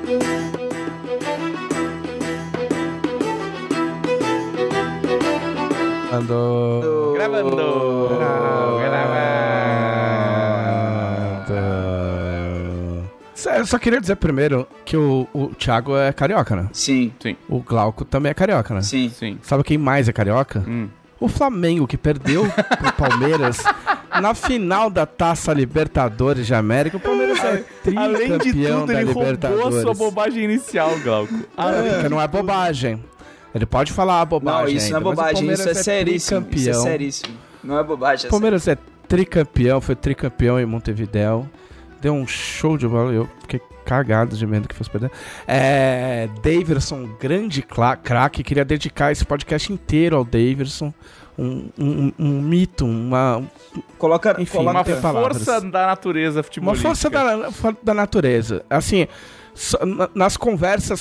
Gravando. Eu só queria dizer primeiro que o Thiago é carioca, né? Sim. O Glauco também é carioca, né? Sim. Sabe quem mais é carioca? O Flamengo, que perdeu pro Palmeiras na final da Taça Libertadores de América. O Palmeiras é tricampeão Além de tudo, da ele Libertadores. roubou a sua bobagem inicial, Glauco. Porque não é bobagem. Ele pode falar bobagem. Não, isso não é bobagem, isso é seríssimo. Isso é seríssimo. Não é bobagem. O Palmeiras é tricampeão, foi tricampeão em Montevidéu. Deu um show de bola, eu fiquei cagado de medo que fosse perder. Daverson, grande craque, queria dedicar esse podcast inteiro ao Daverson. Um mito, uma força da natureza futebolística. Uma força da natureza. Assim, nas conversas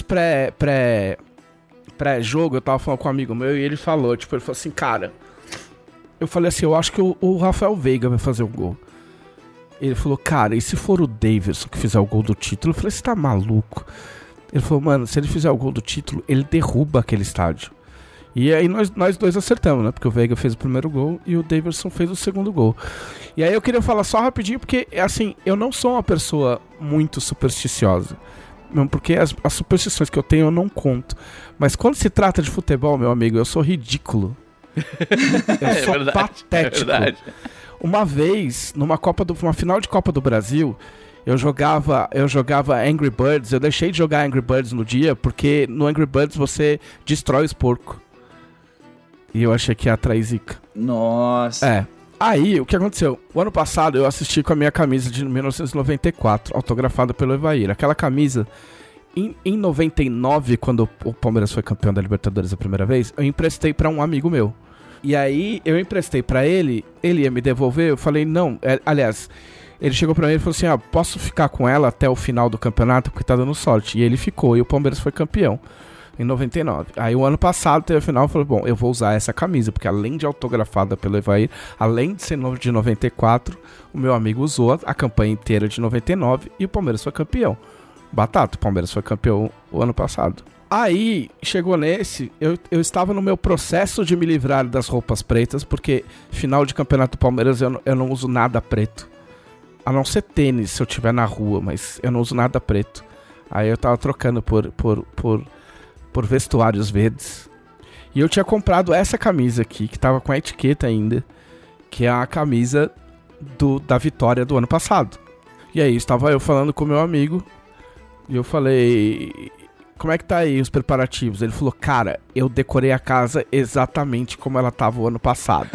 pré-jogo, eu tava falando com um amigo meu e ele falou assim, cara, eu falei assim, eu acho que o Rafael Veiga vai fazer o gol. Ele falou, cara, e se for o Daverson que fizer o gol do título? Eu falei, você tá maluco? Ele falou, mano, se ele fizer o gol do título, ele derruba aquele estádio. E aí nós dois acertamos, né? Porque o Veiga fez o primeiro gol e o Daverson fez o segundo gol. E aí eu queria falar só rapidinho, porque, assim, eu não sou uma pessoa muito supersticiosa. Mesmo porque as superstições que eu tenho eu não conto. Mas quando se trata de futebol, meu amigo, eu sou ridículo. Eu sou patético. É verdade. Uma vez, numa final de Copa do Brasil, eu jogava Angry Birds. Eu deixei de jogar Angry Birds no dia, porque no Angry Birds você destrói os porcos. E eu achei que ia atrair zica. Nossa. Aí, o que aconteceu? O ano passado eu assisti com a minha camisa de 1994, autografada pelo Evair. Aquela camisa, em 99, quando o Palmeiras foi campeão da Libertadores a primeira vez, eu emprestei pra um amigo meu. E aí, eu emprestei pra ele ia me devolver, eu falei, não, aliás, ele chegou pra mim e falou assim, posso ficar com ela até o final do campeonato, porque tá dando sorte. E ele ficou, e o Palmeiras foi campeão, em 99. Aí, o ano passado, teve a final, eu falei, bom, eu vou usar essa camisa, porque além de autografada pelo Evair, além de ser de 94, o meu amigo usou a campanha inteira de 99, e o Palmeiras foi campeão. Batata, o Palmeiras foi campeão o ano passado. Aí, chegou nesse, eu estava no meu processo de me livrar das roupas pretas, porque final de campeonato do Palmeiras eu não uso nada preto. A não ser tênis, se eu estiver na rua, mas eu não uso nada preto. Aí eu tava trocando por vestuários verdes. E eu tinha comprado essa camisa aqui, que tava com a etiqueta ainda, que é a camisa da vitória do ano passado. E aí, estava eu falando com o meu amigo, e eu falei, como é que tá aí os preparativos? Ele falou, cara, eu decorei a casa exatamente como ela tava o ano passado.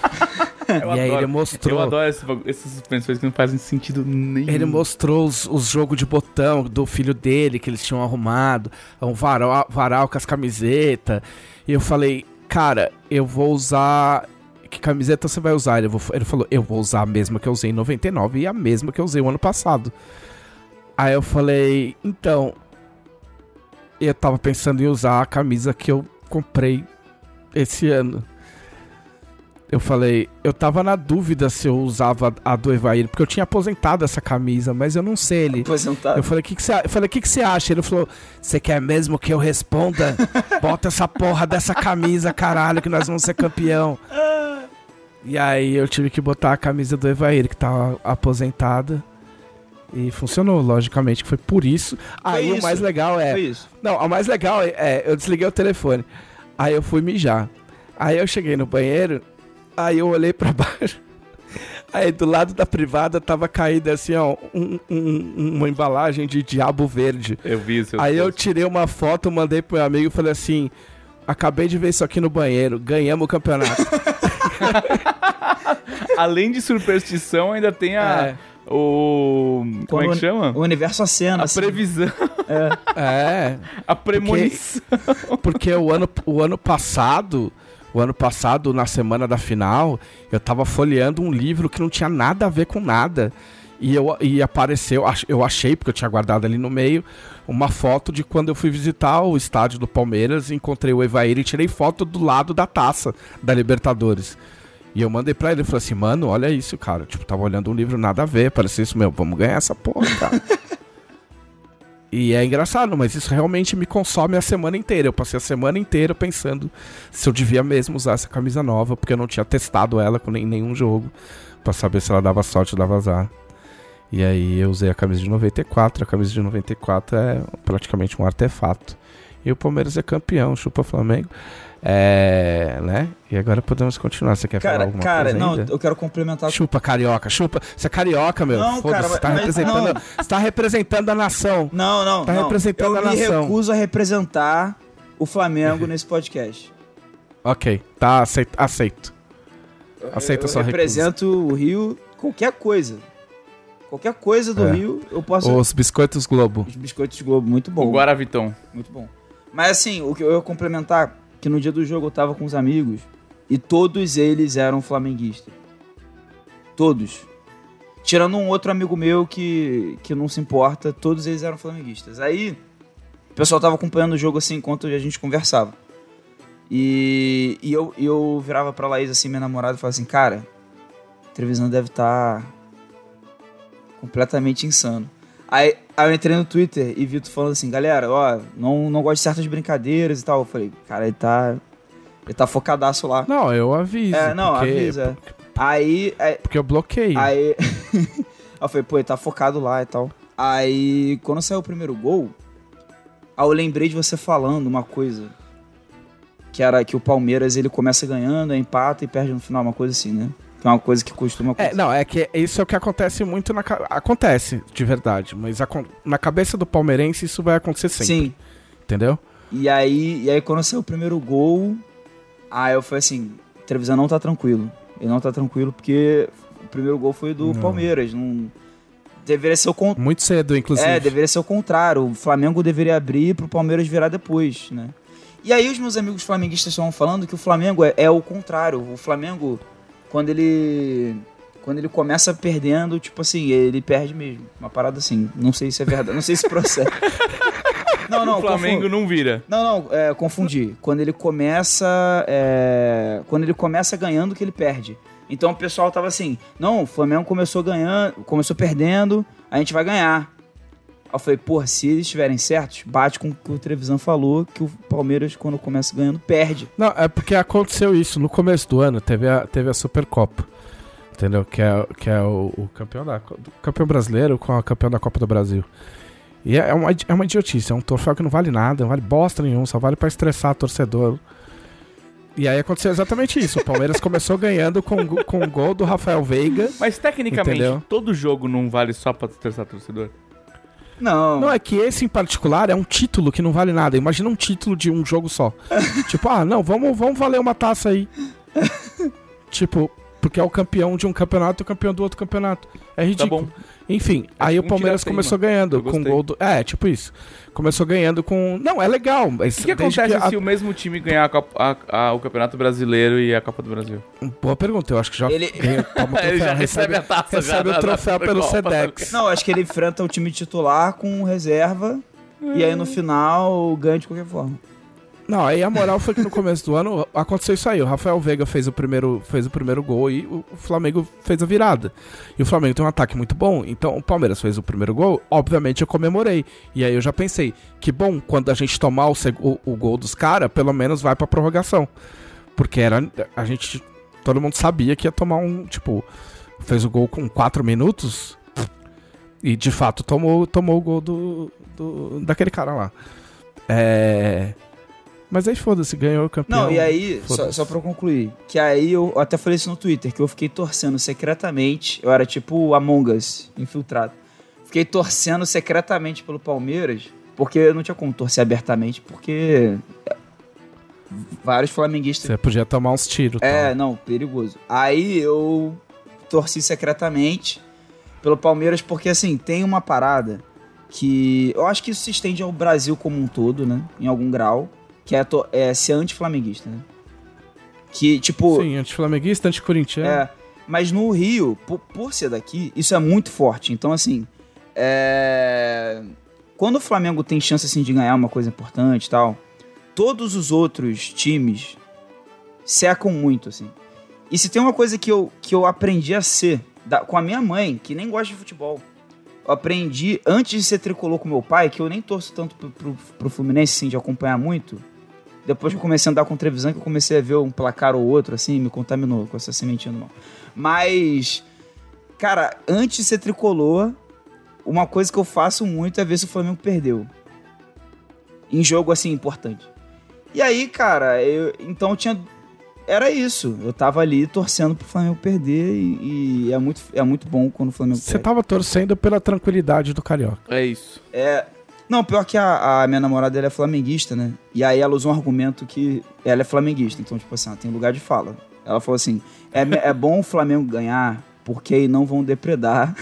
Aí ele mostrou... Eu adoro essas suspensões que não fazem sentido nenhum. Ele mostrou os jogos de botão do filho dele, que eles tinham arrumado, um varal com as camisetas. E eu falei, cara, eu vou usar... Que camiseta você vai usar? Ele falou, eu vou usar a mesma que eu usei em 99 e a mesma que eu usei o ano passado. Aí eu falei, então... Eu tava pensando em usar a camisa que eu comprei esse ano. Eu falei, eu tava na dúvida se eu usava a do Evair, porque eu tinha aposentado essa camisa, mas eu não sei. Eu falei, o que você acha? Ele falou, você quer mesmo que eu responda? Bota essa porra dessa camisa, caralho, que nós vamos ser campeão. E aí eu tive que botar a camisa do Evair, que tava aposentada. E funcionou, logicamente, que foi por isso. Aí o mais legal é... Não, o mais legal é... Eu desliguei o telefone. Aí eu fui mijar. Aí eu cheguei no banheiro... Aí eu olhei pra baixo, aí do lado da privada tava caída assim, ó, uma embalagem de diabo verde. Eu vi isso. Aí eu tirei uma foto, mandei pro meu amigo e falei assim, acabei de ver isso aqui no banheiro, ganhamos o campeonato. Além de superstição, ainda tem como é que chama? O universo acena. A previsão. A premonição. Porque o ano passado, na semana da final, eu tava folheando um livro que não tinha nada a ver com nada. E apareceu, eu achei, porque eu tinha guardado ali no meio, uma foto de quando eu fui visitar o estádio do Palmeiras, encontrei o Evair e tirei foto do lado da taça da Libertadores. E eu mandei pra ele, falei assim, mano, olha isso, cara. Tipo, tava olhando um livro nada a ver, parecia isso, vamos ganhar essa porra, cara. E é engraçado, mas isso realmente me consome a semana inteira. Eu passei a semana inteira pensando se eu devia mesmo usar essa camisa nova, porque eu não tinha testado ela em nenhum jogo, pra saber se ela dava sorte ou dava azar. E aí eu usei a camisa de 94. A camisa de 94 é praticamente um artefato. E o Palmeiras é campeão, chupa Flamengo. Né? E agora podemos continuar. Você quer falar alguma coisa não, ainda? Eu quero complementar. Chupa, carioca, chupa. Você é carioca, meu. Não, cara, você tá representando a nação. Não. Tá representando a nação. Eu me recuso a representar o Flamengo nesse podcast. Ok, tá, aceito. Aceita a sua recusa. Eu represento o Rio, qualquer coisa. Qualquer coisa do Rio, eu posso... Os Biscoitos Globo. Os Biscoitos Globo, muito bom. O Guaravitão. Muito bom. Mas assim, o que eu ia complementar, que no dia do jogo eu tava com os amigos e todos eles eram flamenguistas. Todos. Tirando um outro amigo meu que não se importa, todos eles eram flamenguistas. Aí, o pessoal tava acompanhando o jogo assim, enquanto a gente conversava. E eu virava pra Laís, assim, minha namorada, e falava assim, cara, a televisão deve estar completamente insano. Aí eu entrei no Twitter e vi tu falando assim, galera, não gosto de certas brincadeiras e tal. Eu falei, cara, ele tá focadaço lá. Não, eu aviso. Avisa. Aí... Porque eu bloqueio. Aí eu falei, pô, ele tá focado lá e tal. Aí, quando saiu o primeiro gol, eu lembrei de você falando uma coisa, que era que o Palmeiras, ele começa ganhando, empata e perde no final, uma coisa assim, né? Que é uma coisa que costuma acontecer. É que isso é o que acontece muito acontece, de verdade. Mas na cabeça do palmeirense isso vai acontecer sempre. Sim. Entendeu? E aí quando saiu o primeiro gol, aí eu falei assim, a televisão não tá tranquilo. Ele não tá tranquilo porque o primeiro gol foi do Palmeiras. Não... Deveria ser o contrário. Muito cedo, inclusive. Deveria ser o contrário. O Flamengo deveria abrir pro Palmeiras virar depois, né? E aí os meus amigos flamenguistas estavam falando que o Flamengo é o contrário. O Flamengo... Quando ele começa perdendo, tipo assim, ele perde mesmo. Uma parada assim. Não sei se é verdade. Não sei se procede. Não, o Flamengo não vira. Confundi. Quando ele começa ganhando, que ele perde. Então o pessoal tava assim, não, o Flamengo começou perdendo, a gente vai ganhar. Aí eu falei, porra, se eles estiverem certos, bate com o que o Trevisan falou, que o Palmeiras, quando começa ganhando, perde. Não, é porque aconteceu isso. No começo do ano, teve a Supercopa, entendeu? Que é o campeão brasileiro com a campeão da Copa do Brasil. E é uma idiotice, é um troféu que não vale nada, não vale bosta nenhuma, só vale pra estressar o torcedor. E aí aconteceu exatamente isso. O Palmeiras começou ganhando com o gol do Rafael Veiga. Mas tecnicamente, entendeu? Todo jogo não vale só pra estressar o torcedor? Não, é que esse em particular é um título que não vale nada. Imagina um título de um jogo só. Tipo, não, vamos valer uma taça aí. Tipo, porque é o campeão de um campeonato e o campeão do outro campeonato. É ridículo. Tá bom. Enfim, aí o Palmeiras começou ganhando com gol do... tipo isso. Começou ganhando com... Não, é legal. Mas o que acontece se o mesmo time ganhar o Campeonato Brasileiro e a Copa do Brasil? Boa pergunta, eu acho que já toma o troféu, ele já recebe a taça. Recebe o troféu pelo Sedex. Não, acho que ele enfrenta o time titular com reserva e aí no final ganha de qualquer forma. Não, aí a moral foi que no começo do ano aconteceu isso aí. O Rafael Veiga fez o primeiro gol e o Flamengo fez a virada. E o Flamengo tem um ataque muito bom, então o Palmeiras fez o primeiro gol, obviamente eu comemorei. E aí eu já pensei, que bom, quando a gente tomar o gol dos caras, pelo menos vai pra prorrogação. Porque todo mundo sabia que ia tomar fez o gol com 4 minutos e de fato tomou o gol daquele cara lá. Mas aí foda-se, ganhou o campeão. Não, e aí, só pra eu concluir, que aí eu até falei isso no Twitter, que eu fiquei torcendo secretamente, eu era tipo o Among Us, infiltrado. Fiquei torcendo secretamente pelo Palmeiras, porque eu não tinha como torcer abertamente, porque vários flamenguistas... Você podia tomar uns tiros. Não, perigoso. Aí eu torci secretamente pelo Palmeiras, porque assim, tem uma parada que eu acho que isso se estende ao Brasil como um todo, né, em algum grau, que é ser anti-flamenguista, né? Que, tipo... Sim, anti-flamenguista, anti-corintiano. Mas no Rio, por ser daqui, isso é muito forte. Então, assim, quando o Flamengo tem chance, assim, de ganhar uma coisa importante e tal, todos os outros times secam muito, assim. E se tem uma coisa que eu aprendi a ser com a minha mãe, que nem gosta de futebol, eu aprendi, antes de ser tricolor com meu pai, que eu nem torço tanto pro Fluminense, assim, de acompanhar muito. Depois que eu comecei a andar com televisão, que eu comecei a ver um placar ou outro, assim, me contaminou com essa sementinha no mal. Mas, cara, antes de ser tricolor, uma coisa que eu faço muito é ver se o Flamengo perdeu. Em jogo, assim, importante. E aí, cara, então tinha... Era isso. Eu tava ali torcendo pro Flamengo perder e é muito bom quando o Flamengo perde. Você tava torcendo pela tranquilidade do Carioca. É isso. Não, pior que a minha namorada, ela é flamenguista, né? E aí ela usou um argumento que ela é flamenguista. Então, tipo assim, ela tem lugar de fala. Ela falou assim, é bom o Flamengo ganhar porque aí não vão depredar.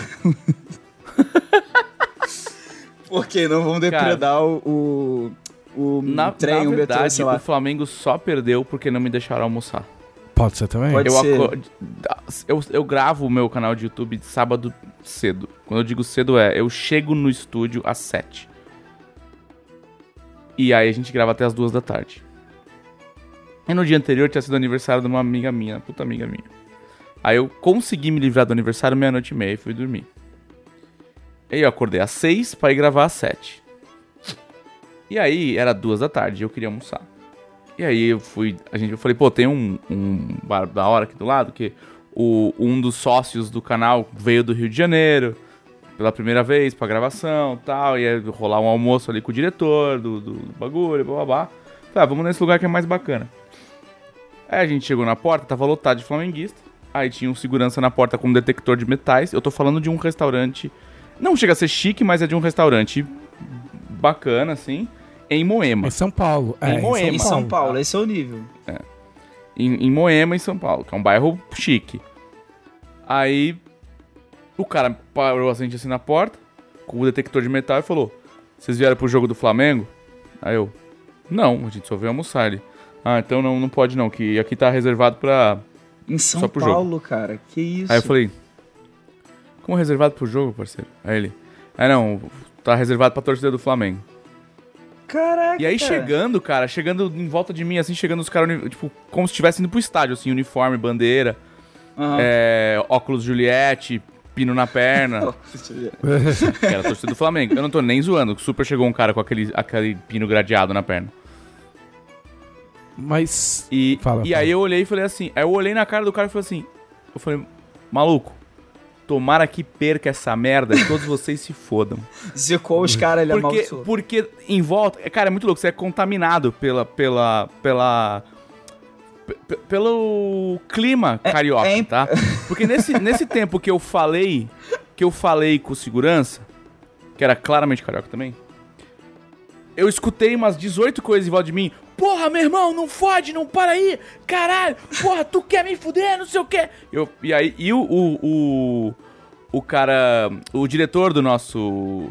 Porque aí não vão depredar o trem, na o metrô, verdade, sei lá. o Flamengo só perdeu porque não me deixaram almoçar. Pode ser também? Pode ser. Eu gravo o meu canal de YouTube de sábado cedo. Quando eu digo cedo eu chego no estúdio às 7. E aí a gente grava até as 2 da tarde. E no dia anterior tinha sido aniversário de uma amiga minha, puta amiga minha. Aí eu consegui me livrar do aniversário 00:30 e fui dormir. Aí eu acordei às 6 pra ir gravar às 7. E aí era 2 da tarde e eu queria almoçar. E aí eu falei, pô, tem um bar da hora aqui do lado, que um dos sócios do canal veio do Rio de Janeiro pela primeira vez pra gravação e tal, ia rolar um almoço ali com o diretor do bagulho, blá blá blá. Falei, vamos nesse lugar que é mais bacana. Aí a gente chegou na porta, tava lotado de flamenguista, aí tinha um segurança na porta com um detector de metais. Eu tô falando de um restaurante, não chega a ser chique, mas é de um restaurante bacana, assim, em Moema. Em São Paulo. Em Moema. Em São Paulo, esse é o nível. Em Moema, em São Paulo, que é um bairro chique. Aí o cara parou a gente assim na porta, com o detector de metal e falou, vocês vieram pro jogo do Flamengo? Aí eu, não, a gente só veio almoçar ali. Ah, então não pode não, que aqui tá reservado pra... Em São só pro Paulo, jogo. cara, que isso? Aí eu falei, como reservado pro jogo, parceiro? Aí ele, não, tá reservado pra torcida do Flamengo. Caraca. E aí chegando em volta de mim, assim, chegando os caras, tipo, como se estivessem indo pro estádio, assim, uniforme, bandeira, óculos Juliette, pino na perna. Que era a torcida do Flamengo. Eu não tô nem zoando, super chegou um cara com aquele pino gradeado na perna. Mas... E aí eu olhei e falei assim, aí eu olhei na cara do cara e falei assim, eu falei, maluco, tomara que perca essa merda e todos vocês se fodam. Zicou os caras, ele amaldiçoou. Porque em volta... Cara, é muito louco. Você é contaminado pelo clima carioca, tá? Porque nesse tempo que eu falei com o segurança, que era claramente carioca também, eu escutei umas 18 coisas em volta de mim. Porra, meu irmão, não fode, não para aí. Caralho, porra, tu quer me fuder, não sei o quê. E aí, o cara, o diretor do nosso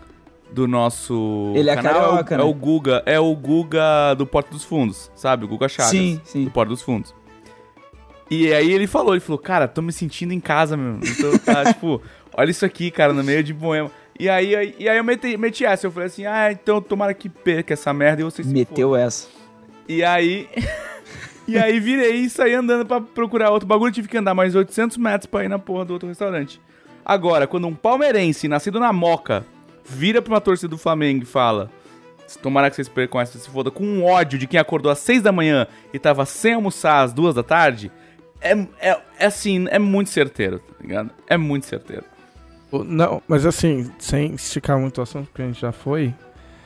ele canal é carioca, né? É o Guga do Porta dos Fundos, sabe? O Guga Chagas, sim. do Porta dos Fundos. E aí ele falou, cara, tô me sentindo em casa, meu. Então, tá, tipo, olha isso aqui, cara, no meio de Moema. E aí eu meti essa, eu falei assim, então tomara que perca essa merda e vocês se meteu fodam. essa. E aí virei e saí andando pra procurar outro bagulho, tive que andar mais 800 metros pra ir na porra do outro restaurante. Agora, quando um palmeirense, nascido na Moca, vira pra uma torcida do Flamengo e fala, tomara que vocês percam essa, se foda, com um ódio de quem acordou às 6 da manhã e tava sem almoçar às 2 da tarde, assim, é muito certeiro, tá ligado? É muito certeiro. Não, mas assim, sem esticar muito o assunto, porque a gente já foi,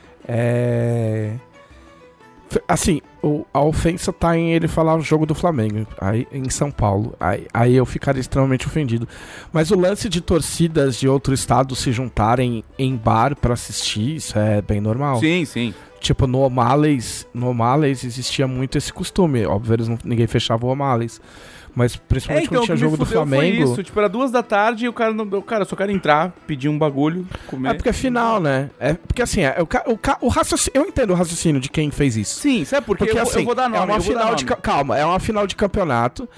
assim, a ofensa tá em ele falar o jogo do Flamengo, aí, em São Paulo, aí eu ficaria extremamente ofendido. Mas o lance de torcidas de outro estado se juntarem em bar pra assistir, isso é bem normal. Sim. Tipo, no O'Malley's existia muito esse costume, óbvio, ninguém fechava o O'Malley's. Mas principalmente quando tinha jogo do Flamengo... Foi isso, tipo, era 2 da tarde e o cara, eu só quero entrar, pedir um bagulho, comer... É porque é final, né? É porque assim, o raciocínio, eu entendo o raciocínio de quem fez isso. Sim, sabe por quê? Porque, eu vou dar nome, Calma, é uma final de campeonato,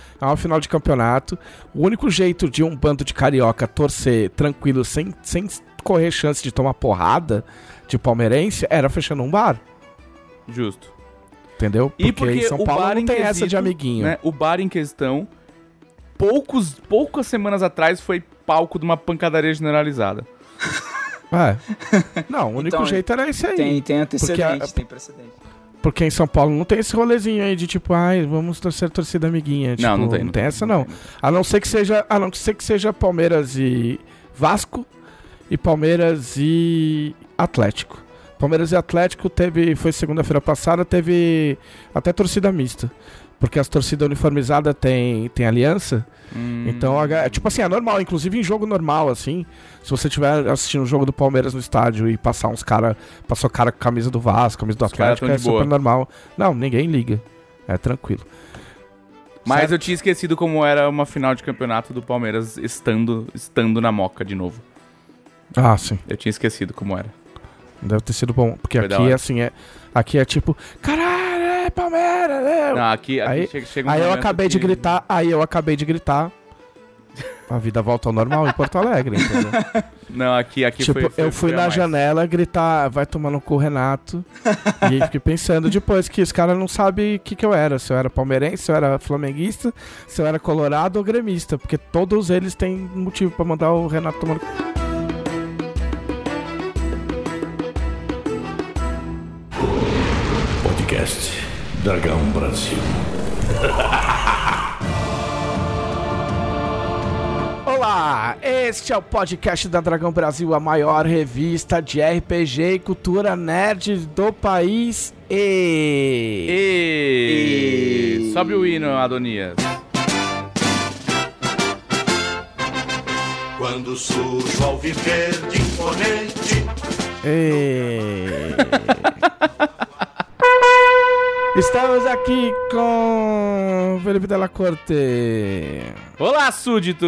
o único jeito de um bando de carioca torcer tranquilo, sem correr chance de tomar porrada de palmeirense, era fechando um bar. Justo. Entendeu? Porque em São Paulo não tem essa de amiguinho. Né, o bar em questão, poucas semanas atrás, foi palco de uma pancadaria generalizada. Não, o único Então, jeito era esse aí. Tem antecedente, tem precedente. Porque em São Paulo não tem esse rolezinho aí de tipo, vamos torcer torcida amiguinha. Tipo, não tem essa não. A não ser que seja Palmeiras e Vasco e Palmeiras e Atlético. Palmeiras e Atlético foi segunda-feira passada, teve até torcida mista. Porque as torcidas uniformizadas tem aliança. Então, tipo assim, é normal. Inclusive em jogo normal, assim. Se você estiver assistindo o jogo do Palmeiras no estádio e passou cara com a camisa do Vasco, camisa do Atlético, é super normal. Não, ninguém liga. É tranquilo. Mas certo? eu tinha esquecido como era uma final de campeonato do Palmeiras estando na Moca de novo. Ah, sim. Eu tinha esquecido como era. Deve ter sido bom. Porque Foi aqui, assim, aqui é tipo... Caralho, Palmeiras! Não, aqui aí chega um eu momento acabei de gritar. A vida volta ao normal em Porto Alegre, entendeu? Não, aqui tipo, foi eu fui na janela gritar, vai tomar no cu, Renato. E aí fiquei pensando depois que os caras não sabem o que eu era. Se eu era palmeirense, se eu era flamenguista, se eu era colorado ou gremista. Porque todos eles têm motivo pra mandar o Renato tomar no cu. Podcast Dragão Brasil. Olá, este é o podcast da Dragão Brasil, a maior revista de RPG e cultura nerd do país. Sobe o hino, Adonias. Quando surge ao viver de imponente. Estamos aqui com Felipe Della Corte. Olá, súditos!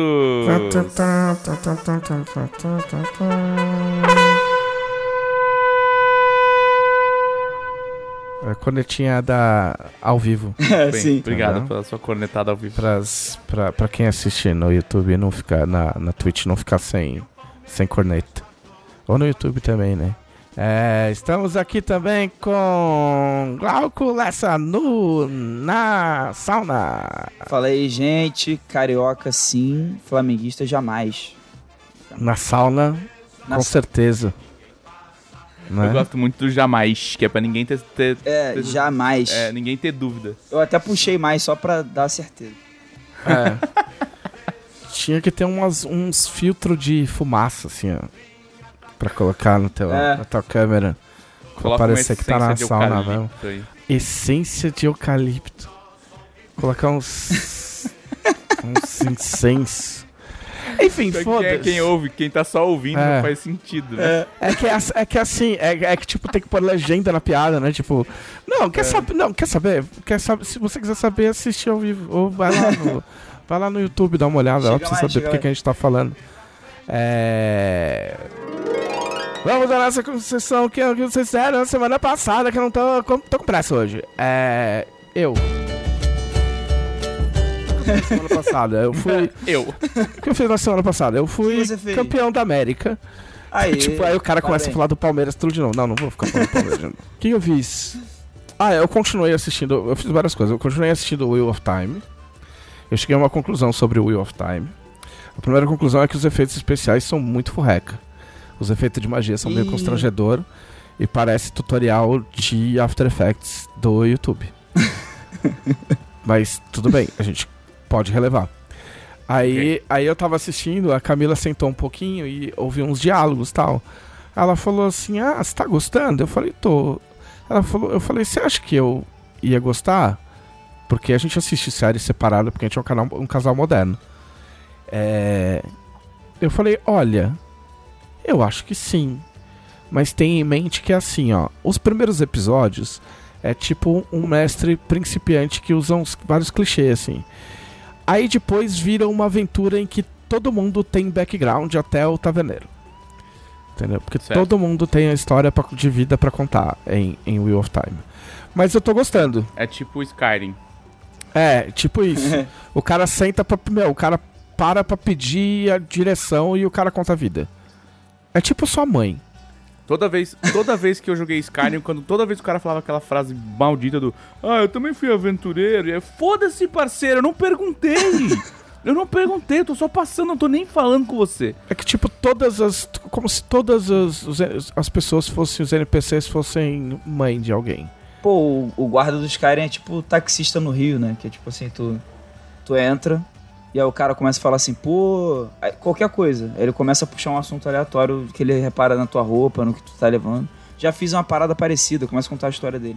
A cornetinha ao vivo. Bem, Sim. obrigado pela sua cornetada ao vivo. Pra quem assiste no YouTube não ficar, na Twitch não ficar sem corneta. Ou no YouTube também, né? Estamos aqui também com Glauco Lessa na sauna. Fala aí, gente. Carioca sim, flamenguista jamais. Na sauna, com certeza. Né? Eu gosto muito do jamais, que é pra ninguém ter jamais. ninguém ter dúvida. Eu até puxei mais só pra dar certeza. Tinha que ter uns filtros de fumaça, assim, ó. Pra colocar na tua câmera. Pra parecer que tá na sauna mesmo. Essência de eucalipto. Colocar uns incenso. Enfim, foda-se. Quem tá só ouvindo não faz sentido, né? É que tipo, tem que pôr legenda na piada, né? Tipo, quer saber? Se você quiser saber, assiste ao vivo. Ou vai lá no YouTube, dá uma olhada lá pra você saber porque que a gente tá falando. Vamos à nossa concessão que vocês fizeram na semana passada, que eu não tô com pressa hoje. O que eu fiz na semana passada? Eu fui campeão da América. Aí o cara começa a falar do Palmeiras tudo de novo. Não vou ficar falando do Palmeiras de novo. O que eu fiz? Eu continuei assistindo. Eu fiz várias coisas. Eu continuei assistindo o Wheel of Time. Eu cheguei a uma conclusão sobre o Wheel of Time. A primeira conclusão é que os efeitos especiais são muito furreca. Os efeitos de magia são meio constrangedor e parece tutorial de After Effects do YouTube. Mas tudo bem, a gente pode relevar. Aí eu tava assistindo, a Camila sentou um pouquinho e ouviu uns diálogos e tal. Ela falou assim, você tá gostando? Eu falei, tô. Eu falei, você acha que eu ia gostar? Porque a gente assiste série separada, porque a gente é um casal moderno. Eu falei, olha, eu acho que sim. Mas tenha em mente que é assim, ó. Os primeiros episódios é tipo um mestre principiante que usa vários clichês, assim. Aí depois vira uma aventura em que todo mundo tem background até o taverneiro. Entendeu? Porque todo mundo tem a história de vida pra contar em Wheel of Time. Mas eu tô gostando. É tipo Skyrim. Tipo isso. O cara senta o cara para pra pedir a direção e o cara conta a vida. É tipo sua mãe. Toda vez que eu joguei Skyrim, toda vez que o cara falava aquela frase maldita do eu também fui aventureiro, e foda-se, parceiro, eu não perguntei. Eu não perguntei, eu tô só passando, não tô nem falando com você. É que, tipo, como se todas as pessoas fossem, os NPCs fossem mãe de alguém. Pô, o guarda do Skyrim é tipo taxista no Rio, né? Que é tipo assim, tu entra e aí o cara começa a falar assim, pô, qualquer coisa. Aí ele começa a puxar um assunto aleatório que ele repara na tua roupa, no que tu tá levando. Já fiz uma parada parecida, começa a contar a história dele.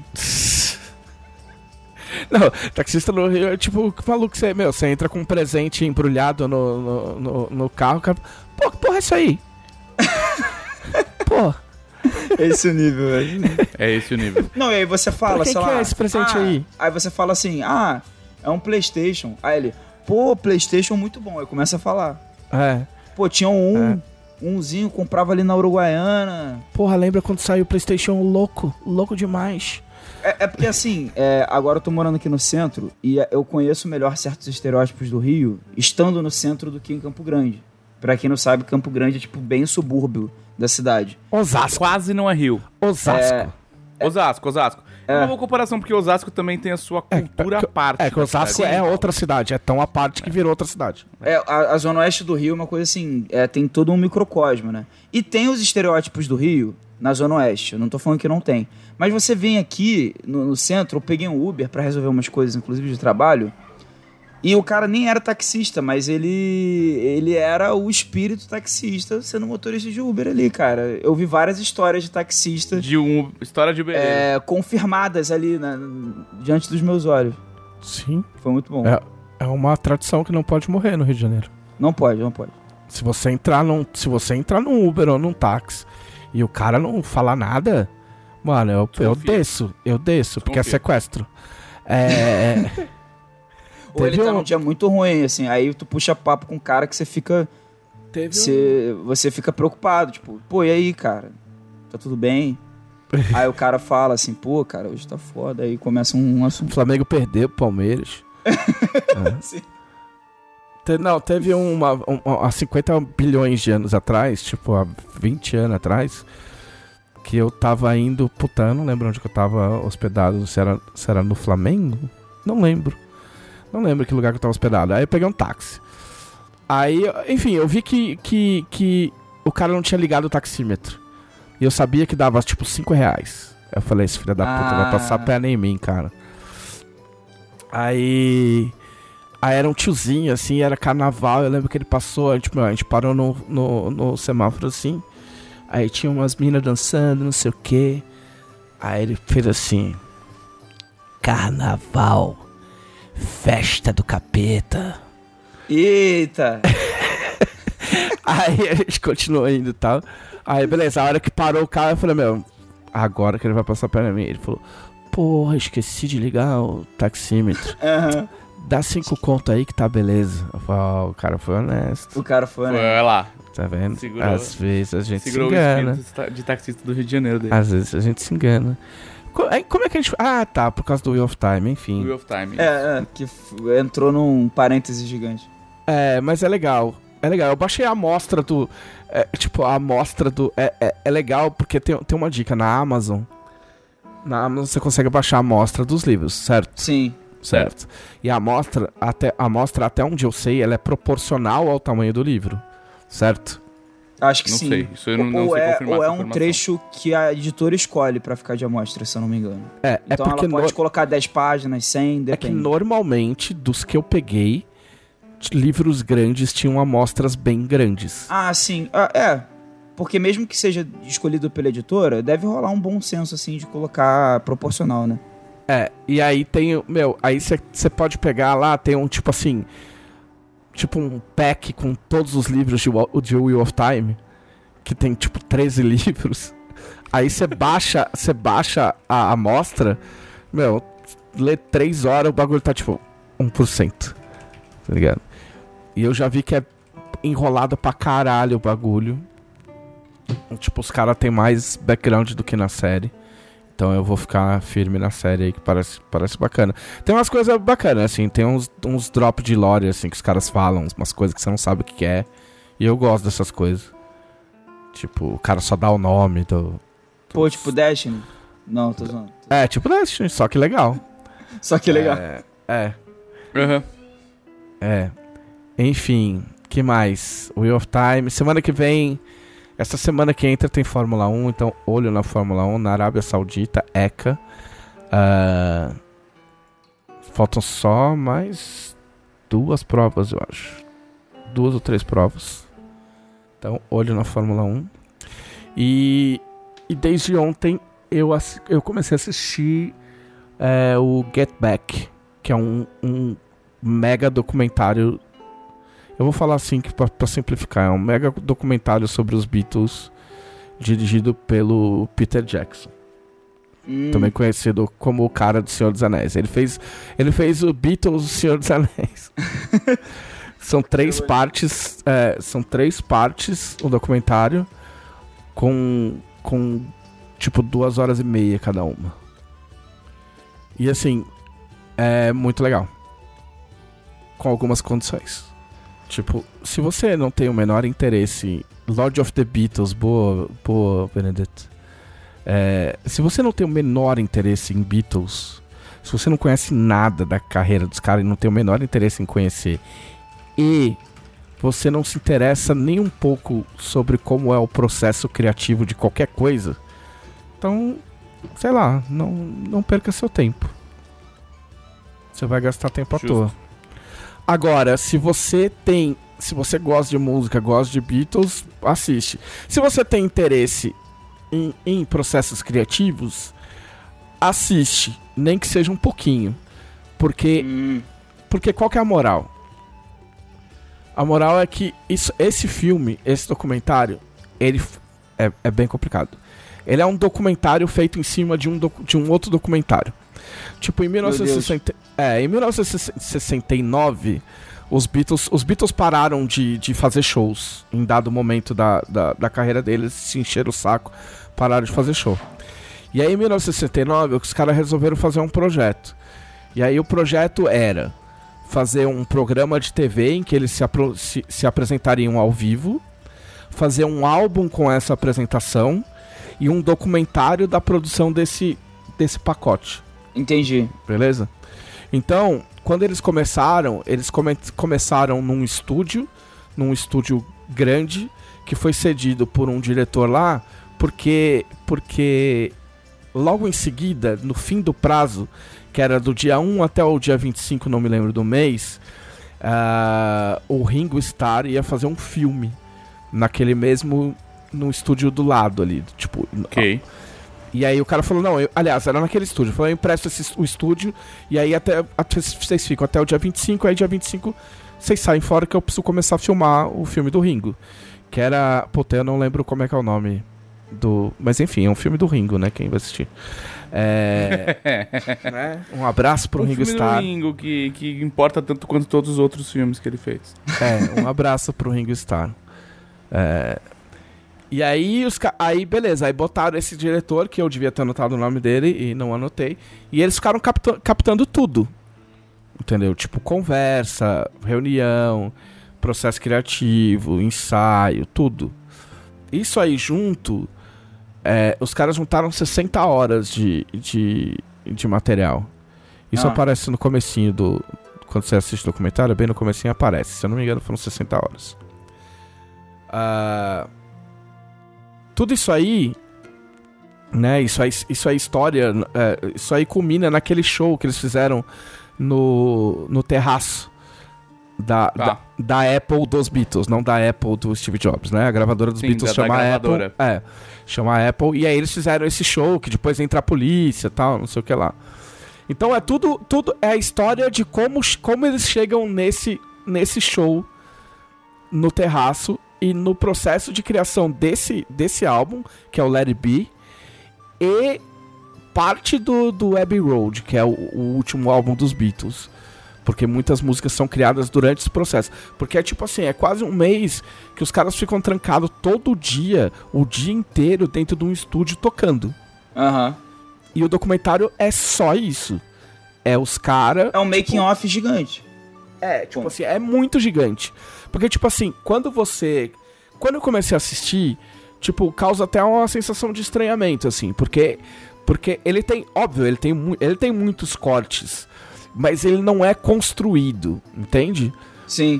Não, taxista no Rio é tipo, que maluco você, você entra com um presente embrulhado no carro, cara, pô, que porra é isso aí? Pô. Esse é o nível, velho. É esse o nível. Não, e aí você fala, sei lá... que é esse presente aí? Aí você fala assim, é um PlayStation. Aí ele, pô, PlayStation muito bom. Aí começa a falar. Pô, tinha umzinho, comprava ali na Uruguaiana. Porra, lembra quando saiu o PlayStation louco demais. É porque assim, agora eu tô morando aqui no centro e eu conheço melhor certos estereótipos do Rio estando no centro do que em Campo Grande. Pra quem não sabe, Campo Grande é tipo bem subúrbio da cidade. Osasco. Quase não é Rio. Osasco. Osasco. É uma boa comparação, porque Osasco também tem a sua cultura à parte. É que Osasco é outra cidade, é tão à parte que virou outra cidade. A Zona Oeste do Rio é uma coisa assim, tem todo um microcosmo, né? E tem os estereótipos do Rio na Zona Oeste, eu não tô falando que não tem. Mas você vem aqui no centro, eu peguei um Uber pra resolver umas coisas, inclusive de trabalho, e o cara nem era taxista, mas ele era o espírito taxista sendo motorista de Uber ali, cara. Eu vi várias histórias de taxista... História de Uber. Confirmadas ali diante dos meus olhos. Sim. Foi muito bom. É uma tradição que não pode morrer no Rio de Janeiro. Não pode. Se você entrar num Uber ou num táxi e o cara não falar nada, mano, eu desço, porque é sequestro. Ou ele tá num dia muito ruim, assim, aí tu puxa papo com um cara que você fica... Você fica preocupado, tipo, pô, e aí, cara? Tá tudo bem? Aí o cara fala assim, pô, cara, hoje tá foda, aí começa um assunto. O Flamengo perdeu pro Palmeiras. Sim. Teve há 50 bilhões de anos atrás, tipo, há 20 anos atrás, que eu tava indo... Puta, eu não lembro onde que eu tava hospedado, se era no Flamengo? Não lembro que lugar que eu tava hospedado. Aí eu peguei um táxi. Aí, enfim, eu vi que o cara não tinha ligado o taxímetro. E eu sabia que dava, tipo, R$5. Eu falei, esse filho da puta vai passar perna em mim, cara. Aí era um tiozinho, assim, era carnaval. Eu lembro que ele passou, a gente parou no semáforo, assim. Aí tinha umas meninas dançando, não sei o quê. Aí ele fez assim... Carnaval. Festa do capeta. Eita! Aí a gente continuou indo e tal. Aí beleza, a hora que parou o carro, eu falei, agora que ele vai passar perto de mim. Ele falou, porra, esqueci de ligar o taxímetro. Dá 5 conto aí que tá beleza. Eu falei, o cara foi honesto. Foi lá. Tá vendo? Segurou. Às vezes a gente Segurou se engana. o espírito de taxista do Rio de Janeiro dele. Às vezes a gente se engana. Como é que a gente... tá, por causa do Wheel of Time, enfim. Wheel of Time. Que entrou num parêntese gigante. Mas é legal. Eu baixei a amostra do... a amostra do... É legal porque tem uma dica na Amazon. Na Amazon você consegue baixar a amostra dos livros, certo? Sim. Certo. E a amostra, até onde eu sei, ela é proporcional ao tamanho do livro. Certo? Acho que não sim. Sei. Isso eu não sei confirmar. Ou é um trecho que a editora escolhe pra ficar de amostra, se eu não me engano. Então porque ela pode colocar 10 páginas, 100, depende. É que normalmente, dos que eu peguei, livros grandes tinham amostras bem grandes. Sim. Porque mesmo que seja escolhido pela editora, deve rolar um bom senso, assim, de colocar proporcional, né? E aí tem... aí você pode pegar lá, tem um tipo assim... Tipo um pack com todos os livros de Wheel of Time, que tem tipo 13 livros. Aí você baixa a amostra, lê 3 horas, o bagulho tá tipo 1%. Tá ligado? E eu já vi que é enrolado pra caralho o bagulho. Tipo, os caras têm mais background do que na série. Então eu vou ficar firme na série aí, que parece bacana. Tem umas coisas bacanas, assim, tem uns drop de lore, assim, que os caras falam, umas coisas que você não sabe o que é. E eu gosto dessas coisas. Tipo, o cara só dá o nome do... Pô, tipo Destiny? Não, tô zoando. Tipo Destiny, só que legal. Só que legal. Enfim, que mais? Wheel of Time. Semana que vem, essa semana que entra tem Fórmula 1, então olho na Fórmula 1, na Arábia Saudita, ECA. Faltam só mais 2 provas, eu acho. 2 ou 3 provas. Então, olho na Fórmula 1. E desde ontem eu comecei a assistir o Get Back, que é um mega documentário. Eu vou falar assim pra simplificar. É um mega documentário sobre os Beatles, dirigido pelo Peter Jackson. Também conhecido como o cara do Senhor dos Anéis. Ele fez o Beatles do Senhor dos Anéis. São 3 partes. São 3 partes o documentário. Com tipo 2h30 cada uma. E assim, é muito legal. Com algumas condições. Tipo, se você não tem o menor interesse, Lord of the Beatles, boa Benedetto. Se você não tem o menor interesse em Beatles, se você não conhece nada da carreira dos caras e não tem o menor interesse em conhecer, e você não se interessa nem um pouco sobre como é o processo criativo de qualquer coisa, então, sei lá, não perca seu tempo. Você vai gastar tempo à toa. Agora, se você gosta de música, gosta de Beatles, assiste. Se você tem interesse em processos criativos, assiste, nem que seja um pouquinho. Porque qual que é a moral? A moral é que esse filme, esse documentário, ele é bem complicado. Ele é um documentário feito em cima de um outro documentário. Tipo, em 1969, os Beatles pararam de fazer shows. Em dado momento da carreira deles, se encheram o saco, pararam de fazer show. E aí, em 1969, os caras resolveram fazer um projeto. E aí, o projeto era fazer um programa de TV em que eles se apresentariam ao vivo, fazer um álbum com essa apresentação e um documentário da produção desse pacote. Entendi. Beleza? Então, quando eles começaram num estúdio grande, que foi cedido por um diretor lá, porque logo em seguida, no fim do prazo, que era do dia 1 até o dia 25, não me lembro do mês, o Ringo Starr ia fazer um filme no estúdio do lado ali, tipo... Ok. E aí o cara falou, não, aliás, era naquele estúdio. Falou, eu empresto o estúdio, e aí até vocês ficam até o dia 25, aí dia 25 vocês saem fora que eu preciso começar a filmar o filme do Ringo. Que era, puta, eu não lembro como é que é o nome do... Mas enfim, é um filme do Ringo, né, quem vai assistir. Né? Um abraço pro Ringo Starr. Um filme do Ringo que importa tanto quanto todos os outros filmes que ele fez. Um abraço pro Ringo Starr. E aí, beleza, aí botaram esse diretor, que eu devia ter anotado o nome dele e não anotei, e eles ficaram captando tudo, entendeu? Tipo, conversa, reunião, processo criativo, ensaio, tudo. Isso aí junto, os caras juntaram 60 horas de material. Isso aparece no comecinho quando você assiste o documentário, bem no comecinho aparece, se eu não me engano foram 60 horas. Tudo isso aí, né, isso aí história, isso aí culmina naquele show que eles fizeram no terraço da Apple dos Beatles, não da Apple do Steve Jobs, né, a gravadora dos Beatles chama Apple, chama Apple, e aí eles fizeram esse show que depois entra a polícia e tal, não sei o que lá. Então tudo é a história de como eles chegam nesse show no terraço, e no processo de criação desse álbum, que é o Let It Be, e parte do Abbey Road, que é o último álbum dos Beatles. Porque muitas músicas são criadas durante esse processo. Porque é tipo assim, é quase um mês que os caras ficam trancados todo dia, o dia inteiro, dentro de um estúdio tocando. E o documentário é só isso. É os caras... É um making off gigante. Tipo assim, é muito gigante. Porque, tipo assim, quando eu comecei a assistir, tipo, causa até uma sensação de estranhamento, assim. Porque ele tem, óbvio, ele tem muitos cortes, mas ele não é construído, entende? Sim.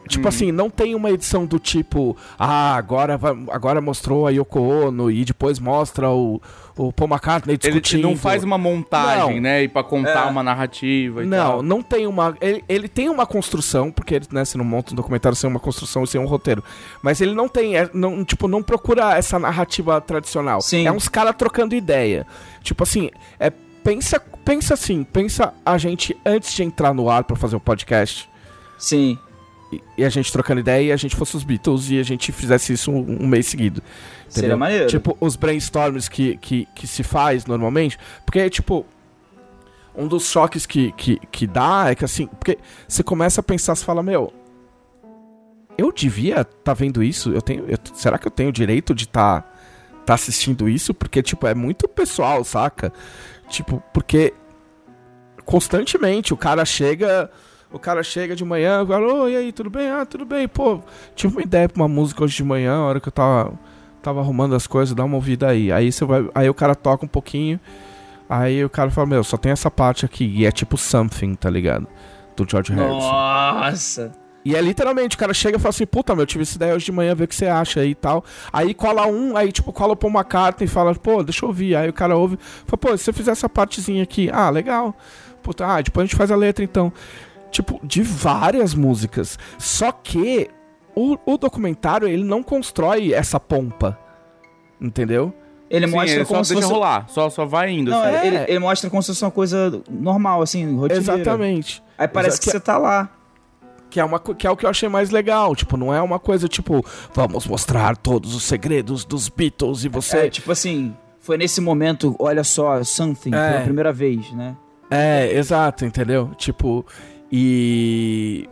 Tipo assim, não tem uma edição do tipo, agora mostrou a Yoko Ono e depois mostra o Paul McCartney discutindo. Ele não faz uma montagem, né? E pra contar uma narrativa e tal. Não tem uma... Ele tem uma construção, porque ele, né, você não monta um documentário sem uma construção e sem um roteiro. Mas ele não tem... não procura essa narrativa tradicional. Sim. É uns caras trocando ideia. Tipo assim, pensa a gente antes de entrar no ar pra fazer o podcast. Sim. E a gente trocando ideia e a gente fosse os Beatles e a gente fizesse isso um mês seguido. Entendeu? Seria maneiro. Tipo, os brainstorms que se faz normalmente. Porque, tipo, um dos choques que dá é que, assim, porque você começa a pensar, você fala, meu, eu devia tá vendo isso? Será que eu tenho o direito de tá assistindo isso? Porque, tipo, é muito pessoal, saca? Tipo, porque constantemente o cara chega de manhã e fala, e aí, tudo bem? Ah, tudo bem. Pô, tive uma ideia pra uma música hoje de manhã, a hora que eu tava arrumando as coisas, dá uma ouvida aí. Aí o cara toca um pouquinho, aí o cara fala, meu, só tem essa parte aqui. E é tipo Something, tá ligado? Do George Harrison. Nossa! E é literalmente, o cara chega e fala assim, puta, meu, tive essa ideia hoje de manhã, vê o que você acha aí e tal. Aí cola cola o Paul McCartney e fala, pô, deixa eu ouvir. Aí o cara ouve, fala, pô, se você fizer essa partezinha aqui, legal. Puta, depois a gente faz a letra então. Tipo, de várias músicas. Só que o documentário, ele não constrói essa pompa. Entendeu? Ele mostra ele como só se deixa fosse... rolar, só vai indo. Não, assim. ele mostra como se fosse uma coisa normal, assim, rotineira. Exatamente. Aí parece que você tá lá. Que é o que eu achei mais legal. Tipo, não é uma coisa tipo, vamos mostrar todos os segredos dos Beatles e você... Tipo assim, foi nesse momento, olha só, Something, pela primeira vez, né? Exato, entendeu? Tipo... E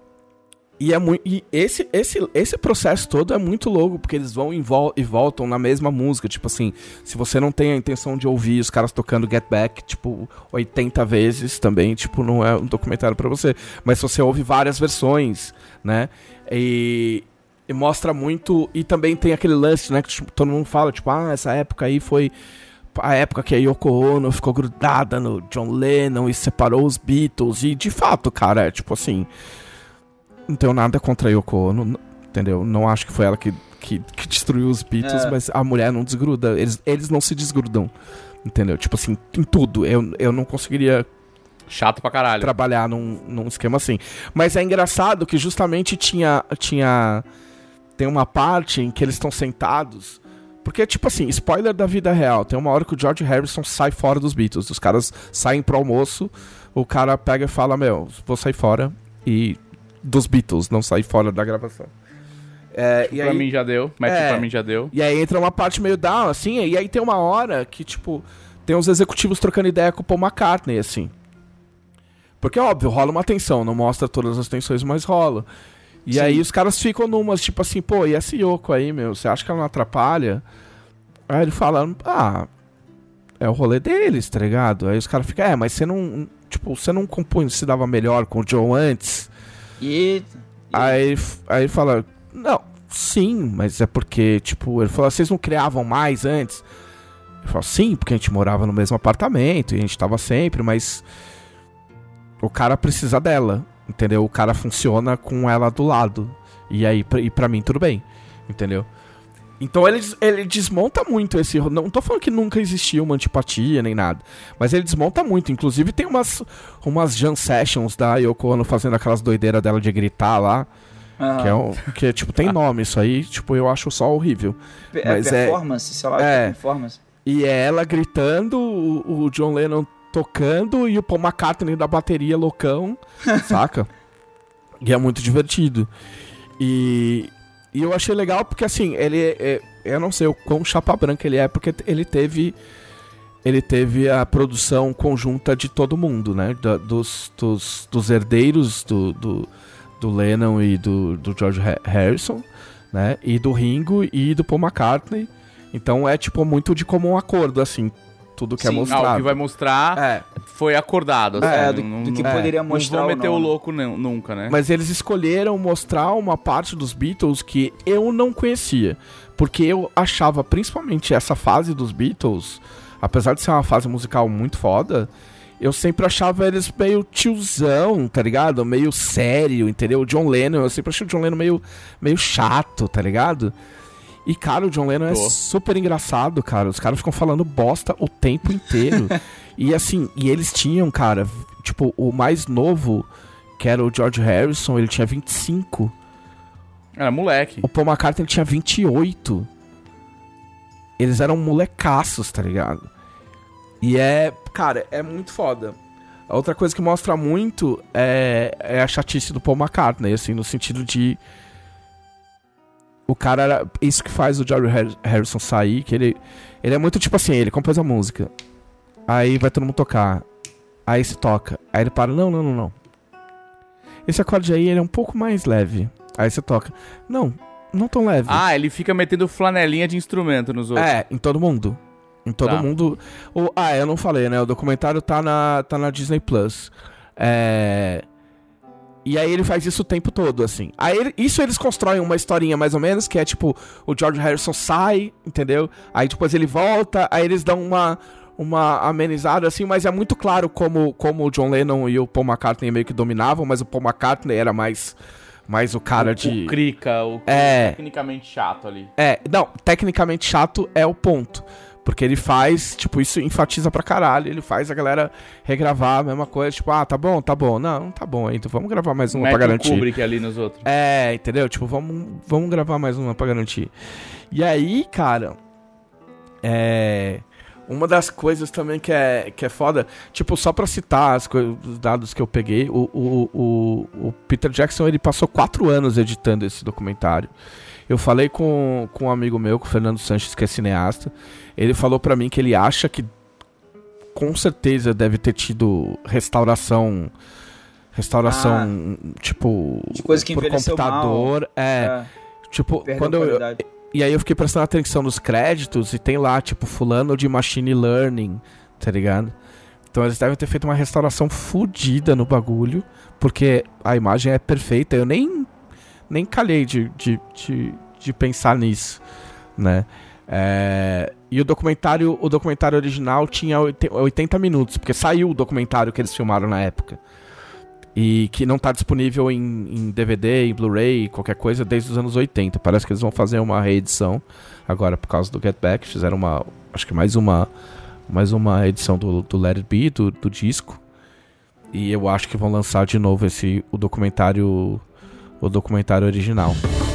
esse processo todo é muito louco, porque eles vão e voltam na mesma música. Tipo assim, se você não tem a intenção de ouvir os caras tocando Get Back, tipo, 80 vezes também, tipo, não é um documentário pra você. Mas se você ouve várias versões, né? E mostra muito... E também tem aquele lance, né? Que tipo, todo mundo fala, tipo, essa época aí foi... a época que a Yoko Ono ficou grudada no John Lennon e separou os Beatles. E de fato, cara, tipo assim, não tenho nada contra a Yoko Ono, entendeu? Não acho que foi ela que destruiu os Beatles, mas a mulher não desgruda, eles não se desgrudam, entendeu? Tipo assim, em tudo. Eu não conseguiria... Chato pra caralho. Trabalhar num esquema assim. Mas é engraçado que justamente tem uma parte em que eles estão sentados. Porque, tipo assim, spoiler da vida real, tem uma hora que o George Harrison sai fora dos Beatles. Os caras saem pro almoço, o cara pega e fala, meu, vou sair fora dos Beatles, não sair fora da gravação. Pra mim já deu, pra mim já deu. E aí entra uma parte meio down, assim, e aí tem uma hora que, tipo, tem uns executivos trocando ideia com o Paul McCartney, assim. Porque, óbvio, rola uma tensão, não mostra todas as tensões, mas rola. E Sim. Aí os caras ficam numas, tipo assim, pô, e essa Yoko aí, meu, você acha que ela não atrapalha? Aí ele fala, é o rolê deles, tá ligado? Aí os caras ficam, mas você não, tipo, você não compõe, se dava melhor com o John antes? Aí ele fala, não, sim, mas é porque, tipo, ele fala, vocês não criavam mais antes? Ele fala, sim, porque a gente morava no mesmo apartamento e a gente tava sempre, mas o cara precisa dela. Entendeu? O cara funciona com ela do lado. E aí, pra mim, tudo bem. Entendeu? Então ele desmonta muito esse... Não tô falando que nunca existiu uma antipatia nem nada. Mas ele desmonta muito. Inclusive tem umas jam sessions da Yoko Ono fazendo aquelas doideiras dela de gritar lá. Que tipo, tem nome isso aí. Tipo, eu acho só horrível. Mas performance, sei lá, performance. E é ela gritando, o John Lennon tocando e o Paul McCartney da bateria loucão, saca? E é muito divertido. E eu achei legal porque, assim, eu não sei o quão chapa branca ele é, porque ele teve a produção conjunta de todo mundo, né? Dos herdeiros do Lennon e do George Harrison, né? E do Ringo e do Paul McCartney. Então é, tipo, muito de comum acordo, assim, tudo que é mostrado. O que vai mostrar foi acordado. Assim, do que poderia mostrar. Não vão meter o louco nunca, né? Mas eles escolheram mostrar uma parte dos Beatles que eu não conhecia. Porque eu achava, principalmente essa fase dos Beatles, apesar de ser uma fase musical muito foda, eu sempre achava eles meio tiozão, tá ligado? Meio sério, entendeu? O John Lennon, eu sempre achei o John Lennon meio chato, tá ligado? E, cara, o John Lennon é super engraçado, cara. Os caras ficam falando bosta o tempo inteiro. E, assim, eles tinham, cara, tipo, o mais novo, que era o George Harrison, ele tinha 25. Era moleque. O Paul McCartney tinha 28. Eles eram molecaços, tá ligado? E cara, é muito foda. A outra coisa que mostra muito é a chatice do Paul McCartney, assim, no sentido de... O cara era... Isso que faz o George Harrison sair, que ele é muito tipo assim, ele compôs a música, aí vai todo mundo tocar, aí se toca, aí ele para, não. Esse acorde aí, ele é um pouco mais leve, aí você toca. Não tão leve. Ah, ele fica metendo flanelinha de instrumento nos outros. Em todo mundo. Em todo mundo. Eu não falei, né? O documentário tá na Disney Plus. E aí ele faz isso o tempo todo, assim. Aí eles constroem uma historinha mais ou menos, que é tipo, o George Harrison sai, entendeu? Aí depois ele volta, aí eles dão uma amenizada, assim, mas é muito claro como o John Lennon e o Paul McCartney meio que dominavam, mas o Paul McCartney era mais o cara de... O crica, tecnicamente chato ali. Não, tecnicamente chato é o ponto. Porque ele faz, tipo, isso enfatiza pra caralho. Ele faz a galera regravar a mesma coisa. Tipo, tá bom. Não tá bom, então vamos gravar mais uma pra garantir. Kubrick ali nos outros. Entendeu? Tipo, vamos gravar mais uma pra garantir. E aí, cara... Uma das coisas também que é foda... Tipo, só pra citar os dados que eu peguei... O Peter Jackson, ele passou 4 anos editando esse documentário. Eu falei com um amigo meu, com o Fernando Sanches, que é cineasta. Ele falou pra mim que ele acha que com certeza deve ter tido restauração tipo, de coisa que por computador. Mal. Tipo, e aí eu fiquei prestando atenção nos créditos e tem lá, tipo, fulano de machine learning, tá ligado? Então eles devem ter feito uma restauração fodida no bagulho, porque a imagem é perfeita. Eu nem calhei de pensar nisso, né? E o documentário original tinha 80 minutos, porque saiu o documentário que eles filmaram na época. E que não tá disponível em DVD, em Blu-ray, qualquer coisa, desde os anos 80. Parece que eles vão fazer uma reedição agora por causa do Get Back. Fizeram acho que mais uma edição do Let It Be, do disco. E eu acho que vão lançar de novo o documentário original.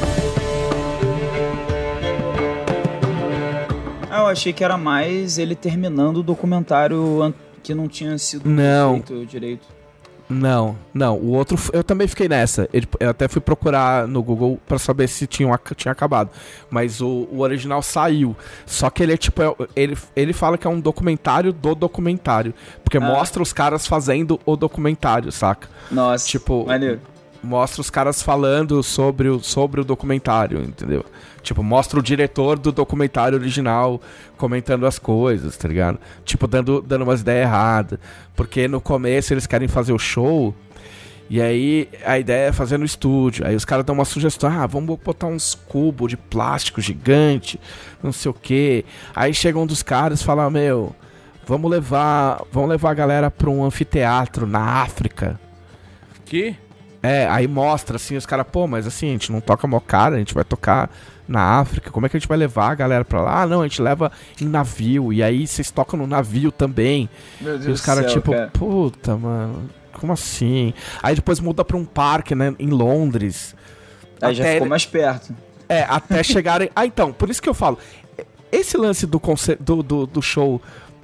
Eu achei que era mais ele terminando o documentário que não tinha sido feito direito. Não, o outro eu também fiquei nessa. Eu até fui procurar no Google pra saber se tinha acabado. Mas o original saiu. Só que ele é tipo, ele fala que é um documentário do documentário. Porque mostra os caras fazendo o documentário, saca? Nossa, tipo, maneiro. Mostra os caras falando sobre o documentário, entendeu? Tipo, mostra o diretor do documentário original comentando as coisas, tá ligado? Tipo, dando umas ideias erradas. Porque no começo eles querem fazer o show, e aí a ideia é fazer no estúdio. Aí os caras dão uma sugestão, vamos botar uns cubos de plástico gigante, não sei o quê. Aí chega um dos caras e fala, vamos levar a galera pra um anfiteatro na África. Que? Aí mostra, assim, os caras, mas assim, a gente não toca mó cara, a gente vai tocar na África, como é que a gente vai levar a galera pra lá? Não, a gente leva em navio, e aí vocês tocam no navio também. Meu Deus e os caras, tipo, cara. Puta, mano, como assim? Aí depois muda pra um parque, né, em Londres. Aí já ficou mais perto. Até chegarem... então, por isso que eu falo, esse lance do show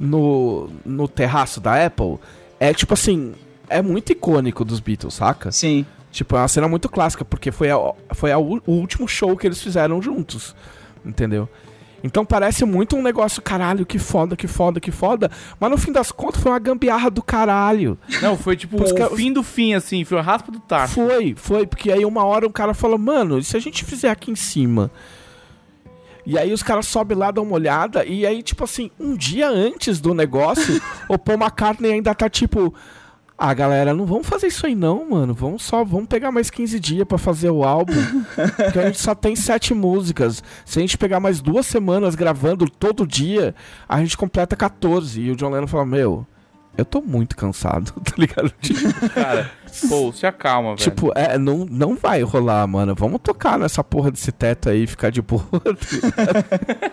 no terraço da Apple, tipo assim... É muito icônico dos Beatles, saca? Sim. Tipo, é uma cena muito clássica, porque foi o último show que eles fizeram juntos, entendeu? Então parece muito um negócio, caralho, que foda, mas no fim das contas foi uma gambiarra do caralho. Não, foi tipo o fim do fim, assim, foi o raspa do tacho. Foi, porque aí uma hora o cara falou, mano, e se a gente fizer aqui em cima? E aí os caras sobem lá, dão uma olhada, e aí, tipo assim, um dia antes do negócio, o Paul McCartney ainda tá tipo... galera, não vamos fazer isso aí não, mano. Vamos pegar mais 15 dias pra fazer o álbum. Porque a gente só tem 7 músicas. Se a gente pegar mais 2 semanas gravando todo dia, a gente completa 14. E o John Lennon fala, eu tô muito cansado, tá ligado? Tipo, Cara, pô, se acalma, velho. tipo, não vai rolar, mano. Vamos tocar nessa porra desse teto aí e ficar de boa. Tá ligado?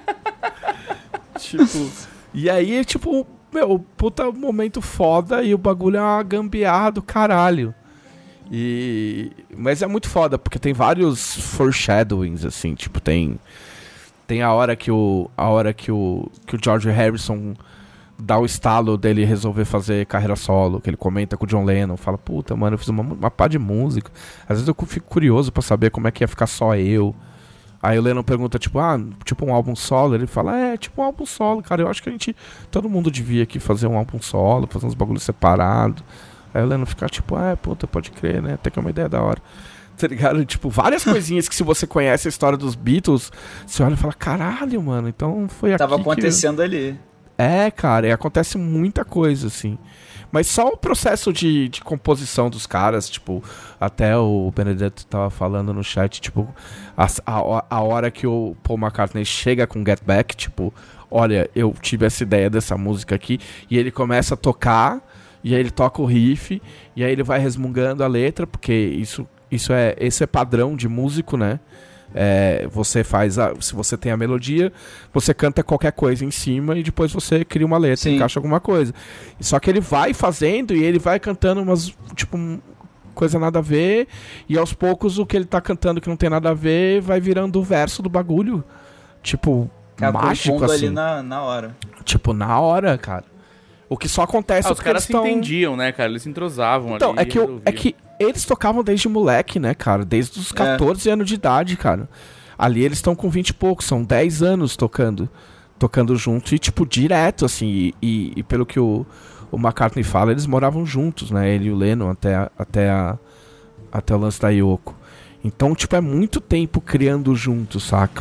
Tipo, e aí, tipo, meu, puta momento foda e o bagulho é uma gambiarra do caralho. Mas é muito foda, porque tem vários foreshadowings, assim, tipo, tem a hora que o George Harrison dá o estalo dele resolver fazer carreira solo, que ele comenta com o John Lennon, fala, puta, mano, eu fiz uma pá de música. Às vezes eu fico curioso pra saber como é que ia ficar só eu. Aí o Lennon pergunta, tipo, tipo um álbum solo? Ele fala, tipo um álbum solo, cara, eu acho que todo mundo devia aqui fazer um álbum solo, fazer uns bagulhos separados. Aí o Lennon fica, tipo, puta, pode crer, né, até que é uma ideia da hora. Tá ligado? Tipo, várias coisinhas que se você conhece a história dos Beatles, você olha e fala, caralho, mano, então foi aqui Tava acontecendo ali. Cara, e acontece muita coisa, assim. Mas só o processo de composição dos caras, tipo, até o Benedetto tava falando no chat, tipo, a hora que o Paul McCartney chega com Get Back, tipo, olha, eu tive essa ideia dessa música aqui, e ele começa a tocar, e aí ele toca o riff, e aí ele vai resmungando a letra, porque esse é padrão de músico, né? Você faz se você tem a melodia, você canta qualquer coisa em cima e depois você cria uma letra, Sim. encaixa alguma coisa. Só que ele vai fazendo e ele vai cantando umas, tipo, coisa nada a ver, e aos poucos o que ele tá cantando que não tem nada a ver vai virando o verso do bagulho. Tipo, mágico assim. Ali na hora. Tipo, na hora, cara. O que só acontece os caras se entendiam, né, cara? Eles se entrosavam então, ali. É que eles tocavam desde moleque, né, cara? Desde os 14 anos de idade, cara. Ali eles estão com 20 e poucos, são 10 anos tocando junto e, tipo, direto, assim. E pelo que o McCartney fala, eles moravam juntos, né? Ele e o Lennon até o lance da Yoko. Então, tipo, é muito tempo criando junto, saca?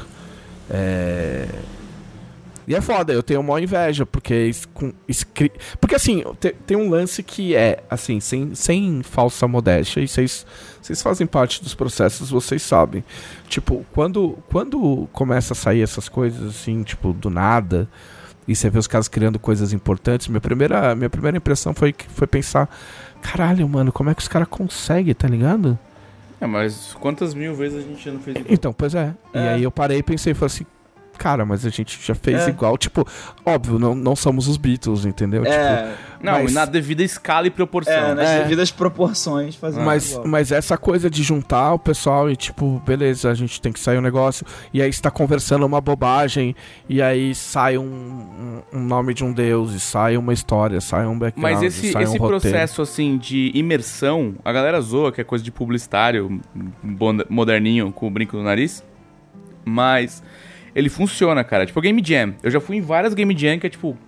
E é foda, eu tenho uma inveja, porque assim, tem um lance que assim, sem falsa modéstia, e vocês fazem parte dos processos, vocês sabem. Tipo, quando começa a sair essas coisas, assim, tipo, do nada, e você vê os caras criando coisas importantes, minha primeira impressão foi pensar, caralho, mano, como é que os caras conseguem, tá ligado? Mas quantas mil vezes a gente já não fez igual? Então, pois é. E aí eu parei e pensei, falei assim, cara, mas a gente já fez igual, tipo, óbvio, não somos os Beatles, entendeu? Tipo, não, na devida escala e proporção. Nas devidas proporções, fazendo mas essa coisa de juntar o pessoal e, tipo, beleza, a gente tem que sair um negócio, e aí você tá conversando uma bobagem, e aí sai um nome de um deus, e sai uma história, sai um background, mas esse processo, assim, de imersão, a galera zoa que é coisa de publicitário, moderninho, com o brinco no nariz, mas ele funciona, cara. Tipo, Game Jam. Eu já fui em várias Game Jam que é, tipo,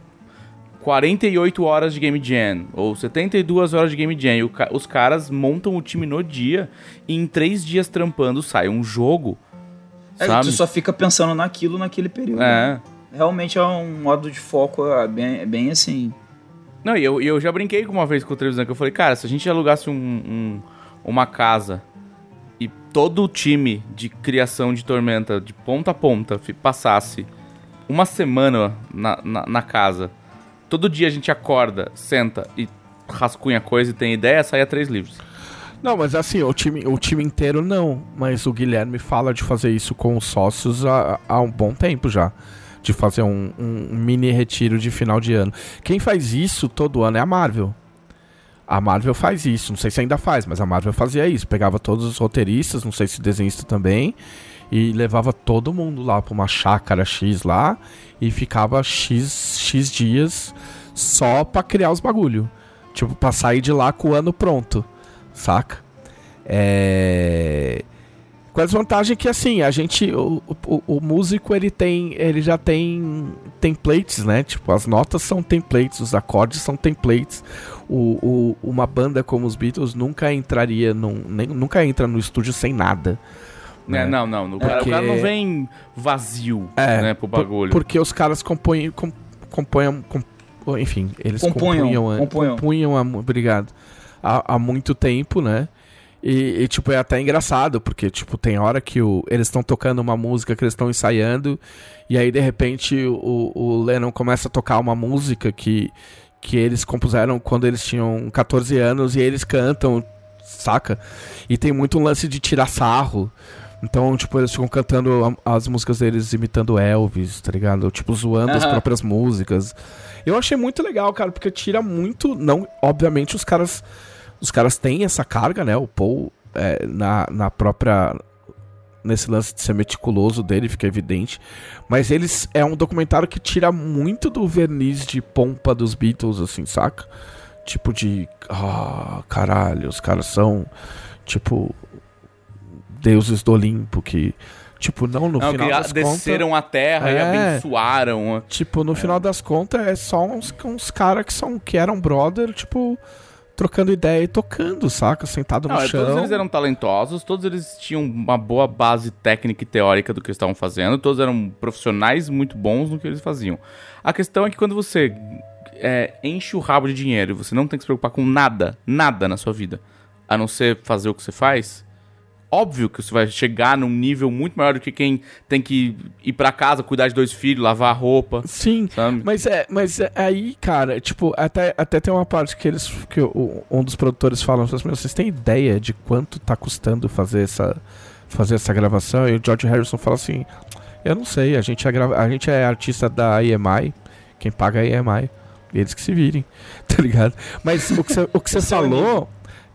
48 horas de Game Jam, ou 72 horas de Game Jam. E os caras montam o time no dia, e em 3 dias trampando sai um jogo, sabe? Tu só fica pensando naquele período. Realmente é um modo de foco bem assim. Não, e eu já brinquei com uma vez com o Trevisan, que eu falei, cara, se a gente alugasse uma casa e todo o time de criação de Tormenta, de ponta a ponta, passasse uma semana na casa, todo dia a gente acorda, senta e rascunha coisa e tem ideia, saia 3 livros. Não, mas assim, o time inteiro não. Mas o Guilherme fala de fazer isso com os sócios há um bom tempo já. De fazer um mini retiro de final de ano. Quem faz isso todo ano é a Marvel. A Marvel faz isso, não sei se ainda faz, mas a Marvel fazia isso. Pegava todos os roteiristas, não sei se desenhista também, e levava todo mundo lá pra uma chácara X lá, e ficava X dias só pra criar os bagulho. Tipo, pra sair de lá com o ano pronto, saca? Com a desvantagem que, assim, a gente, o músico, ele já tem templates, né? Tipo, as notas são templates, os acordes são templates. Uma banda como os Beatles nunca entra no estúdio sem nada. Né? Não. O cara não vem vazio, né, pro bagulho. Porque os caras compunham, enfim, eles compunham obrigado, há muito tempo, né? E, tipo, é até engraçado, porque, tipo, tem hora que eles estão tocando uma música que eles estão ensaiando, e aí, de repente, o Lennon começa a tocar uma música que que eles compuseram quando eles tinham 14 anos e eles cantam, saca? E tem muito um lance de tirar sarro. Então, tipo, eles ficam cantando as músicas deles imitando Elvis, tá ligado? Tipo, zoando as próprias músicas. Eu achei muito legal, cara, porque tira muito... Não, obviamente, os caras têm essa carga, né? O Paul, na própria... Nesse lance de ser meticuloso dele, fica evidente. Mas é um documentário que tira muito do verniz de pompa dos Beatles, assim, saca? Tipo de... caralho, os caras são... Tipo... deuses do Olimpo, que... Tipo, no final das contas... desceram a terra e abençoaram. Tipo, no final das contas, é só uns caras que eram brother, tipo... trocando ideia e tocando, saca? Sentado no chão. Todos eles eram talentosos, todos eles tinham uma boa base técnica e teórica do que eles estavam fazendo, todos eram profissionais muito bons no que eles faziam. A questão é que quando você enche o rabo de dinheiro e você não tem que se preocupar com nada na sua vida, a não ser fazer o que você faz, óbvio que você vai chegar num nível muito maior do que quem tem que ir pra casa, cuidar de 2 filhos, lavar a roupa. Sim, sabe? Mas aí, cara, tipo, até tem uma parte que um dos produtores fala, vocês têm ideia de quanto tá custando fazer essa gravação? E o George Harrison fala assim, eu não sei, a gente é artista da EMI, quem paga é a EMI, eles que se virem, tá ligado? Mas o que você falou,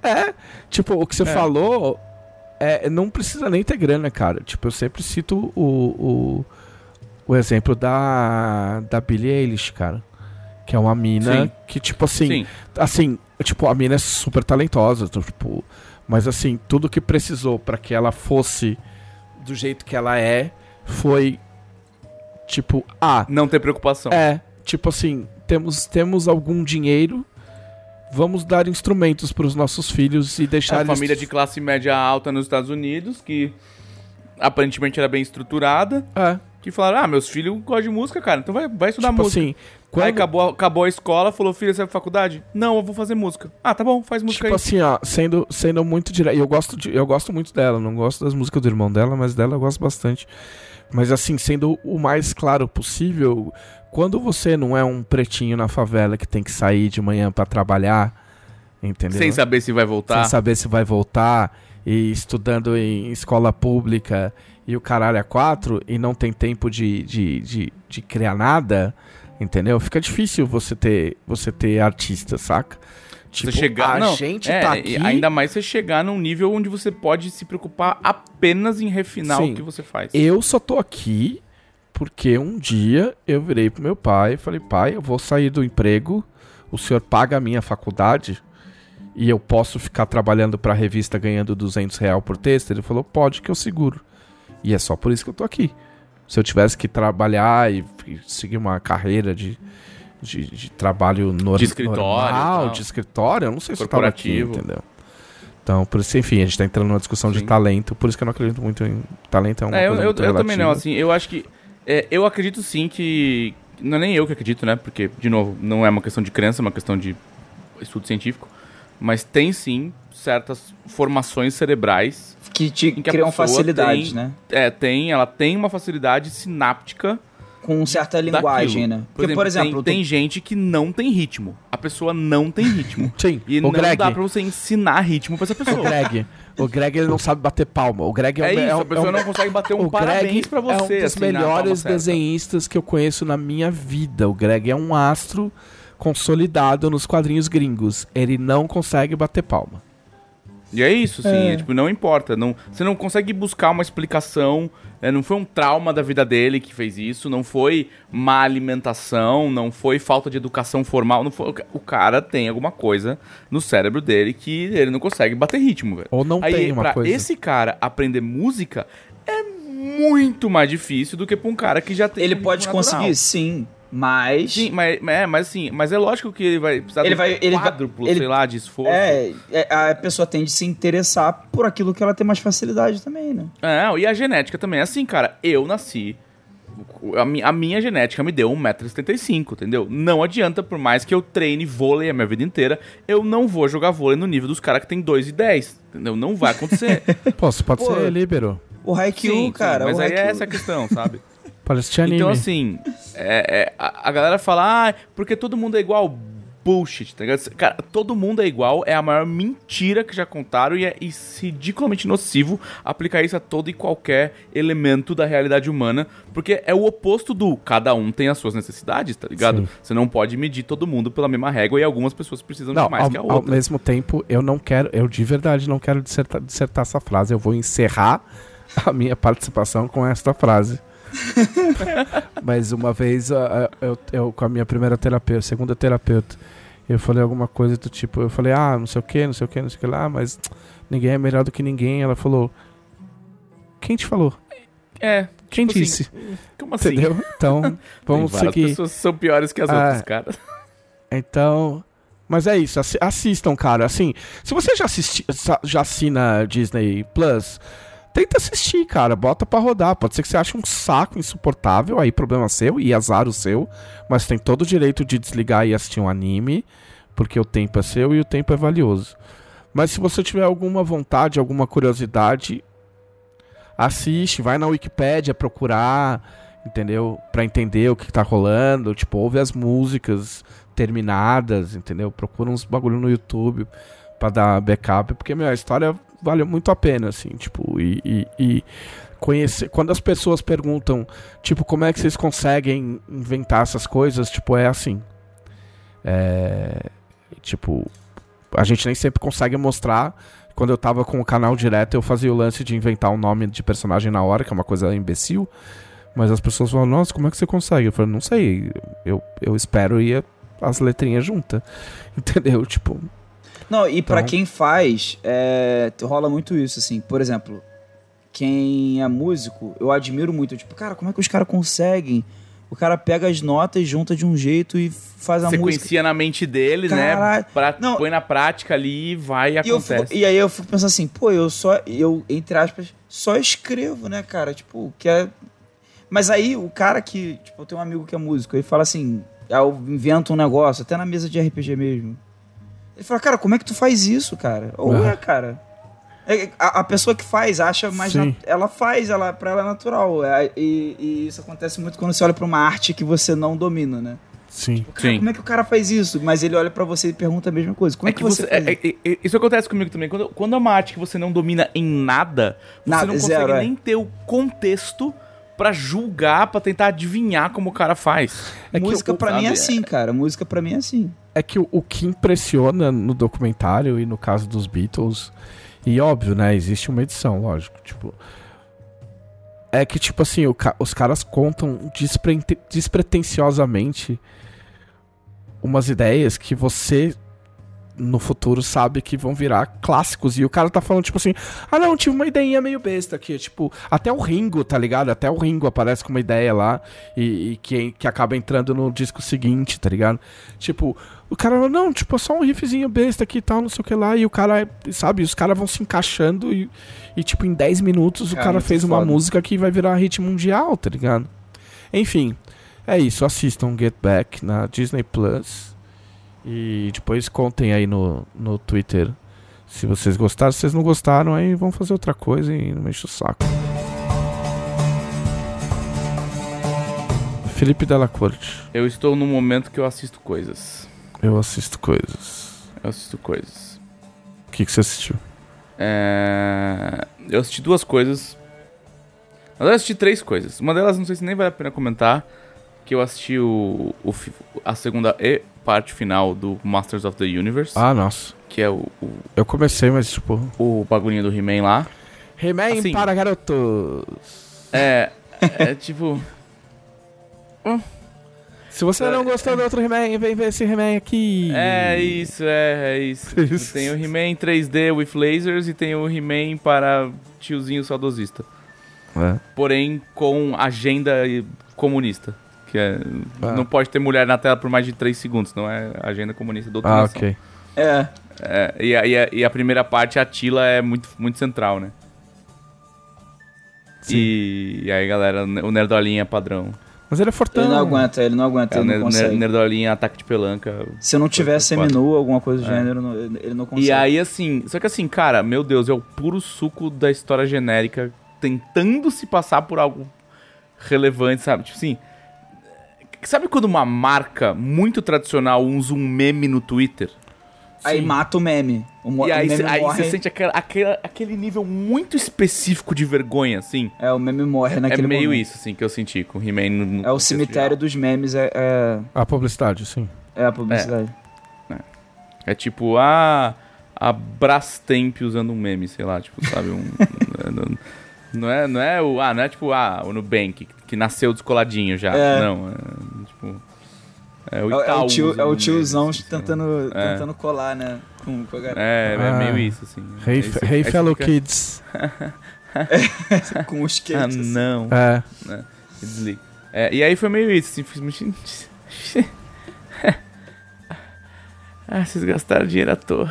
o que você falou... não precisa nem ter grana, cara. Tipo, eu sempre cito o exemplo da Billie Eilish, cara. Que é uma mina que, tipo assim... Assim, tipo, a mina é super talentosa, tipo... Mas, assim, tudo que precisou pra que ela fosse do jeito que ela foi... Tipo, não ter preocupação. Tipo assim, temos algum dinheiro... Vamos dar instrumentos para os nossos filhos e deixar eles... família de classe média alta nos Estados Unidos, que aparentemente era bem estruturada, que falaram, meus filhos gostam de música, cara, então vai estudar tipo música. Assim, Aí acabou a escola, falou, filha, você vai pra faculdade? Não, eu vou fazer música. Tá bom, faz música tipo aí. Tipo assim, sendo muito direto, eu gosto muito dela, não gosto das músicas do irmão dela, mas dela eu gosto bastante. Mas assim, sendo o mais claro possível... Quando você não é um pretinho na favela que tem que sair de manhã pra trabalhar, entendeu? Sem saber se vai voltar. E estudando em escola pública e o caralho a 4 e não tem tempo de criar nada, entendeu? Fica difícil você ter artista, saca? Tipo, você chegar, gente tá aqui... Ainda mais você chegar num nível onde você pode se preocupar apenas em refinar o que você faz. Eu só tô aqui porque um dia eu virei pro meu pai e falei, pai, eu vou sair do emprego, o senhor paga a minha faculdade e eu posso ficar trabalhando pra revista ganhando R$200 por texto? Ele falou, pode, que eu seguro. E é só por isso que eu tô aqui. Se eu tivesse que trabalhar e seguir uma carreira de trabalho normal, de escritório, eu não sei se eu tava aqui, entendeu? Então, por isso, enfim, a gente tá entrando numa discussão de talento, por isso que eu não acredito muito em talento, é uma coisa muito eu também não, assim, eu acho que eu acredito sim que, não é nem eu que acredito, né, porque, de novo, não é uma questão de crença, é uma questão de estudo científico, mas tem sim certas formações cerebrais que criam facilidades, né? Ela tem uma facilidade sináptica com certa linguagem, né? Porque, por exemplo, tem gente que não tem ritmo. A pessoa não tem ritmo. Sim. E não dá pra você ensinar ritmo pra essa pessoa. O Greg, ele não sabe bater palma. O Greg a pessoa não consegue bater um parabéns pra você. É um dos melhores desenhistas que eu conheço na minha vida. O Greg é um astro consolidado nos quadrinhos gringos. Ele não consegue bater palma. E é isso, assim, tipo, não importa. Você não consegue buscar uma explicação. Não foi um trauma da vida dele que fez isso, não foi má alimentação, não foi falta de educação formal, não foi, o cara tem alguma coisa no cérebro dele que ele não consegue bater ritmo, velho. Ou não tem uma coisa. Pra esse cara aprender música é muito mais difícil do que pra um cara que já tem ele pode conseguir, sim. Mas é lógico que ele vai precisar de um quádruplo, sei lá, de esforço. A pessoa tende a se interessar por aquilo que ela tem mais facilidade também, né? E a genética também. Assim, cara, eu nasci... A minha genética me deu 1,75 m, entendeu? Não adianta, por mais que eu treine vôlei a minha vida inteira, eu não vou jogar vôlei no nível dos caras que tem 2,10, entendeu? Não vai acontecer. Você pode ser líbero. O Haikyuu, cara. Mas aí é essa a questão, sabe? Parece anime. Então, assim, a galera fala, porque todo mundo é igual. bullshit, tá ligado? Cara, todo mundo é igual, é a maior mentira que já contaram e é ridiculamente nocivo aplicar isso a todo e qualquer elemento da realidade humana, porque é o oposto do cada um tem as suas necessidades, tá ligado? Sim. Você não pode medir todo mundo pela mesma régua e algumas pessoas precisam de mais que a outra. Ao mesmo tempo, eu de verdade não quero dissertar essa frase, eu vou encerrar a minha participação com esta frase. Mas uma vez eu com a minha segunda terapeuta, eu falei alguma coisa do tipo, eu falei, não sei o que lá, mas ninguém é melhor do que ninguém. Ela falou, quem te falou? Quem tipo disse? Assim, como assim? Entendeu? Então, vamos seguir. As pessoas são piores que as outras, cara. Então, mas é isso, assistam, cara. Assim, se você já assina Disney Plus, tenta assistir, cara. Bota pra rodar. Pode ser que você ache um saco insuportável, aí problema seu e azar o seu. Mas tem todo o direito de desligar e assistir um anime, porque o tempo é seu e o tempo é valioso. Mas se você tiver alguma vontade, alguma curiosidade, assiste, vai na Wikipédia procurar, entendeu? Pra entender o que tá rolando. Tipo, ouve as músicas terminadas, entendeu? Procura uns bagulho no YouTube pra dar backup, porque, a história vale muito a pena, assim, tipo, e conhecer. Quando as pessoas perguntam, tipo, como é que vocês conseguem inventar essas coisas, tipo, é assim. Tipo, a gente nem sempre consegue mostrar. Quando eu tava com o canal direto, eu fazia o lance de inventar um nome de personagem na hora, que é uma coisa imbecil. Mas as pessoas falam, nossa, como é que você consegue? Eu falo, não sei, eu espero ir as letrinhas juntas. Entendeu? Tipo... Não, e pra quem faz, rola muito isso, assim. Por exemplo, quem é músico, eu admiro muito. Tipo, cara, como é que os caras conseguem? O cara pega as notas, junta de um jeito e faz a música. Sequencia na mente dele, né? Põe na prática ali e vai e acontece. E aí eu fico pensando assim, pô, eu, entre aspas, só escrevo, né, cara? Tipo, Mas aí o cara que... Tipo, eu tenho um amigo que é músico, ele fala assim, eu invento um negócio, até na mesa de RPG mesmo. Ele fala, cara, como é que tu faz isso, cara? Ou cara... A pessoa que faz acha mais... Ela faz, pra ela é natural. E isso acontece muito quando você olha pra uma arte que você não domina, né? Sim. Tipo, cara, como é que o cara faz isso? Mas ele olha pra você e pergunta a mesma coisa. Como é que você faz isso? Isso acontece comigo também. Quando é uma arte que você não domina em nada, você não consegue nem ter o contexto pra julgar, pra tentar adivinhar como o cara faz. Música pra mim é assim, cara. Música pra mim é assim. É que o que impressiona no documentário e no caso dos Beatles, e óbvio, né, existe uma edição, lógico, tipo, é que, tipo assim, os caras contam despretensiosamente umas ideias que você no futuro sabe que vão virar clássicos. E o cara tá falando, tipo assim, não, tive uma ideinha meio besta aqui. Tipo, até o Ringo, tá ligado? Até o Ringo aparece com uma ideia lá e que acaba entrando no disco seguinte, tá ligado? Tipo, o cara fala, não, tipo, é só um riffzinho besta aqui e tal, não sei o que lá. E o cara, sabe, os caras vão se encaixando e tipo, em 10 minutos o cara fez uma música que vai virar hit mundial, tá ligado? Enfim, é isso. Assistam Get Back na Disney Plus. E depois contem aí no Twitter se vocês gostaram. Se vocês não gostaram, aí vão fazer outra coisa e não me enche o saco. Felipe Della Corte. Eu estou num momento que eu assisto coisas. Eu assisto coisas. O que você assistiu? Eu assisti 2 coisas. Eu assisti 3 coisas. Uma delas não sei se nem vale a pena comentar. Que eu assisti a segunda parte final do Masters of the Universe. Ah, nossa. Que é eu comecei, mas tipo... o bagulhinho do He-Man lá. He-Man assim, para garotos. É tipo... Se você não gostou do outro He-Man, vem ver esse He-Man aqui. É isso. Tem o He-Man 3D with lasers e tem o He-Man para tiozinho saudosista. Porém, com agenda comunista. Que não pode ter mulher na tela por mais de 3 segundos, não é agenda comunista do doutrinação. Ok. E a primeira parte, a Tila é muito, muito central, né? Sim. E aí, galera, o Nerdolinha padrão. Mas ele é fortão. Ele não aguenta, ele não consegue. Nerdolinha, ataque de pelanca. Se não tiver seminu, alguma coisa do gênero, ele não consegue. E aí, assim, só que assim, cara, meu Deus, é o puro suco da história genérica tentando se passar por algo relevante, sabe? Tipo assim... Sabe quando uma marca muito tradicional usa um meme no Twitter? Aí mata o meme. E aí você sente aquele nível muito específico de vergonha, assim. O meme morre naquele momento. É meio isso, assim, que eu senti com o He-Man no É o cemitério dos memes, A publicidade, sim. É a publicidade. É tipo, a Brastemp usando um meme, sei lá, tipo, sabe? Não é tipo, o Nubank, que nasceu descoladinho já. Não, tipo... É o Itaú. É o tiozão tentando colar, né? Com a galera. É meio isso, assim. Hey fellow kids. Com os skates. Não. Desliga. E aí foi meio isso, assim, fiz... vocês gastaram dinheiro à toa.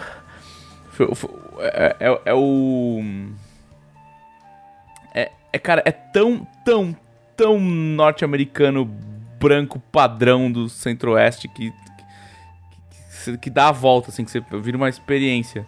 Cara, é tão norte-americano branco padrão do centro-oeste que dá a volta, assim, que você vira uma experiência.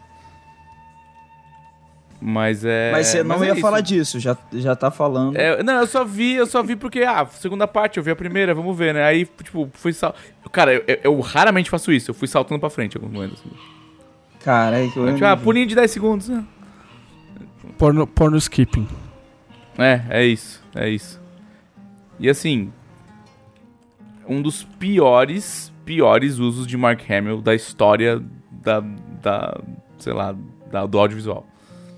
Mas você não ia falar disso, já tá falando. Não, eu só vi porque, segunda parte, eu vi a primeira, vamos ver, né? Aí, tipo, fui Cara, eu raramente faço isso, eu fui saltando pra frente em algum momento, assim. Cara, aí que eu... pulinho de 10 segundos, né? Porno skipping. É isso. E assim, um dos piores usos de Mark Hamill da história sei lá, do audiovisual.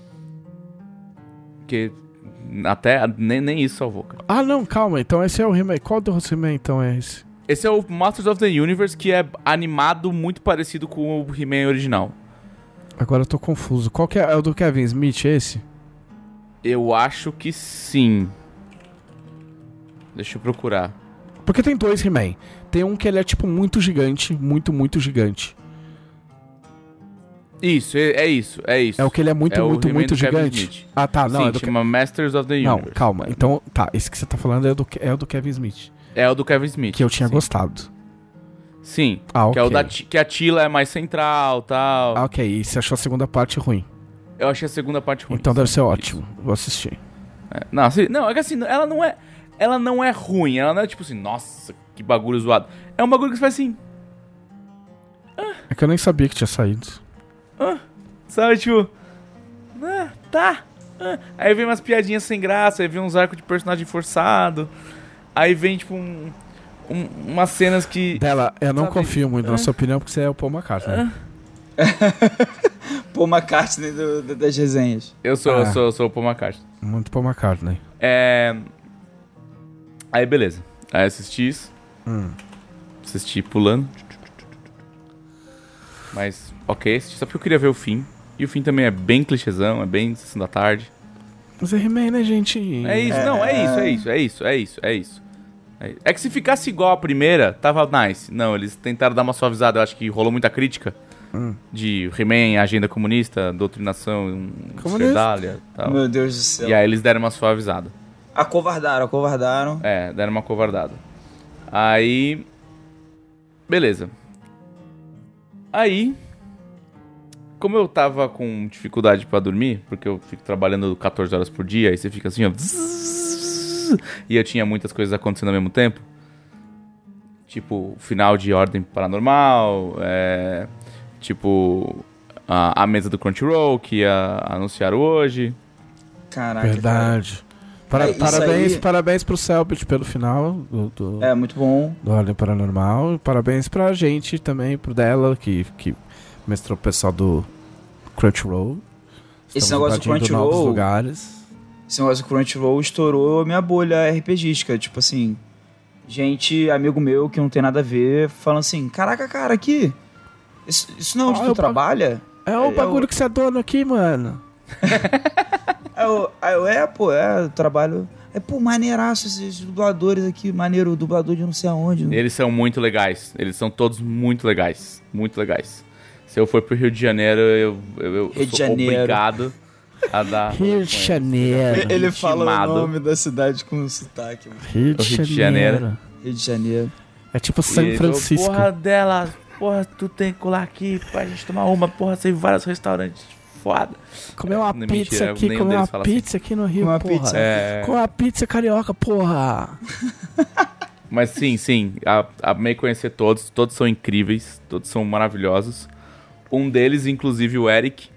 Porque até nem isso salvou, cara. Não, calma, então esse é o He-Man. Qual do He-Man então é esse? Esse é o Masters of the Universe, que é animado muito parecido com o He-Man original. Agora eu tô confuso. Qual que é o do Kevin Smith, esse? Eu acho que sim. Deixa eu procurar. Porque tem dois He-Man. Tem um que ele é tipo muito gigante, muito gigante. Isso, é isso. É o que ele é muito gigante? Tá, não. Sim, chama Masters of the Universe. Não, calma. Então, tá, esse que você tá falando é o do Kevin Smith. É o do Kevin Smith. Que eu tinha gostado. Sim, okay. Que é o que a Tila é mais central, tal. Ok, e você achou a segunda parte ruim? Eu achei a segunda parte ruim. Então deve ser ótimo, vou assistir. Não, é que assim, ela não é ruim, ela não é tipo assim, nossa, que bagulho zoado. É um bagulho que você faz assim... É que eu nem sabia que tinha saído. Sabe, tipo... Tá. Aí vem umas piadinhas sem graça, aí vem uns arcos de personagem forçado, aí vem, tipo, umas cenas que... Dela, eu não confio muito na sua opinião, porque você é o Paul McCartney. Paul McCartney das resenhas. Eu sou o Paul McCartney. Muito Paul McCartney. Aí, beleza. Aí assisti isso. Assisti pulando. Mas, ok, só porque eu queria ver o fim. E o fim também é bem clichêzão, é bem sessão da tarde. Mas é He-Man, né, gente? É isso, não, é isso. É que se ficasse igual a primeira, tava nice. Não, eles tentaram dar uma suavizada, eu acho que rolou muita crítica. De He-Man, agenda comunista, doutrinação, esquerdalha e tal. Meu Deus do céu. E aí eles deram uma suavizada. Acovardaram. Deram uma covardada. Aí... Beleza. Aí... Como eu tava com dificuldade pra dormir, porque eu fico trabalhando 14 horas por dia, aí você fica assim, ó... E eu tinha muitas coisas acontecendo ao mesmo tempo. Tipo, final de Ordem Paranormal, tipo, a mesa do Crunchyroll, que anunciaram hoje. Caraca. Verdade. Parabéns pro Selbit pelo final do muito bom. Do Ordem Paranormal. E parabéns pra gente também, pro dela, que mestrou o pessoal do Crunchyroll. Esse negócio do Crunchyroll... novos lugares. Esse negócio do Crunchyroll estourou a minha bolha RPGística. Tipo assim, gente, amigo meu que não tem nada a ver, falando assim, caraca, cara, aqui... Isso não é onde tu trabalha? É o bagulho que você é dono aqui, mano. Eu trabalho... Pô, maneiraço esses dubladores aqui, maneiro, dublador de não sei aonde. Eles são muito legais, eles são todos muito legais, muito legais. Se eu for pro Rio de Janeiro, eu sou obrigado a dar... Rio de Janeiro. Ele fala o nome da cidade com sotaque. Rio de Janeiro. Rio de Janeiro. É tipo São Francisco. Porra, tu tem que colar aqui pra gente tomar uma, porra, tem vários restaurantes foda. Comer uma pizza aqui, comer uma pizza aqui no Rio, porra. Pizza. Comer uma pizza carioca, porra. Mas sim, amei conhecer todos. Todos são incríveis, todos são maravilhosos. Um deles, inclusive, o Eric.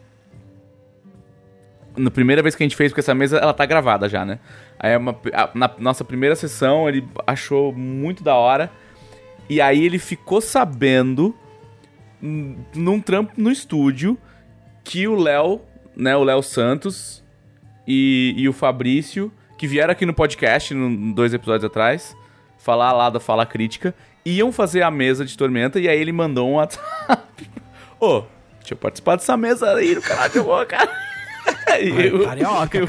Na primeira vez que a gente fez, porque essa mesa, ela tá gravada já, né? Aí na nossa primeira sessão, ele achou muito da hora. E aí ele ficou sabendo, num trampo no estúdio, que o Léo, né, o Léo Santos e o Fabrício, que vieram aqui no podcast, 2 episódios atrás, falar lá da Fala Crítica, iam fazer a mesa de Tormenta, e aí ele mandou um WhatsApp. Ô, deixa eu participar dessa mesa aí no canal de boa, cara. Carioca.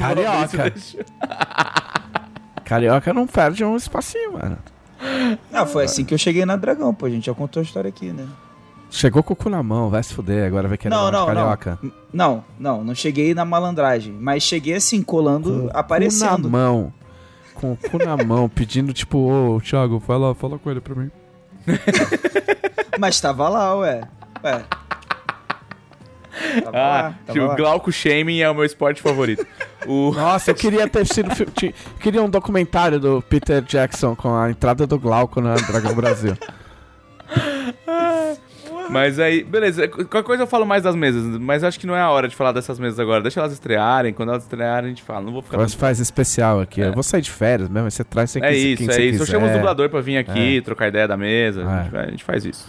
Carioca não perde um espacinho, mano. Não, foi assim que eu cheguei na Dragão, pô. A gente já contou a história aqui, né? Chegou com o cu na mão, vai se fuder, agora vai querer Carioca. Não cheguei na malandragem, mas cheguei assim, colando, aparecendo. Com o cu na mão, pedindo tipo, ô, Thiago, fala com ele pra mim. Mas tava lá, ué. O Glauco Shaming é o meu esporte favorito. Nossa, eu queria ter sido... Queria um documentário do Peter Jackson com a entrada do Glauco na Dragão Brasil. Mas aí, beleza, qualquer coisa eu falo mais das mesas, mas acho que não é a hora de falar dessas mesas agora. Deixa elas estrearem, quando elas estrearem a gente fala, não vou ficar... Você faz especial aqui, eu vou sair de férias mesmo, você traz sem quem você quiser. Eu chamo os dubladores pra vir aqui, trocar ideia da mesa, a gente faz isso.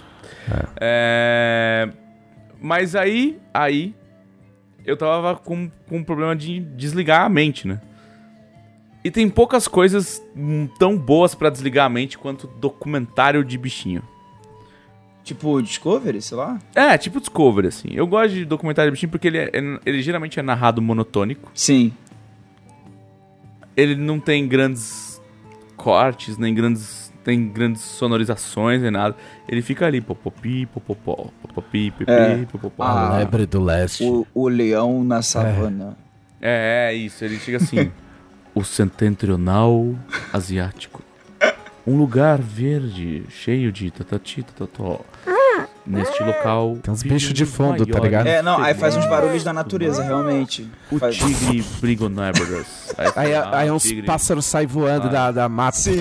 Mas aí eu tava com um problema de desligar a mente, né? E tem poucas coisas tão boas pra desligar a mente quanto documentário de bichinho. Tipo Discovery, sei lá? Tipo Discovery, assim. Eu gosto de documentário de bichinho porque ele geralmente é narrado monotônico. Sim. Ele não tem grandes cortes, nem grandes sonorizações, nem nada. Ele fica ali, popopi, popopó, popopi, pipi, popopó. A lebre do leste. O leão na savana. Isso. Ele chega assim. O setentrional asiático. Um lugar verde, cheio de tatató. Neste local... Tem uns bichos de fundo, tá ligado? Aí faz uns barulhos da natureza, realmente. O tigre Brigonebrus. Aí uns pássaros saem voando da mata. Sim.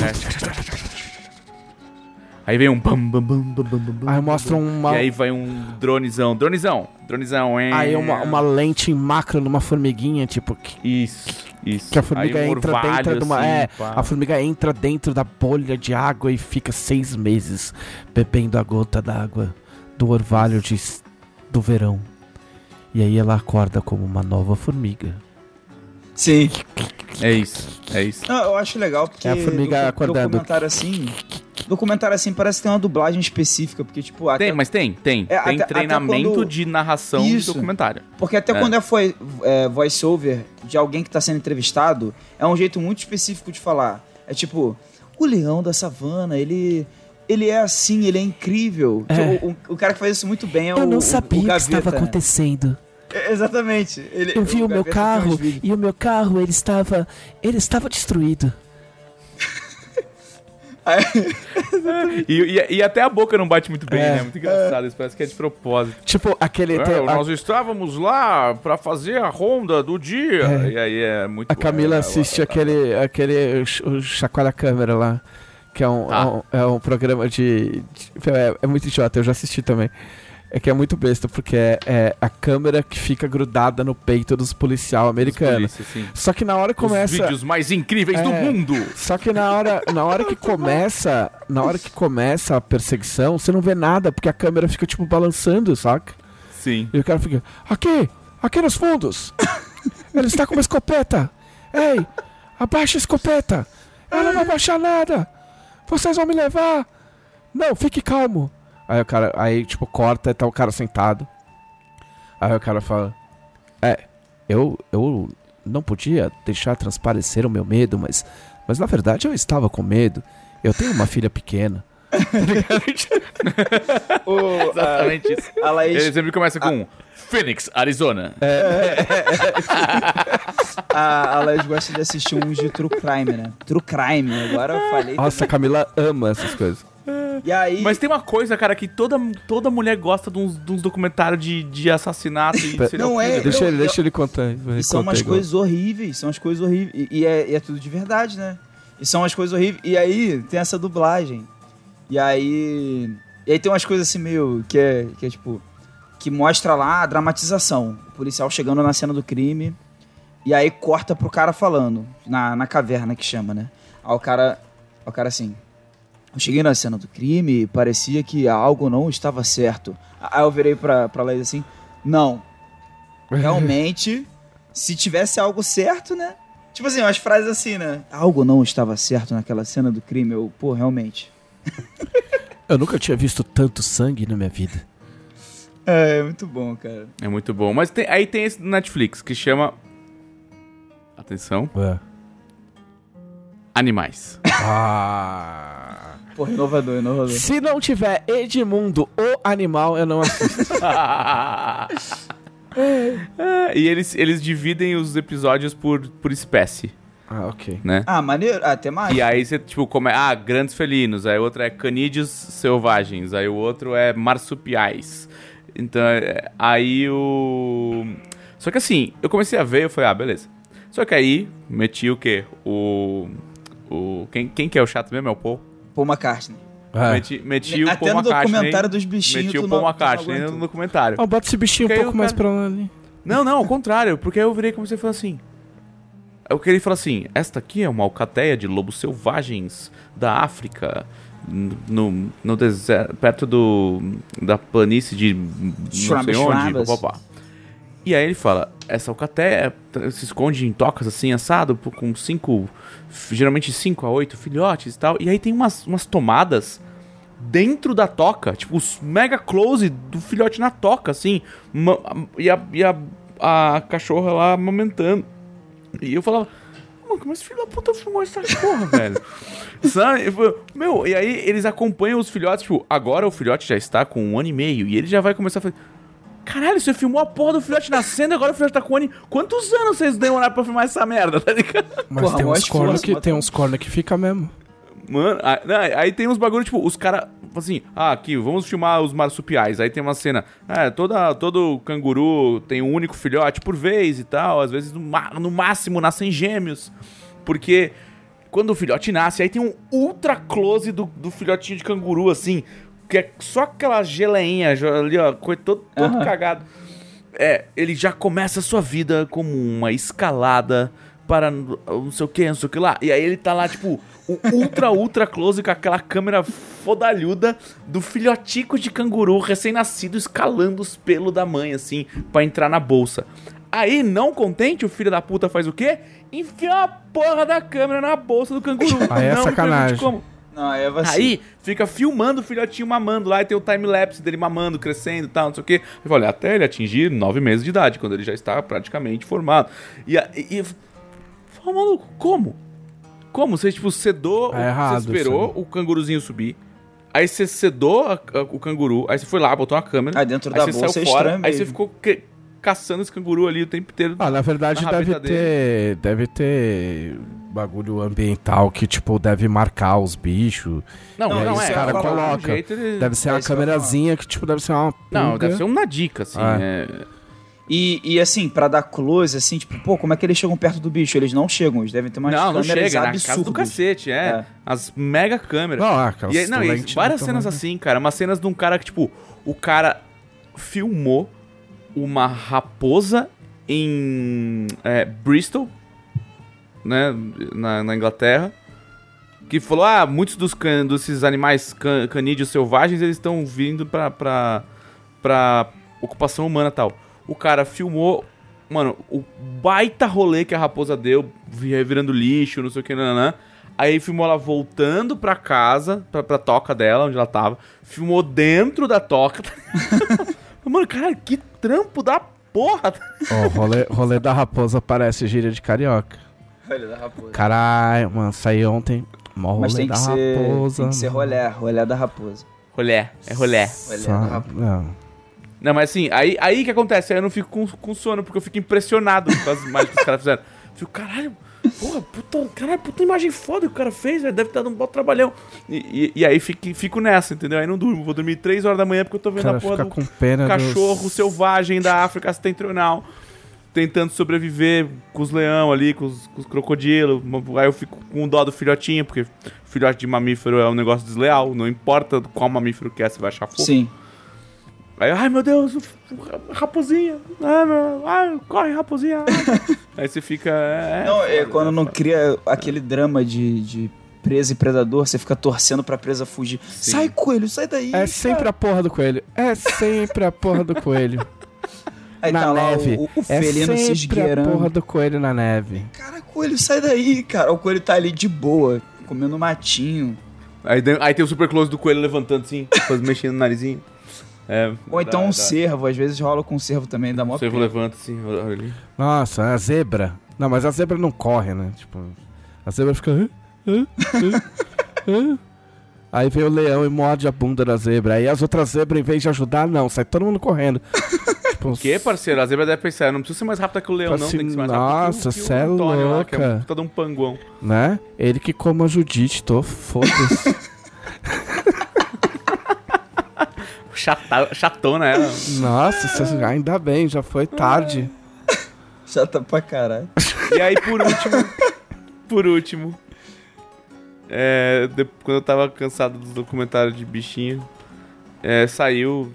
Aí vem um bam, bam, bam, bam, bam, bam. Aí mostra uma... E aí vai um dronezão, hein? Aí uma lente em macro numa formiguinha, tipo... Isso. Que a formiga aí entra dentro de uma... assim, a formiga entra dentro da bolha de água e fica 6 meses bebendo a gota d'água do orvalho do verão. E aí ela acorda como uma nova formiga. Sim. É isso. Não, eu acho legal porque... É a formiga acordando. Documentário assim parece que tem uma dublagem específica, porque tipo... Mas tem treinamento de narração de documentário. Porque até quando foi voice-over de alguém que tá sendo entrevistado, é um jeito muito específico de falar. É tipo, o leão da savana, ele é assim, ele é incrível. O cara que faz isso muito bem é Eu não o sabia o que estava acontecendo. Exatamente. Eu vi o meu carro, e o meu carro, ele estava destruído. E até a boca não bate muito bem, né? Muito engraçado, isso parece que é de propósito. Tipo, aquele... Nós estávamos lá pra fazer a ronda do dia. E aí é muito... A Camila assiste aquele Chacoalha Câmera lá, que é um programa de... É muito idiota, eu já assisti também. É que é muito besta, porque é a câmera que fica grudada no peito dos policial americanos. Só que na hora que começa... Os vídeos mais incríveis do mundo! Só que na hora que começa a perseguição, você não vê nada, porque a câmera fica, tipo, balançando, saca? Sim. E o cara fica, aqui nos fundos! Ele está com uma escopeta! Ei, abaixa a escopeta! Eu não vou abaixar nada! Vocês vão me levar! Não, fique calmo! Aí o cara, tipo, corta e tá o cara sentado. Aí o cara fala, eu não podia deixar transparecer o meu medo, mas na verdade eu estava com medo. Eu tenho uma filha pequena. Exatamente isso. Ele sempre começa com Phoenix, Arizona. A Laís gosta de assistir uns de True Crime, né? True Crime, agora eu falei... Nossa, a Camila ama essas coisas. E aí... Mas tem uma coisa, cara, que toda mulher gosta de uns documentários de assassinato e não é, Deixa ele contar. São umas coisas horríveis, E é tudo de verdade, né? E são umas coisas horríveis. E aí tem essa dublagem. E aí tem umas coisas assim meio que é tipo... Que mostra lá a dramatização. O policial chegando na cena do crime. E aí corta pro cara falando. Na caverna que chama, né? Aí o cara assim... Eu cheguei na cena do crime e parecia que algo não estava certo. Aí eu virei pra Laís assim... Não. Realmente, se tivesse algo certo, né? Tipo assim, umas frases assim, né? Algo não estava certo naquela cena do crime. Pô, realmente. Eu nunca tinha visto tanto sangue na minha vida. É muito bom, cara. É muito bom. Mas aí tem esse do Netflix que chama... Atenção. Animais. Pô, inovador. Se não tiver Edmundo, o animal, eu não assisto. E eles dividem os episódios por espécie. Ok. Né? Maneiro. Até mais. E aí você, tipo, grandes felinos. Aí o outro é canídeos selvagens. Aí o outro é marsupiais. Então, aí o... Só que assim, eu comecei a ver e eu falei, beleza. Só que aí, meti o quê? Quem que é o chato mesmo? É o Paul? Paul McCartney. Meti o até Paul no McCartney. documentário dos bichinhos. Meti o Paul McCartney no documentário. Bota esse bichinho um pouco mais pra lá ali. Não, ao contrário. Porque aí eu virei como você falou assim. Eu queria falar assim, esta aqui é uma alcateia de lobos selvagens da África, no deserto, perto da planície de não sei onde, papapá. E aí ele fala, essa alcateia se esconde em tocas assim, assado, com geralmente 5 a 8 filhotes e tal. E aí tem umas tomadas dentro da toca, tipo, os mega close do filhote na toca, assim, e a cachorra lá amamentando. E eu falava, mano, como esse filho da puta filmou essa porra, velho? Sabe? E aí eles acompanham os filhotes, tipo, agora o filhote já está com 1 ano e meio, e ele já vai começar a fazer, caralho, você filmou a porra do filhote nascendo, agora o filhote tá com 1 ano e... Quantos anos vocês demoraram pra filmar essa merda, tá ligado? Mas porra, tem uns corno que fica mesmo. Mano, aí tem uns bagulho, tipo, os caras, assim, aqui, vamos filmar os marsupiais. Aí tem uma cena, todo canguru tem um único filhote por vez e tal. Às vezes, no máximo, nascem gêmeos. Porque quando o filhote nasce, aí tem um ultra close do filhotinho de canguru, assim, que é só aquela geleinha ali, ó, todo cagado. Ele já começa a sua vida como uma escalada para não sei o que lá. E aí ele tá lá, tipo, o ultra close com aquela câmera fodalhuda do filhotico de canguru recém-nascido escalando os pelos da mãe, assim, pra entrar na bolsa. Aí, não contente, o filho da puta faz o quê? Enfia a porra da câmera na bolsa do canguru. Aí é sacanagem. Como. Não, aí fica filmando o filhotinho mamando lá e tem o time-lapse dele mamando, crescendo e tal, não sei o quê. Eu falei, até ele atingir 9 meses de idade, quando ele já está praticamente formado. E falei, maluco, como? Como? Você, tipo, sedou, você esperou o canguruzinho subir, aí você sedou o canguru, aí você foi lá, botou uma câmera, aí dentro da você bolsa saiu fora, aí você ficou caçando esse canguru ali o tempo inteiro. Na verdade deve ter bagulho ambiental que, tipo, deve marcar os bichos. Não, esse cara coloca. Deve ser uma câmerazinha que, tipo, deve ser uma pulga. Não, deve ser uma dica, assim, E assim, pra dar close, assim, tipo, pô, como é que eles chegam perto do bicho? Eles não chegam, eles devem ter umas câmeras chega, absurdas. Na casa do cacete, As mega câmeras. E várias cenas assim, cara. Umas cenas de um cara que, tipo, o cara filmou uma raposa em Bristol, né, na Inglaterra, que falou, muitos desses animais canídeos selvagens, eles estão vindo pra ocupação humana e tal. O cara filmou, mano, o baita rolê que a raposa deu, revirando lixo, não sei o que, nananã. Aí filmou ela voltando pra casa, pra toca dela, onde ela tava. Filmou dentro da toca. Mano, cara, que trampo da porra. Rolê da raposa parece gíria de carioca. Rolê da raposa. Caralho, mano, saí ontem. Mas tem que raposa. Tem que ser rolê da raposa. Rolê da raposa. Não, mas assim, aí que acontece? Aí eu não fico com sono, porque eu fico impressionado com as imagens que os caras fizeram. Eu fico, caralho, puta imagem foda que o cara fez, velho, deve estar dando um bom trabalhão. E aí fico nessa, entendeu? Aí não durmo, vou dormir 3 horas da manhã porque eu tô vendo a porra do com pena cachorro selvagem da África Setentrional. tentando sobreviver com os leão ali, com os crocodilos. Aí eu fico com dó do filhotinho, porque filhote de mamífero é um negócio desleal. Não importa qual mamífero que é, você vai achar fofo. Sim. Aí, ai meu Deus, raposinha. Corre, raposinha. Aí você fica... Quando não cria aquele drama de presa e predador, você fica torcendo pra presa fugir. Sim. Sai, coelho, sai daí. É sempre a porra do coelho. É sempre a porra do coelho. Aí na tá neve. lá o felino se sempre a esgueirando. porra do coelho na neve. Cara, coelho, sai daí, cara. O coelho tá ali de boa, comendo matinho. Aí tem o super close do coelho levantando assim, mexendo no narizinho. Ou então um cervo, às vezes rola com um cervo também, dá mó O cervo pena. levanta assim, olha ali. Nossa, a zebra. Não, mas a zebra não corre, né? Tipo, a zebra fica... Aí vem o leão e morde a bunda da zebra. Aí as outras zebras, em vez de ajudar, não. Sai todo mundo correndo. Tipo, O que, parceiro? A zebra deve pensar, eu não preciso ser mais rápida que o leão, Assim, não. Tem que ser mais rápido nossa, que o cê é Antônio lá, que é louca. um puta de um panguão. né? Ele que coma a Judite, foda-se. Chatona ela. Nossa, ainda bem, já foi tarde. Chata pra caralho. E aí, por último, quando eu tava cansado do documentário de bichinho, saiu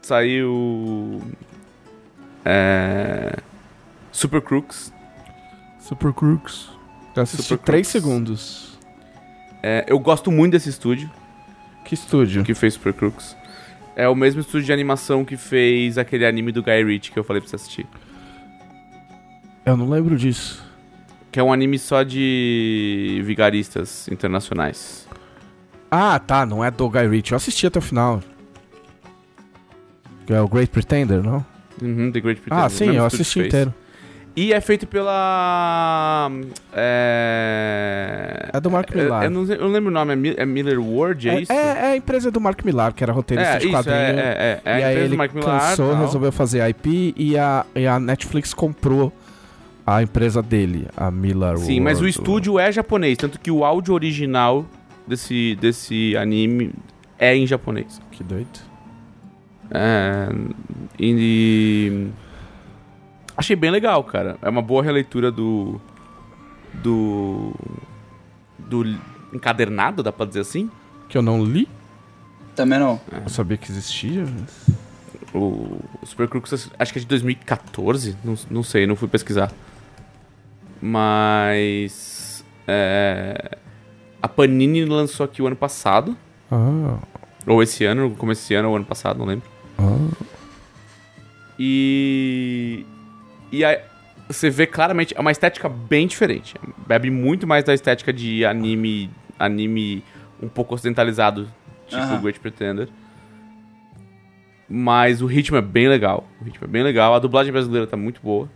Super Crooks. Super Crooks. Eu assisti Super 3 Crooks. segundos. Eu gosto muito desse estúdio Que estúdio? que fez Super Crooks. É o mesmo estúdio de animação que fez aquele anime do Guy Ritchie que eu falei pra você assistir. Eu não lembro disso. Que é um anime só de vigaristas internacionais. Ah, tá, não é do Guy Ritchie. Eu assisti até o final. Que é o Great Pretender, não? Uhum, The Great Pretender. Ah, sim, eu assisti inteiro. E é feito pela... É do Mark Millar. Eu não lembro o nome, é Miller Ward, é isso? É a empresa do Mark Millar, que era roteirista de quadrinho. É a e aí empresa ele do Mark Millar. cansou, tal. resolveu fazer IP e a Netflix comprou a empresa dele, a Millar Sim, mas o estúdio é japonês, tanto que o áudio original desse anime é em japonês. Que doido. Achei bem legal, cara. É uma boa releitura do encadernado, dá pra dizer assim? Que eu não li, Também não. eu sabia que existia. O Super Crooks, acho que é de 2014, não sei, não fui pesquisar. Mas a Panini lançou aqui o ano passado, Ah, ou esse ano, começo desse ano ou ano passado, não lembro. E aí você vê claramente, é uma estética bem diferente. Bebe muito mais da estética de anime um pouco ocidentalizado, tipo Aham. Great Pretender. Mas o ritmo é bem legal. A dublagem brasileira tá muito boa.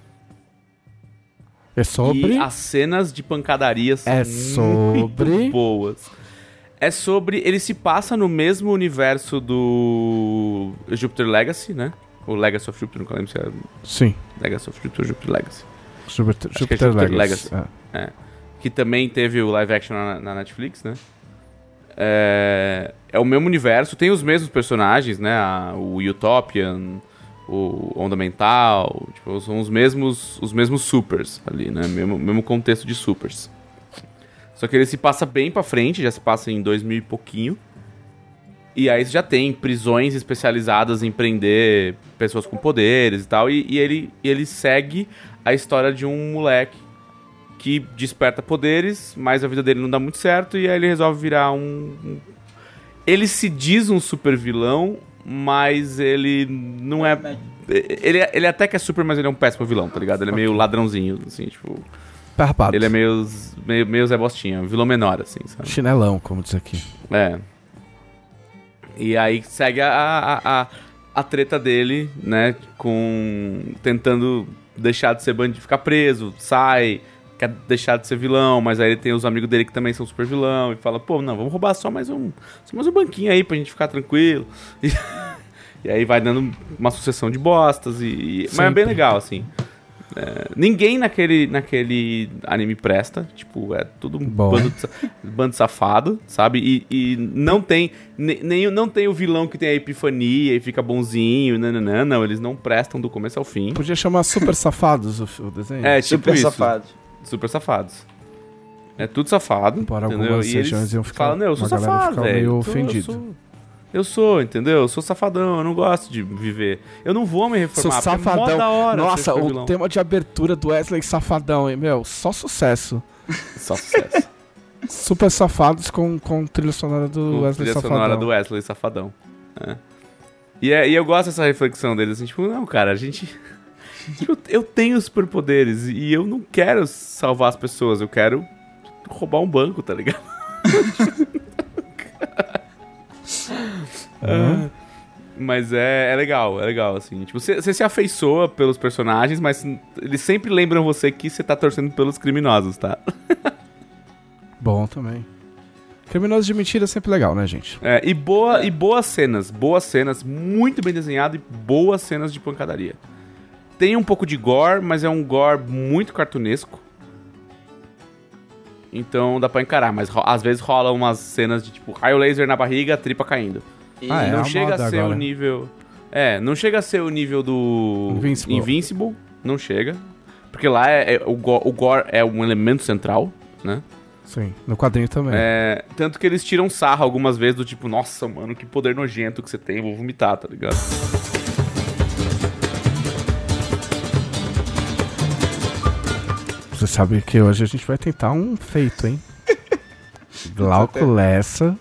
é sobre... E as cenas de pancadaria são É sobre... muito boas. É sobre... Ele se passa no mesmo universo do Jupiter Legacy, né? O Legacy of Jupiter, nunca lembro se é Sim, Legacy of Jupiter ou Jupiter Legacy. Jupiter que é Jupiter Legacy. Legacy. Que também teve o live action na Netflix, né? É o mesmo universo, tem os mesmos personagens, né? O Utopian, o Onda Mental, tipo, são os mesmos supers ali, né? Mesmo contexto de supers. Só que ele se passa bem pra frente, já se passa em 2000 e pouquinho. E aí você já tem prisões especializadas em prender pessoas com poderes e tal. E ele segue a história de um moleque que desperta poderes, mas a vida dele não dá muito certo. E aí ele resolve virar Ele se diz um super vilão, mas ele não é... Ele até que é super, mas ele é um péssimo vilão, tá ligado? Ele é meio ladrãozinho, assim, tipo... Perrapado. Ele é meio Zé Bostinha, um vilão menor, assim, sabe? Chinelão, como diz aqui. E aí segue a treta dele, né? Tentando deixar de ser bandido, ficar preso, sai, quer deixar de ser vilão, mas aí ele tem os amigos dele que também são super vilão e fala, pô, não, vamos roubar só mais um banquinho aí pra gente ficar tranquilo. E aí vai dando uma sucessão de bostas mas é bem legal, assim. Ninguém naquele anime presta. Tipo, é tudo um bando safado, sabe? E não tem não tem o vilão que tem a epifania e fica bonzinho. Não, eles não prestam do começo ao fim. Podia chamar Super Safados o desenho. É, tipo Super isso. safados. Super safados. É tudo safado. Embora entendeu? algumas E eles regiões iam ficar... falam, eu sou uma galera safado, ficar meio velho. ofendido. Eu sou, entendeu? Eu sou safadão, eu não gosto de viver. Eu não vou me reformar, Sou porque é mó safadão. da hora Nossa, ser o vilão. tema de abertura do Wesley Safadão, hein, meu? Só sucesso. Só sucesso. Super Safados com trilha sonora do Com Wesley trilha Safadão. sonora do Wesley Safadão. É. E eu gosto dessa reflexão deles, assim, tipo, não, cara, a gente... Tipo, eu tenho superpoderes e eu não quero salvar as pessoas, eu quero roubar um banco, tá ligado? Mas é legal, assim. Tipo, você se afeiçoa pelos personagens, mas eles sempre lembram você que você tá torcendo pelos criminosos, tá? Bom também. Criminosos de mentira é sempre legal, né, gente? E boas cenas, muito bem desenhado e boas cenas de pancadaria. Tem um pouco de gore, mas é um gore muito cartunesco. Então dá pra encarar, mas às vezes rola umas cenas de tipo raio laser na barriga, tripa caindo. Não chega a ser agora. o nível... não chega a ser o nível do Invincible, não chega. Porque lá o gore é um elemento central, né? Sim, no quadrinho também. Tanto que eles tiram sarro algumas vezes do tipo, nossa, mano, que poder nojento que você tem, eu vou vomitar, tá ligado? Você sabe que hoje a gente vai tentar um feito, hein? Glauco Lessa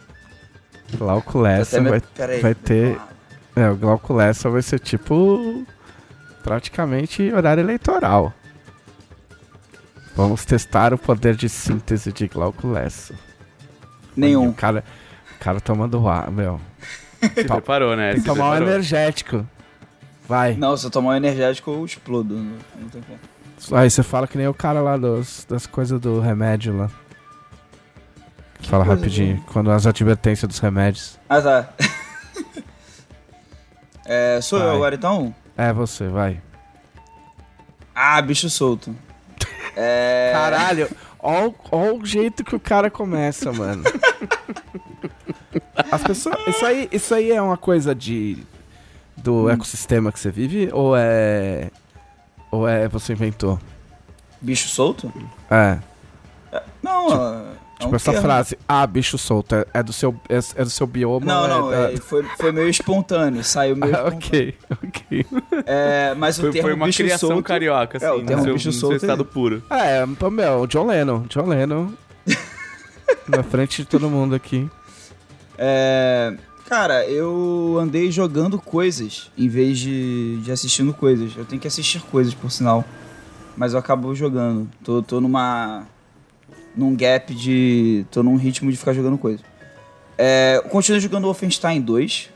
vai ter... o Glauco Lessa vai ser tipo... praticamente horário eleitoral. Vamos testar o poder de síntese de Glauco Lessa. Nenhum. O cara tomando ar, meu. Se preparou, né? Tem que tomar um energético. Vai. Não, se eu tomar um energético eu explodo. Não tem como. Aí você fala que nem o cara lá das coisas do remédio lá. Fala rapidinho, quando as advertências dos remédios. Ah, tá. Sou eu Vai. agora então? É você, vai. Ah, bicho solto. Caralho, ó o jeito que o cara começa, mano. As pessoas, isso aí é uma coisa do ecossistema que você vive ou é você inventou? Bicho solto? Não, Tipo essa frase, bicho solto, é do seu bioma. Não, foi meio espontâneo, saiu meio espontâneo. Ok. Mas o termo Foi uma bicho criação solto, carioca, assim, o termo bicho no seu solto estado puro. Meu, John Lennon. Na frente de todo mundo aqui. Cara, eu andei jogando coisas em vez de assistindo coisas. Eu tenho que assistir coisas, por sinal. Mas eu acabo jogando. Tô num gap tô num ritmo de ficar jogando coisa. Eu continuo jogando Wolfenstein 2.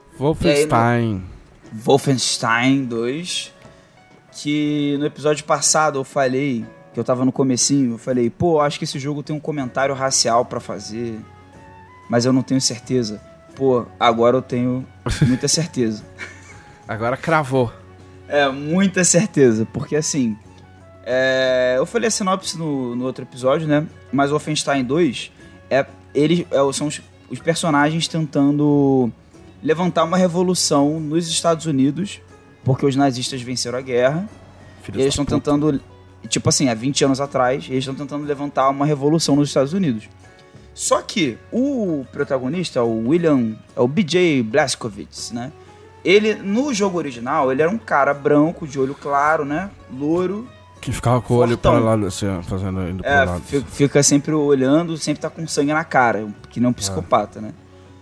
Wolfenstein 2. Que no episódio passado eu falei, que eu tava no comecinho, eu falei, acho que esse jogo tem um comentário racial pra fazer, mas eu não tenho certeza. Agora eu tenho muita certeza. Agora cravou. Muita certeza, porque assim... eu falei a sinopse no outro episódio, né? Mas o Wolfenstein 2 são os personagens tentando levantar uma revolução nos Estados Unidos, porque os nazistas venceram a guerra. E eles estão tentando, tipo assim, há 20 anos atrás, eles estão tentando levantar uma revolução nos Estados Unidos. Só que o protagonista, o BJ Blazkowicz, né? Ele, no jogo original, ele era um cara branco, de olho claro, né? Louro. Que ficava com o olho para lá, assim, indo pro lado. Fica sempre olhando, sempre tá com sangue na cara, que nem um psicopata, né?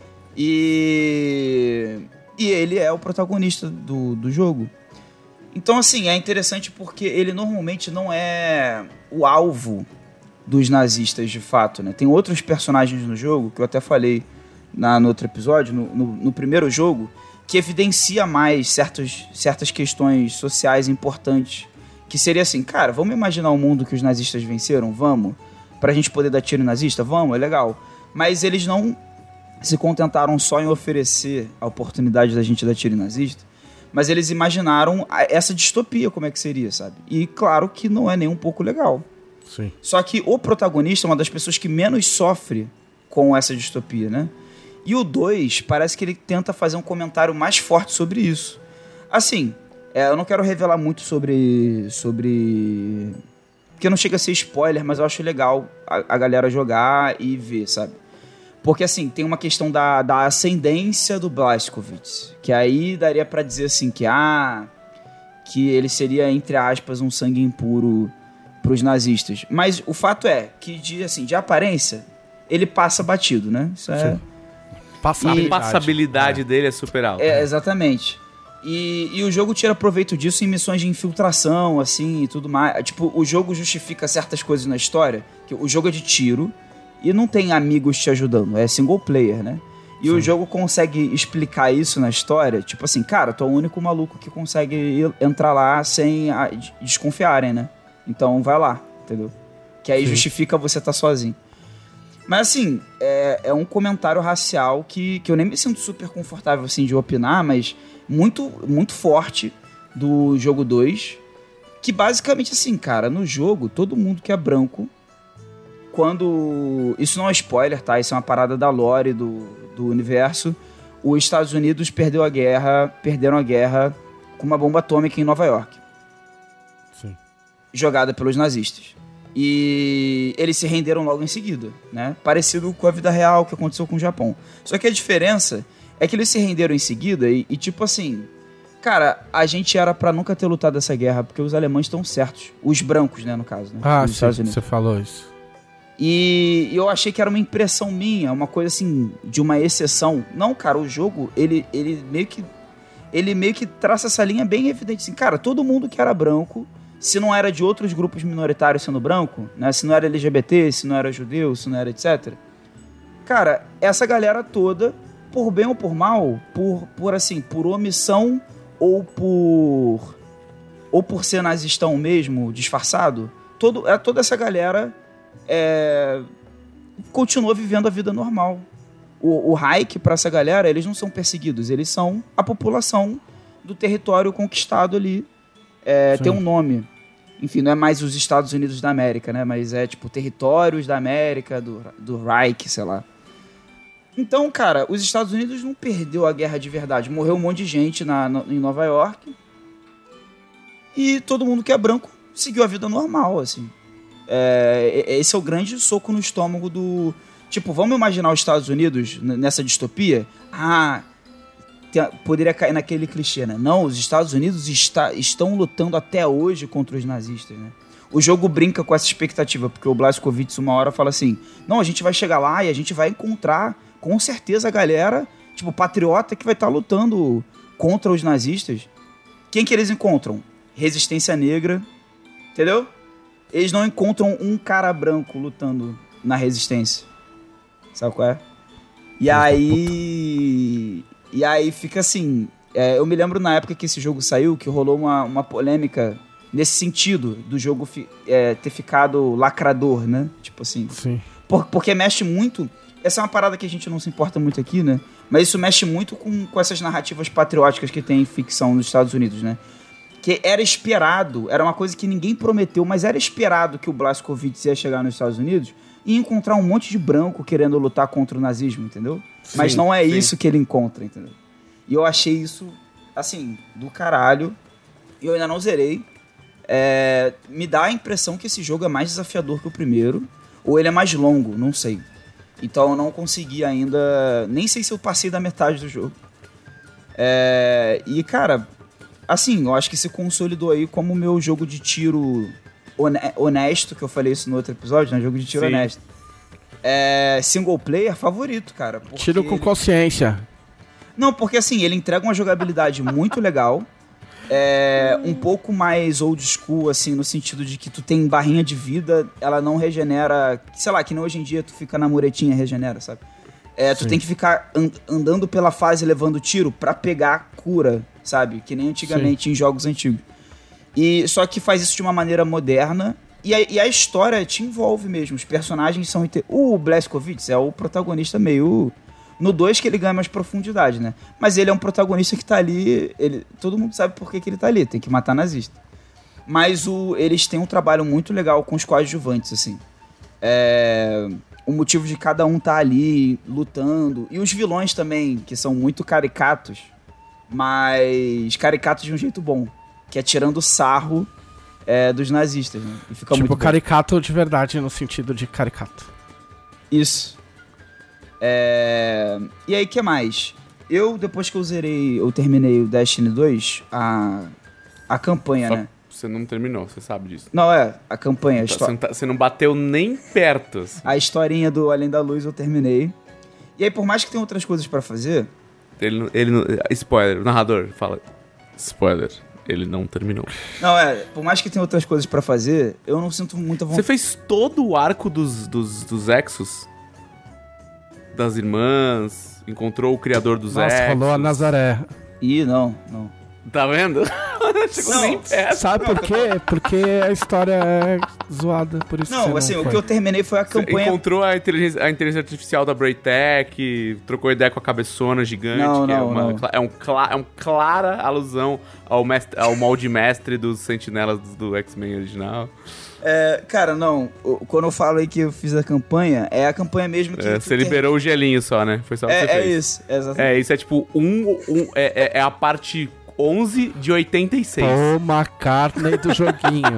E ele é o protagonista do jogo. Então, assim, é interessante porque ele normalmente não é o alvo dos nazistas, de fato, né? Tem outros personagens no jogo, que eu até falei no outro episódio, no primeiro jogo, que evidencia mais certas questões sociais importantes. Que seria assim, cara, vamos imaginar um mundo que os nazistas venceram? Vamos? Pra gente poder dar tiro em nazista? Vamos, é legal. Mas eles não se contentaram só em oferecer a oportunidade da gente dar tiro em nazista, Mas eles imaginaram essa distopia, como é que seria, sabe? E claro que não é nem um pouco legal. Sim. Só que o protagonista é uma das pessoas que menos sofre com essa distopia, né? E o 2, parece que ele tenta fazer um comentário mais forte sobre isso. Assim, eu não quero revelar muito sobre... Porque não chega a ser spoiler, mas eu acho legal a galera jogar e ver, sabe? Porque, assim, tem uma questão da ascendência do Blazkowicz, que aí daria pra dizer, assim, que ele seria, entre aspas, um sangue impuro pros nazistas. Mas o fato é que, de aparência, ele passa batido, né? Isso é... A passabilidade dele é super alta. Exatamente. E o jogo tira proveito disso em missões de infiltração, assim, e tudo mais. Tipo, o jogo justifica certas coisas na história, que o jogo é de tiro e não tem amigos te ajudando, é single player, né? E o jogo consegue explicar isso na história, tipo assim, cara, tu é o único maluco que consegue entrar lá sem desconfiarem, né? Então vai lá, entendeu? Que aí justifica você estar sozinho. Mas assim, é um comentário racial que eu nem me sinto super confortável assim de opinar, mas muito, muito forte do jogo 2, que basicamente assim, cara, no jogo, todo mundo que é branco, quando... Isso não é spoiler, tá? Isso é uma parada da lore do universo. Os Estados Unidos perderam a guerra com uma bomba atômica em Nova York. Sim. Jogada pelos nazistas. E eles se renderam logo em seguida, né? Parecido com a vida real que aconteceu com o Japão. Só que a diferença é que eles se renderam em seguida e tipo assim... Cara, a gente era pra nunca ter lutado essa guerra, porque os alemães estão certos. Os brancos, né, no caso. Né? Ah, dos Estados sim, Unidos. você falou isso. E eu achei que era uma impressão minha, uma coisa assim, de uma exceção. Não, cara, o jogo, ele meio que traça essa linha bem evidente. Assim, cara, todo mundo que era branco, se não era de outros grupos minoritários sendo branco, né? Se não era LGBT, se não era judeu, se não era etc. Cara, essa galera toda, por bem ou por mal, por omissão ou por ser nazistão mesmo, disfarçado, toda essa galera continua vivendo a vida normal. O Reich, pra essa galera, eles não são perseguidos, eles são a população do território conquistado ali. Tem um nome. Enfim, não é mais os Estados Unidos da América, né? Mas é tipo territórios da América, do Reich, sei lá. Então, cara, os Estados Unidos não perdeu a guerra de verdade. Morreu um monte de gente em Nova York. E todo mundo que é branco seguiu a vida normal, assim. Esse é o grande soco no estômago do... Tipo, vamos imaginar os Estados Unidos nessa distopia? Poderia cair naquele clichê, né? Não, os Estados Unidos estão lutando até hoje contra os nazistas, né? O jogo brinca com essa expectativa, porque o Blazkowicz uma hora fala assim, não, a gente vai chegar lá e a gente vai encontrar com certeza a galera, tipo, patriota que vai estar lutando contra os nazistas. Quem que eles encontram? Resistência negra, entendeu? Eles não encontram um cara branco lutando na resistência. Sabe qual é? E aí fica assim... eu me lembro na época que esse jogo saiu, que rolou uma polêmica nesse sentido, do jogo ter ficado lacrador, né? Tipo assim... Sim. Porque mexe muito... Essa é uma parada que a gente não se importa muito aqui, né? Mas isso mexe muito com essas narrativas patrióticas que tem em ficção nos Estados Unidos, né? Que era esperado, era uma coisa que ninguém prometeu, mas era esperado que o Blazkowicz ia chegar nos Estados Unidos e encontrar um monte de branco querendo lutar contra o nazismo, entendeu? Sim, mas não é isso que ele encontra, entendeu? E eu achei isso, assim, do caralho. E eu ainda não zerei. Me dá a impressão que esse jogo é mais desafiador que o primeiro, ou ele é mais longo, não sei. Então eu não consegui ainda... Nem sei se eu passei da metade do jogo. E, cara... Assim, eu acho que se consolidou aí como o meu jogo de tiro honesto, que eu falei isso no outro episódio, né? Jogo de tiro honesto. Single player favorito, cara. Tiro com consciência. Não, porque assim, ele entrega uma jogabilidade muito legal. Um pouco mais old school, assim, no sentido de que tu tem barrinha de vida, ela não regenera... Sei lá, que nem hoje em dia tu fica na muretinha e regenera, sabe? Tu tem que ficar andando pela fase levando tiro pra pegar cura, sabe? Que nem antigamente em jogos antigos. Só que faz isso de uma maneira moderna. E a história te envolve mesmo. Os personagens são... O Blazkowicz é o protagonista meio No 2 que ele ganha mais profundidade, né? Mas ele é um protagonista que tá ali... todo mundo sabe por que ele tá ali. Tem que matar nazista. Mas eles têm um trabalho muito legal com os coadjuvantes, assim. O motivo de cada um tá ali lutando. E os vilões também, que são muito caricatos. Mas caricatos de um jeito bom. Que é tirando sarro dos nazistas, né? E fica Tipo, muito caricato de verdade, no sentido de caricato. Isso. E aí, o que mais? Depois que eu terminei o Destiny 2, a campanha, Só né? Você não terminou, você sabe disso. Não, a campanha, Você não bateu nem perto. Assim. a historinha do Além da Luz eu terminei. E aí, por mais que tenha outras coisas pra fazer... Spoiler, o narrador fala... Spoiler, ele não terminou. Não, por mais que tenha outras coisas pra fazer, eu não sinto muita Você vontade... fez todo o arco dos Exos? Das irmãs? Encontrou o criador dos Exos? Nossa, rolou a Nazaré. Ih, não. Tá vendo? Não chegou nem perto. Sabe por quê? Porque a história é zoada, por isso Não, assim, o que eu terminei foi a Você campanha... encontrou a inteligência artificial da Braytech, trocou ideia com a cabeçona gigante, Não, que não. é um clara alusão ao molde mestre dos sentinelas do X-Men original. Cara, não. Quando eu falo aí que eu fiz a campanha, é a campanha mesmo que... Você liberou o gelinho só, né? Foi só o que você fez. Isso, exatamente. Isso é tipo é a parte 11 de 86. Paul McCartney do joguinho.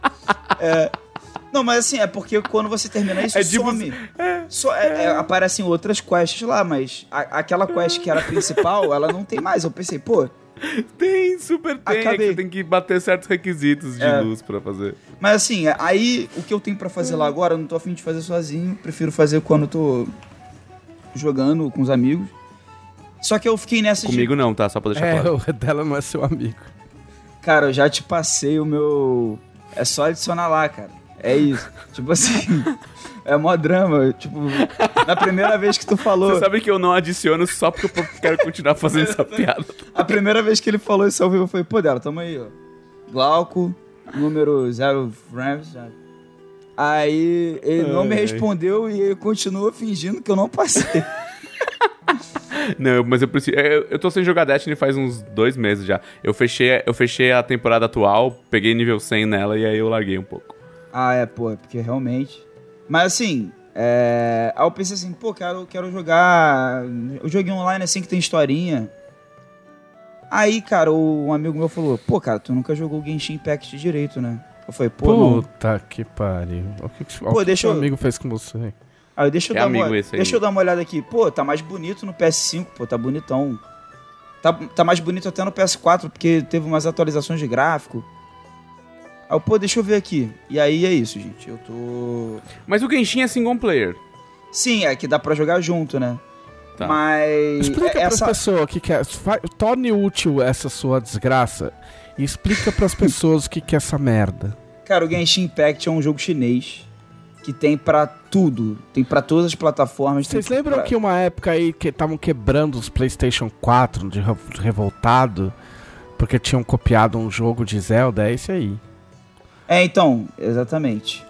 Não, mas assim, é porque quando você termina isso, tipo, some. Aparecem outras quests lá, mas aquela quest que era a principal, ela não tem mais. Eu pensei, pô... Tem, super tem. É que você tem que bater certos requisitos de luz pra fazer. Mas assim, aí o que eu tenho pra fazer lá agora, eu não tô afim de fazer sozinho. Prefiro fazer quando eu tô jogando com os amigos. Só que eu fiquei nessa Comigo não, tá? Só pra deixar claro. O dela não é seu amigo. Cara, eu já te passei o meu... É só adicionar lá, cara. É isso. Tipo assim... É mó drama. Tipo, na primeira vez que tu falou... Você sabe que eu não adiciono só porque eu quero continuar fazendo essa piada. A primeira vez que ele falou isso ao vivo, eu falei, pô, dela, tamo aí, ó. Glauco, número 0 Rams. Aí ele não me respondeu e ele continua fingindo que eu não passei. Não, mas eu preciso. Eu tô sem jogar Destiny faz uns 2 meses já. Eu fechei a temporada atual, peguei nível 100 nela e aí eu larguei um pouco. Porque realmente... Mas assim, aí eu pensei assim, pô, quero jogar... Eu joguei online assim que tem historinha. Aí, cara, um amigo meu falou, pô, cara, tu nunca jogou Genshin Impact direito, né? Eu falei, pô, não. Puta que pariu. O que deixa seu amigo fez com você? Aí deixa eu dar uma olhada aqui. Pô, tá mais bonito no PS5, pô, tá bonitão. Tá mais bonito até no PS4, porque teve umas atualizações de gráfico. Aí eu, pô, deixa eu ver aqui. E aí é isso, gente. Eu tô... Mas o Genshin é single player. Sim, é que dá pra jogar junto, né? Tá. Mas... Explica pras pessoas o que é... Torne útil essa sua desgraça e explica pras pessoas o que é essa merda. Cara, o Genshin Impact é um jogo chinês que tem pra tudo. Tem pra todas as plataformas. Vocês lembram que uma época aí que estavam quebrando os PlayStation 4 de revoltado porque tinham copiado um jogo de Zelda? É esse aí. Então, exatamente.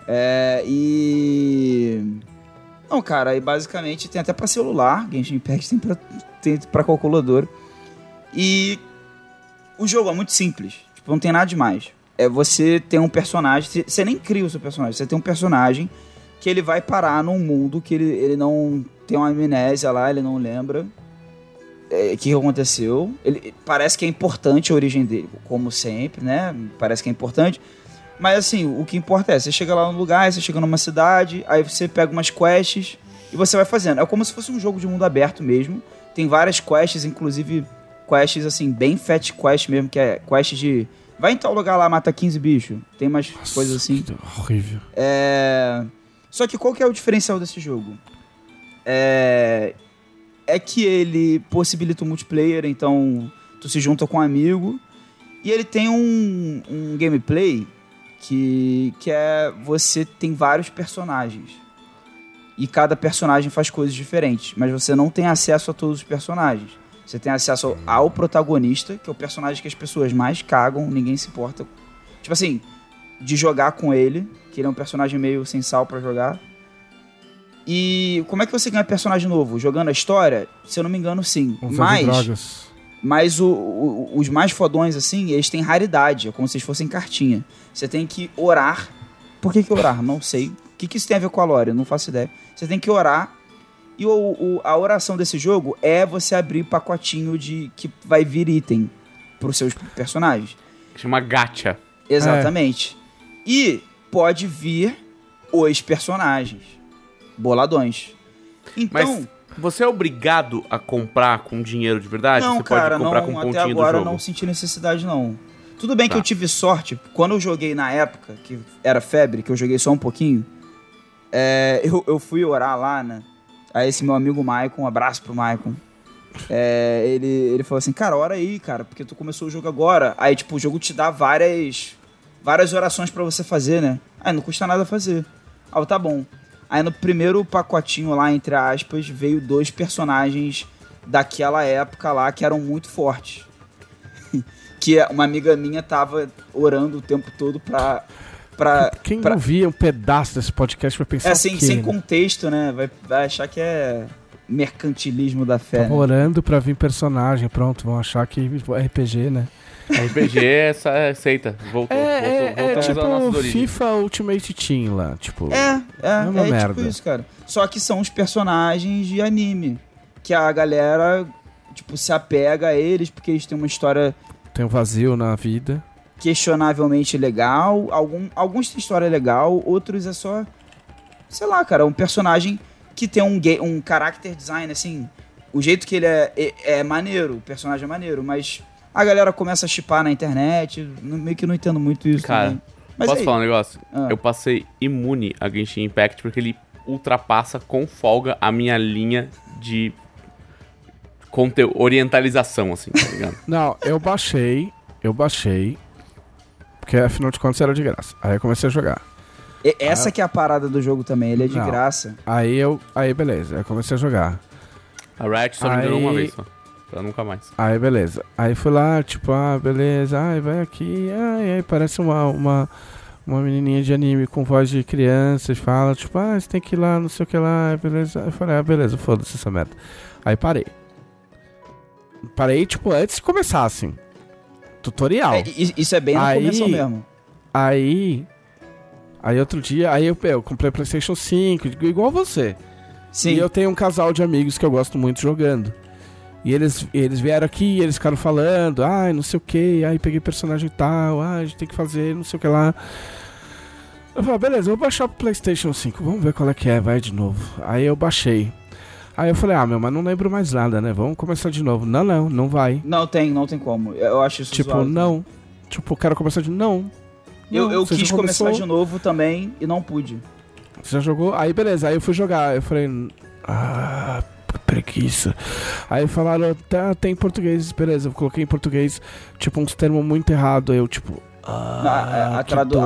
Não, cara, aí basicamente tem até pra celular, Genshin Impact tem pra calculadora. E o jogo é muito simples, tipo, não tem nada demais. Você tem um personagem, você nem cria o seu personagem, você tem um personagem que ele vai parar num mundo que ele não tem uma amnésia lá, ele não lembra o que aconteceu. Parece que é importante a origem dele, como sempre, né? Parece que é importante. Mas assim, o que importa você chega lá no lugar, você chega numa cidade, aí você pega umas quests e você vai fazendo. É como se fosse um jogo de mundo aberto mesmo. Tem várias quests, inclusive quests assim, bem fat quest mesmo, que é quest de... Vai em tal lugar lá, mata 15 bichos. Tem umas coisas assim. Horrível. Só que qual que é o diferencial desse jogo? É que ele possibilita o multiplayer, então tu se junta com um amigo. E ele tem um gameplay que você tem vários personagens. E cada personagem faz coisas diferentes. Mas você não tem acesso a todos os personagens. Você tem acesso ao protagonista, que é o personagem que as pessoas mais cagam, ninguém se importa. Tipo assim, de jogar com ele, que ele é um personagem meio sem sal pra jogar. E como é que você ganha personagem novo? Jogando a história? Se eu não me engano, sim. Usando drogas. Mas os mais fodões, assim, eles têm raridade. É como se eles fossem cartinha. Você tem que orar. Por que orar? Não sei. O que isso tem a ver com a lore? Eu não faço ideia. Você tem que orar. E a oração desse jogo é você abrir pacotinho que vai vir item pros seus personagens. Chama gacha. Exatamente. E pode vir os personagens. Boladões. Então... Mas você é obrigado a comprar com dinheiro de verdade? Não, você cara, pode comprar não, com pontinho até agora do jogo? não senti necessidade, não. Tudo bem que eu tive sorte. Quando eu joguei na época, que era febre, que eu joguei só um pouquinho, eu fui orar lá, né? Aí esse meu amigo Maicon, um abraço pro Maicon. Ele falou assim, cara, ora aí, cara, porque tu começou o jogo agora. Aí, tipo, o jogo te dá várias orações pra você fazer, né? Aí não custa nada fazer. Ah, tá bom. Aí no primeiro pacotinho lá, entre aspas, veio 2 personagens daquela época lá que eram muito fortes. Que uma amiga minha tava orando o tempo todo pra... Quem ouvia um pedaço desse podcast vai pensar sem contexto, né? Vai achar que é mercantilismo da fé. Tava orando pra vir personagem, pronto, vão achar que é RPG, né? RPG é essa seita. Voltou tipo às nossas origens. FIFA Ultimate Team lá, tipo... uma merda. Tipo isso, cara. Só que são os personagens de anime. Que a galera, tipo, se apega a eles porque eles têm uma história... Tem um vazio na vida. Questionavelmente legal. Alguns têm história legal, outros é só... Sei lá, cara, um personagem que tem um character design, assim... O jeito que ele é maneiro, o personagem é maneiro, mas... A galera começa a shippar na internet, meio que não entendo muito isso. Cara, também. Mas posso falar um negócio? Ah. Eu passei imune a Genshin Impact porque ele ultrapassa com folga a minha linha de orientalização, assim, tá ligado? Não, eu baixei, porque afinal de contas era de graça. Aí eu comecei a jogar. Essa que é a parada do jogo também, ele é de graça. Aí beleza, aí comecei a jogar. A Riot só me deu uma vez só. Pra nunca mais. Aí beleza. Aí fui lá, tipo, beleza, vai aqui. Aí parece uma menininha de anime com voz de criança e fala, tipo, você tem que ir lá, não sei o que lá, beleza. Aí eu falei, beleza, foda-se essa merda. Aí parei. Parei, tipo, antes de começar, assim. Tutorial. Isso é bem no começo mesmo. Aí outro dia, eu comprei PlayStation 5, igual você. Sim. E eu tenho um casal de amigos que eu gosto muito jogando. E eles vieram aqui, eles ficaram falando, não sei o que, peguei personagem tal, a gente tem que fazer, não sei o que lá. Eu falei, beleza, eu vou baixar pro PlayStation 5, vamos ver qual é que é, vai de novo. Aí eu baixei. Aí eu falei, mas não lembro mais nada, né, vamos começar de novo. Não vai. Não tem como, eu acho isso tipo, zoado. Não, tipo, quero começar de novo. Eu quis começar de novo também e não pude. Você já jogou? Aí beleza, aí eu fui jogar, eu falei, preguiça. Aí falaram, tem em português, beleza, eu coloquei em português, tipo, uns termos muito errados, eu tipo... a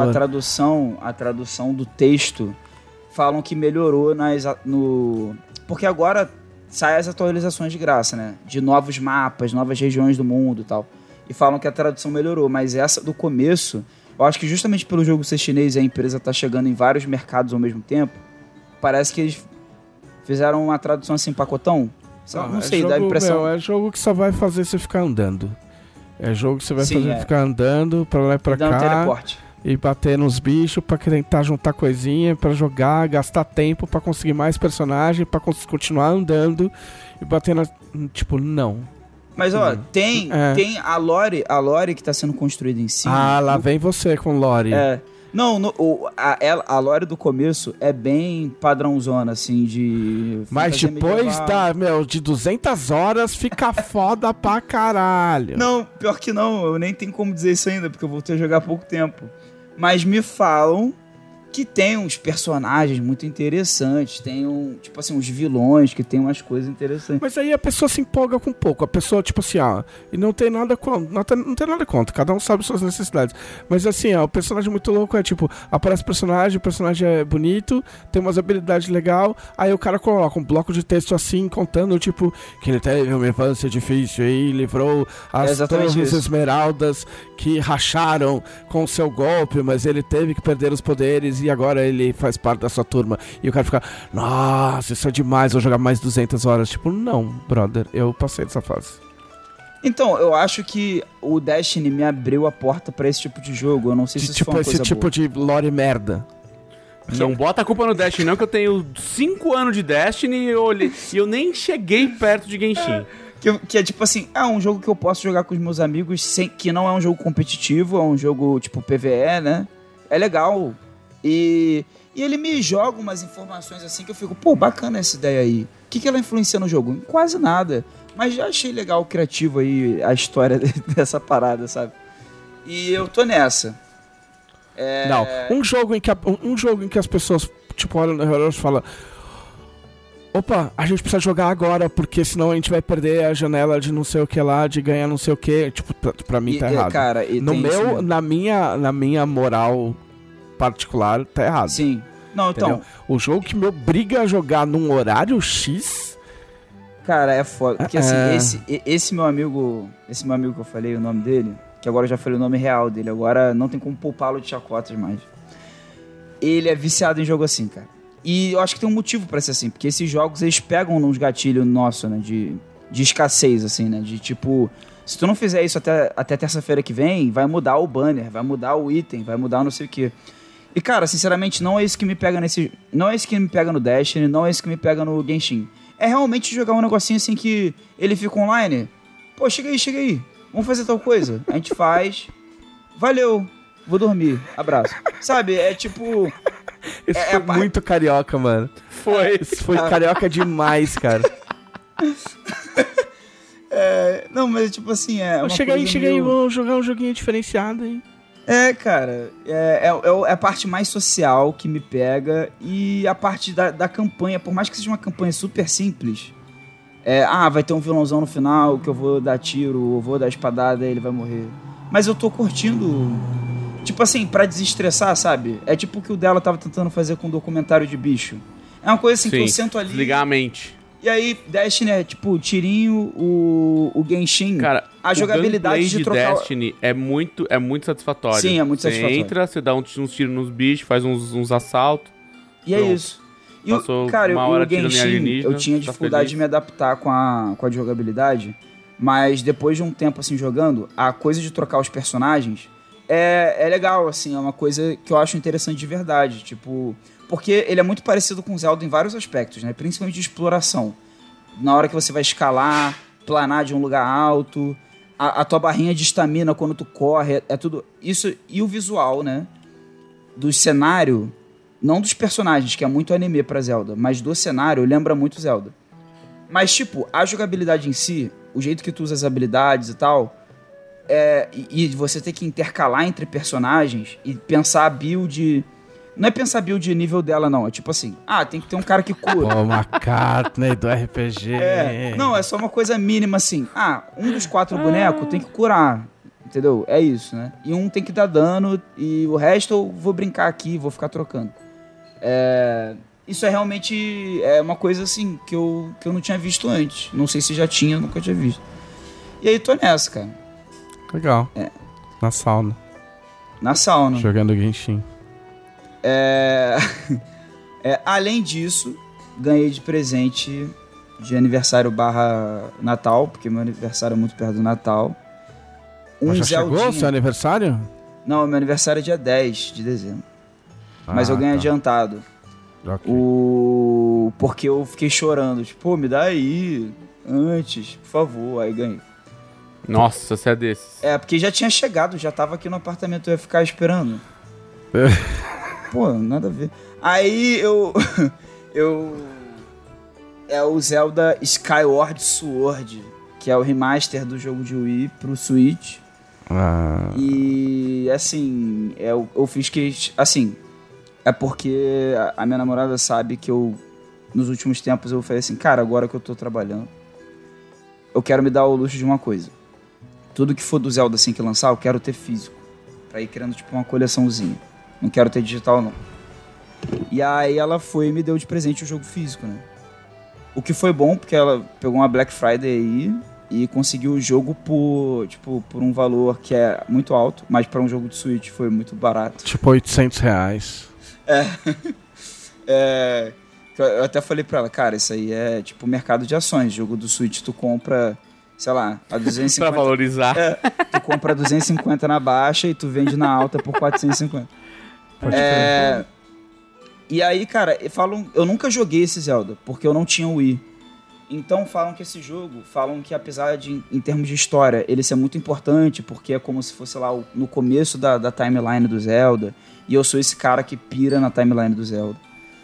tradução do texto falam que melhorou porque agora saem as atualizações de graça, né? De novos mapas, novas regiões do mundo e tal. E falam que a tradução melhorou, mas essa do começo, eu acho que justamente pelo jogo ser chinês e a empresa tá chegando em vários mercados ao mesmo tempo, parece que eles fizeram uma tradução assim, pacotão. Não sei, dá a impressão. É jogo que só vai fazer você ficar andando. É jogo que você vai fazer ficar andando pra lá e pra cá. Teleporte. E bater nos bichos pra tentar juntar coisinha, pra jogar, gastar tempo pra conseguir mais personagem, pra continuar andando e bater na... Tipo, não. Mas ó, tem a lore que tá sendo construída em cima. Lá vem você com lore. Não, a lore do começo é bem padrãozona, assim, de... Mas depois de 200 horas fica foda pra caralho. Não, pior que não, eu nem tenho como dizer isso ainda, porque eu voltei a jogar há pouco tempo. Mas me falam que tem uns personagens muito interessantes, tem tipo assim, uns vilões que tem umas coisas interessantes. Mas aí a pessoa se empolga com um pouco, a pessoa tipo assim, e não tem nada contra, cada um sabe suas necessidades, mas assim, o personagem muito louco é tipo, aparece o personagem é bonito, tem umas habilidades legal, aí o cara coloca um bloco de texto assim, contando tipo, que ele teve uma infância difícil e livrou as torres esmeraldas que racharam com o seu golpe, mas ele teve que perder os poderes e agora ele faz parte da sua turma. E o cara fica, nossa, isso é demais, vou jogar mais 200 horas. Tipo, não, brother, eu passei dessa fase. Então, eu acho que o Destiny me abriu a porta pra esse tipo de jogo. Eu não sei se isso foi uma coisa tipo boa. de lore merda. Não bota a culpa no Destiny, não, que eu tenho 5 anos de Destiny e eu nem cheguei perto de Genshin. Que é tipo assim, é um jogo que eu posso jogar com os meus amigos, que não é um jogo competitivo, é um jogo tipo PvE, né? É legal. E ele me joga umas informações assim que eu fico, pô, bacana essa ideia aí. O que ela influencia no jogo? Quase nada. Mas já achei legal, criativo aí, a história dessa parada, sabe? E eu tô nessa. Não, um jogo em que as pessoas, tipo, olham no relógio e falam, opa, a gente precisa jogar agora, porque senão a gente vai perder a janela de não sei o que lá, de ganhar não sei o que. Tipo, pra mim tá errado. Cara, na minha moral particular, tá errado. Sim. Não, então... Entendeu? O jogo que me obriga a jogar num horário X... Cara, é foda. Porque assim, esse meu amigo que eu falei o nome dele, que agora eu já falei o nome real dele, agora não tem como poupá-lo de chacotas mais. Ele é viciado em jogo assim, cara. E eu acho que tem um motivo pra ser assim, porque esses jogos, eles pegam nos gatilhos nossos, né, de escassez, assim, né, de tipo, se tu não fizer isso até terça-feira que vem, vai mudar o banner, vai mudar o item, vai mudar não sei o quê. E, cara, sinceramente, não é isso que me pega não é isso que me pega no Destiny, não é isso que me pega no Genshin. É realmente jogar um negocinho assim que ele fica online. Pô, chega aí, vamos fazer tal coisa. A gente faz, valeu, vou dormir, abraço. Sabe, é tipo... Isso foi muito carioca, mano. Isso foi carioca demais, cara. Não, mas tipo assim, chega aí, vamos jogar um joguinho diferenciado aí. Cara, é a parte mais social que me pega e a parte da campanha, por mais que seja uma campanha super simples, vai ter um vilãozão no final que eu vou dar tiro, eu vou dar espadada e ele vai morrer. Mas eu tô curtindo, tipo assim, pra desestressar, sabe? É tipo o que o dela tava tentando fazer com o documentário de bicho. É uma coisa assim que eu sento ali... desligar a mente. E aí, Destiny é tipo, tirinho, o Genshin, cara, a jogabilidade de trocar... Destiny é muito satisfatório. Sim, é muito satisfatório. Você entra, você dá uns tiros nos bichos, faz uns assaltos. E pronto. É isso. E cara, o Genshin, eu tinha dificuldade de me adaptar com a jogabilidade, mas depois de um tempo assim jogando, a coisa de trocar os personagens é legal, assim, é uma coisa que eu acho interessante de verdade, tipo... Porque ele é muito parecido com o Zelda em vários aspectos, né? Principalmente de exploração. Na hora que você vai escalar, planar de um lugar alto, a tua barrinha de estamina quando tu corre, é tudo isso. E o visual, né? Do cenário, não dos personagens, que é muito anime pra Zelda, mas do cenário lembra muito Zelda. Mas, tipo, a jogabilidade em si, o jeito que tu usa as habilidades e tal, e você ter que intercalar entre personagens e pensar a build... Não é pensar build nível dela, não. É tipo assim, tem que ter um cara que cura. O McCartney do RPG. Não, é só uma coisa mínima assim. Um dos 4 bonecos tem que curar. Entendeu? É isso, né? E um tem que dar dano e o resto eu vou brincar aqui, vou ficar trocando. Isso é realmente uma coisa assim que eu não tinha visto antes. Não sei se já tinha, nunca tinha visto. E aí tô nessa, cara. Legal. Na sauna. Jogando Genshin. Além disso, ganhei de presente de aniversário / Natal, porque meu aniversário é muito perto do Natal. Já chegou o seu aniversário? Não, meu aniversário é dia 10 de dezembro. Mas eu ganhei adiantado. Okay. Porque eu fiquei chorando. Tipo, pô, me dá aí antes, por favor. Aí ganhei. Nossa, você é desses. Porque já tinha chegado, já tava aqui no apartamento, eu ia ficar esperando. Pô, nada a ver. Aí é o Zelda Skyward Sword, que é o remaster do jogo de Wii pro Switch. E assim, eu fiz que... Assim, é porque a minha namorada sabe que nos últimos tempos eu falei assim, cara, agora que eu tô trabalhando, eu quero me dar o luxo de uma coisa. Tudo que for do Zelda assim que lançar, eu quero ter físico. Pra ir criando tipo uma coleçãozinha. Não quero ter digital, não. E aí ela foi e me deu de presente o jogo físico, né? O que foi bom, porque ela pegou uma Black Friday aí e conseguiu o jogo por um valor que é muito alto, mas para um jogo de Switch foi muito barato. Tipo R$800. Eu até falei pra ela, cara, isso aí é tipo mercado de ações. Jogo do Switch, tu compra, sei lá, a 250... Pra valorizar. Tu compra 250 na baixa e tu vende na alta por 450. E aí, cara, falam... Eu nunca joguei esse Zelda, porque eu não tinha o Wii. Então falam que esse jogo, que apesar de, em termos de história, ele ser muito importante, porque é como se fosse lá no começo da timeline do Zelda, e eu sou esse cara que pira na timeline do Zelda.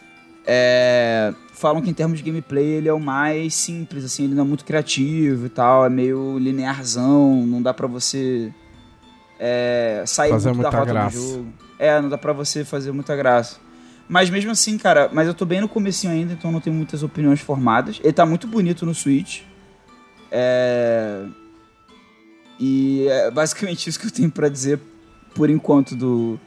Falam que em termos de gameplay ele é o mais simples, assim, ele não é muito criativo e tal, é meio linearzão, não dá pra você sair fazer muito da muita rota graça. do jogo. Não dá pra você fazer muita graça. Mas mesmo assim, cara, eu tô bem no comecinho ainda, então não tenho muitas opiniões formadas. Ele tá muito bonito no Switch. E é basicamente isso que eu tenho pra dizer por enquanto do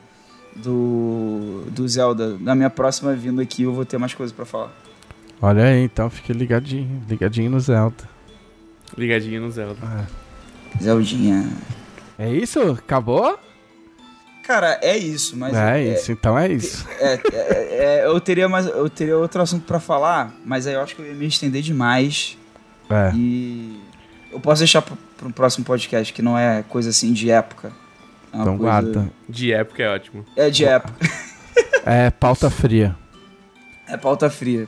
Zelda. Na minha próxima vinda aqui eu vou ter mais coisas pra falar. Olha aí, então fique ligadinho no Zelda. Ligadinho no Zelda. Zeldinha. É isso? Acabou? Cara, é isso, mas... Então é isso. Eu teria outro assunto pra falar, mas aí eu acho que eu ia me estender demais. E eu posso deixar pro próximo podcast, que não é coisa assim de época. Então guarda. De época é ótimo. É de época. É pauta fria. É pauta fria.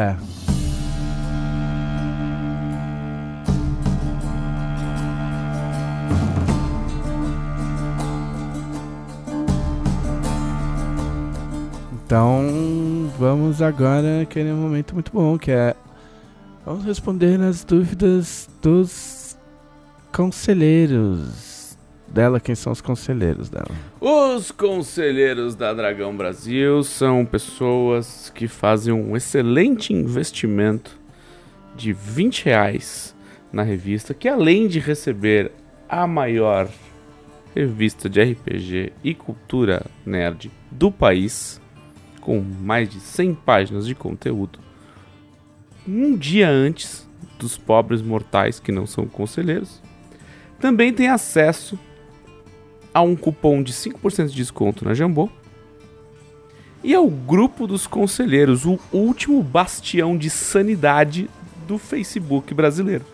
Então, vamos agora aquele momento muito bom, que é... Vamos responder as dúvidas dos conselheiros dela. Quem são os conselheiros dela? Os conselheiros da Dragão Brasil são pessoas que fazem um excelente investimento de R$20 na revista, que além de receber a maior revista de RPG e cultura nerd do país, com mais de 100 páginas de conteúdo, um dia antes dos pobres mortais que não são conselheiros, também tem acesso a um cupom de 5% de desconto na Jambô e ao grupo dos conselheiros, o último bastião de sanidade do Facebook brasileiro.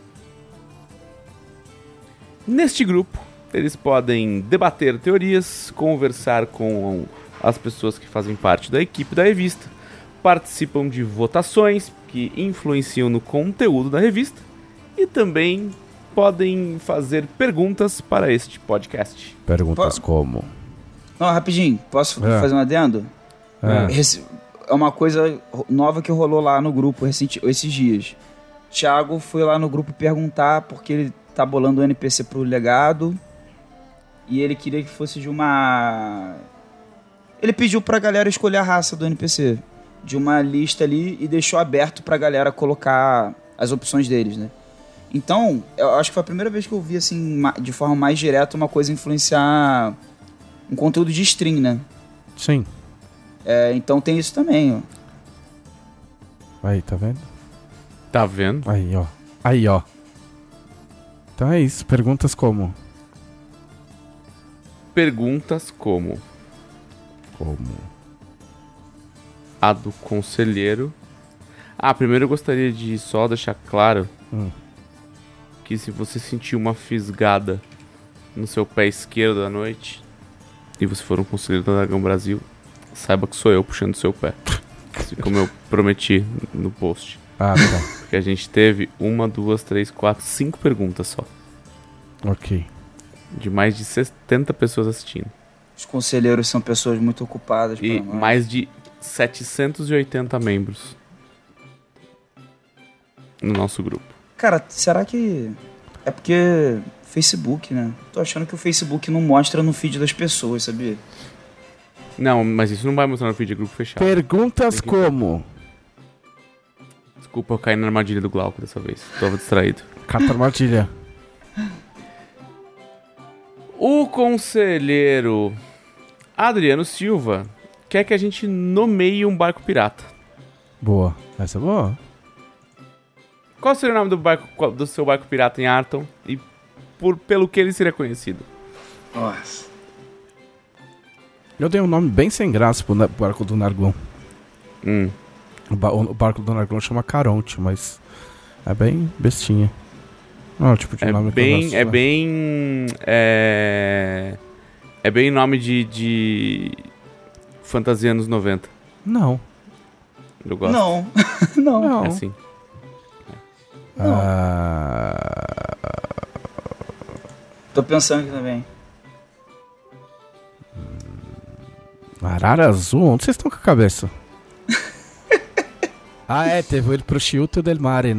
Neste grupo, eles podem debater teorias, conversar com as pessoas que fazem parte da equipe da revista, participam de votações que influenciam no conteúdo da revista e também podem fazer perguntas para este podcast. Perguntas como? Não, rapidinho, posso fazer um adendo? É uma coisa nova que rolou lá no grupo esses dias. Thiago foi lá no grupo perguntar porque ele tá bolando o NPC pro legado e ele queria que fosse de uma... Ele pediu pra galera escolher a raça do NPC de uma lista ali e deixou aberto pra galera colocar as opções deles, né? Então, eu acho que foi a primeira vez que eu vi, assim, de forma mais direta, uma coisa influenciar um conteúdo de stream, né? Sim. Então tem isso também, ó. Aí, tá vendo? Tá vendo? Aí, ó. Então é isso. Perguntas como? Perguntas como? A do conselheiro. Primeiro eu gostaria de só deixar claro que se você sentir uma fisgada no seu pé esquerdo à noite e você for um conselheiro da Dragão Brasil, saiba que sou eu puxando o seu pé. Assim como eu prometi no post. Tá. Porque a gente teve 1, 2, 3, 4, 5 perguntas só. Ok. De mais de 70 pessoas assistindo. Os conselheiros são pessoas muito ocupadas. E mais de 780 membros no nosso grupo. Cara, será que é porque Facebook, né? Tô achando que o Facebook não mostra no feed das pessoas, sabia? Não, mas isso não vai mostrar no feed de grupo fechado. Perguntas como? Desculpa, eu caí na armadilha do Glauco dessa vez. Tava distraído. Cata armadilha. O conselheiro Adriano Silva quer que a gente nomeie um barco pirata. Boa. Essa é boa. Qual seria o nome do seu barco pirata em Arton e pelo que ele seria conhecido? Nossa. Eu dei um nome bem sem graça pro barco do Nargon. Hum. O barco do Nargon chama Caronte, mas é bem bestinha. Não é o tipo de nome que eu gosto, É né? bem... É bem nome de fantasia anos 90. Não. Eu gosto. Não. Não. Não. É assim. Tô pensando aqui também. Arara Azul? Onde vocês estão com a cabeça? Teve ele pro Chiuto del Mare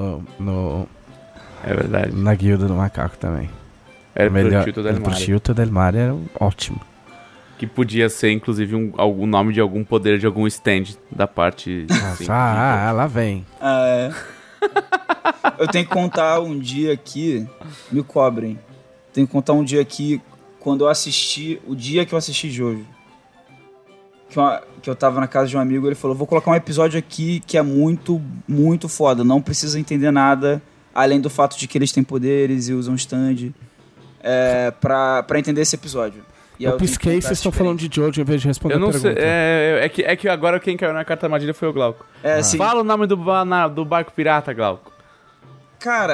É verdade. na guilda do macaco também. Era Melhor, Prosciutto del o Mare. Prosciutto del Mare era ótimo. Que podia ser, inclusive, algum nome de algum poder de algum stand da parte... assim, Lá vem. Eu tenho que contar um dia aqui, me cobrem. Tenho que contar um dia aqui quando eu assisti, o dia que eu assisti Jojo. Que eu tava na casa de um amigo, ele falou, vou colocar um episódio aqui que é muito, muito foda. Não precisa entender nada, além do fato de que eles têm poderes e usam stand, pra entender esse episódio. E Eu pisquei e vocês estão falando de Jojo em vez de responder Eu não a pergunta. sei, é que agora quem caiu na carta armadilha foi o Glauco. Sim. Fala o nome do barco pirata, Glauco. Cara,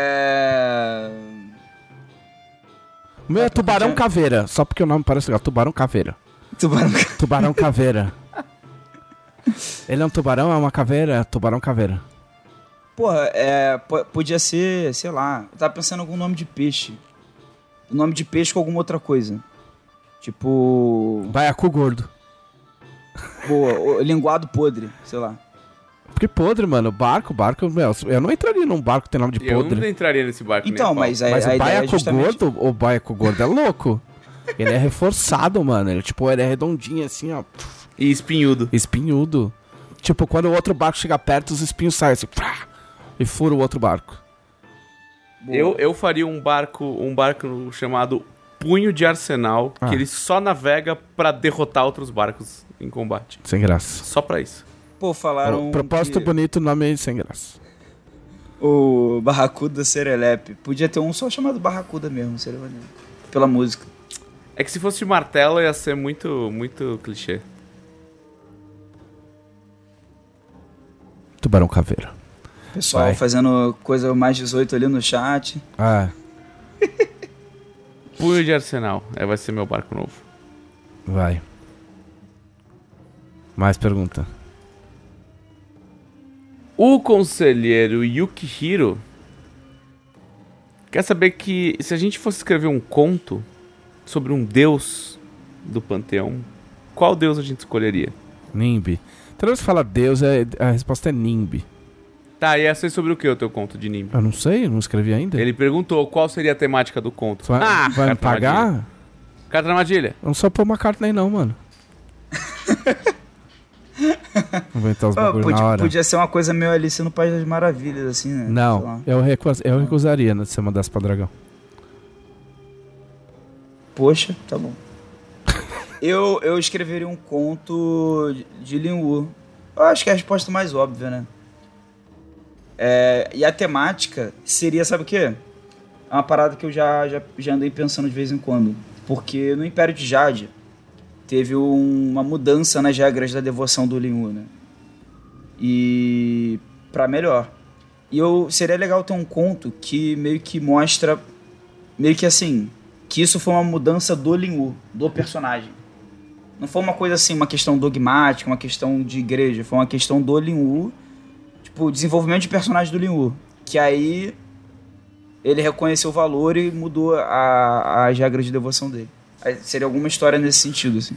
O meu é Tubarão Caveira, só porque o nome parece legal. Tubarão Caveira. Tubarão Caveira. Ele é um tubarão, é uma caveira? É Tubarão Caveira. Porra, podia ser, sei lá, eu tava pensando em algum nome de peixe. O nome de peixe com alguma outra coisa. Tipo... Baiacu Gordo. Boa, linguado podre, sei lá. Porque podre, mano. Barco, meu, eu não entraria num barco que tem nome de Eu podre. não entraria nesse barco Então, nem a pau. mas Mas a o ideia é Baiacu justamente... Gordo, o Baiacu Gordo é louco. Ele é reforçado, mano. Ele é redondinho assim, ó. E espinhudo. Espinhudo. Tipo, quando o outro barco chega perto, os espinhos saem assim. E fura o outro barco. Eu faria um barco chamado Punho de Arsenal, que ele só navega pra derrotar outros barcos em combate. Sem graça. Só pra isso. Pô, falaram Propósito que bonito, nome sem graça. o Barracuda Serelepe. Podia ter um só chamado Barracuda mesmo, seria maneiro. Pela música. É que se fosse de martelo ia ser muito, muito clichê. Tubarão Caveira. Pessoal Vai. fazendo coisa mais 18 ali no chat. Punho de Arsenal. Vai ser meu barco novo. Vai. Mais pergunta. O conselheiro Yukihiro quer saber que se a gente fosse escrever um conto sobre um deus do panteão, qual deus a gente escolheria? Nimbi. Toda vez que fala Deus, a resposta é Nimbi. Tá, e ia ser sobre o que o teu conto de Nimbi? Eu não sei, eu não escrevi ainda. Ele perguntou qual seria a temática do conto. Vai me carta pagar? armadilha. Carta armadilha. Eu não sou Paul McCartney não, mano. Vou inventar os bagulho na hora. Podia ser uma coisa meio Alice no País das Maravilhas, assim, né? Sei Não, lá. eu recusaria né, se você mandasse pra Dragão. Poxa, tá bom. Eu escreveria um conto de Lin Wu. Eu acho que é a resposta mais óbvia, né? E a temática seria, sabe o quê? É uma parada que eu já andei pensando de vez em quando. Porque no Império de Jade teve uma mudança nas regras da devoção do Lin Wu, né? E pra melhor. E seria legal ter um conto que meio que mostra, meio que assim, que isso foi uma mudança do Lin Wu, do personagem. Não foi uma coisa assim, uma questão dogmática, uma questão de igreja. Foi uma questão do Lin Wu, tipo, o desenvolvimento de personagem do Lin Wu. Que aí ele reconheceu o valor e mudou as regras de devoção dele. Aí seria alguma história nesse sentido, assim.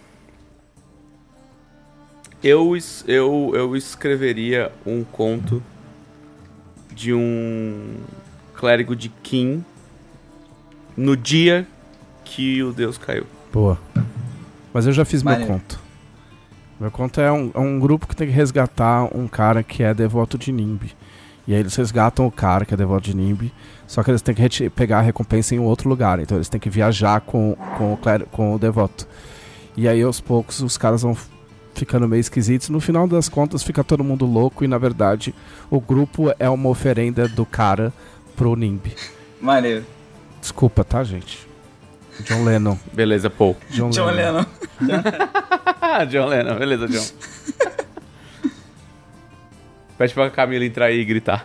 Eu escreveria um conto de um clérigo de Qin no dia que o deus caiu. Boa. Mas eu já fiz meu Maneiro. conto. Meu conto é um grupo que tem que resgatar um cara que é devoto de Nimbi. E aí eles resgatam o cara que é devoto de Nimbi, só que eles têm que pegar a recompensa em outro lugar. Então eles têm que viajar com o devoto. E aí aos poucos os caras vão ficando meio esquisitos. No final das contas fica todo mundo louco e na verdade o grupo é uma oferenda do cara pro Nimbi. Maneiro. Desculpa, tá, gente? John Lennon. Beleza, Paul. John Lennon. John Lennon, beleza, John. Pede pra Camila entrar aí e gritar.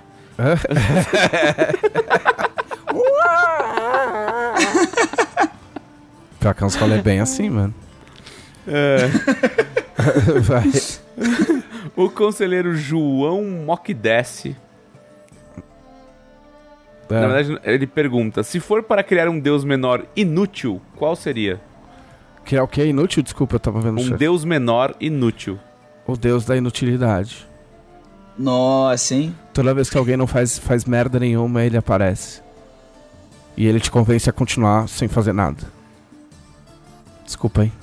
Pior que uns rolê bem assim, mano. Vai. O conselheiro João Mocdesse. Na verdade, ele pergunta: se for para criar um deus menor inútil, qual seria? Criar o que? Inútil? Desculpa, eu tava vendo o Um chat. deus menor inútil. O deus da inutilidade. Nossa, hein? Toda vez que alguém não faz merda nenhuma, ele aparece. E ele te convence a continuar sem fazer nada. Desculpa, hein?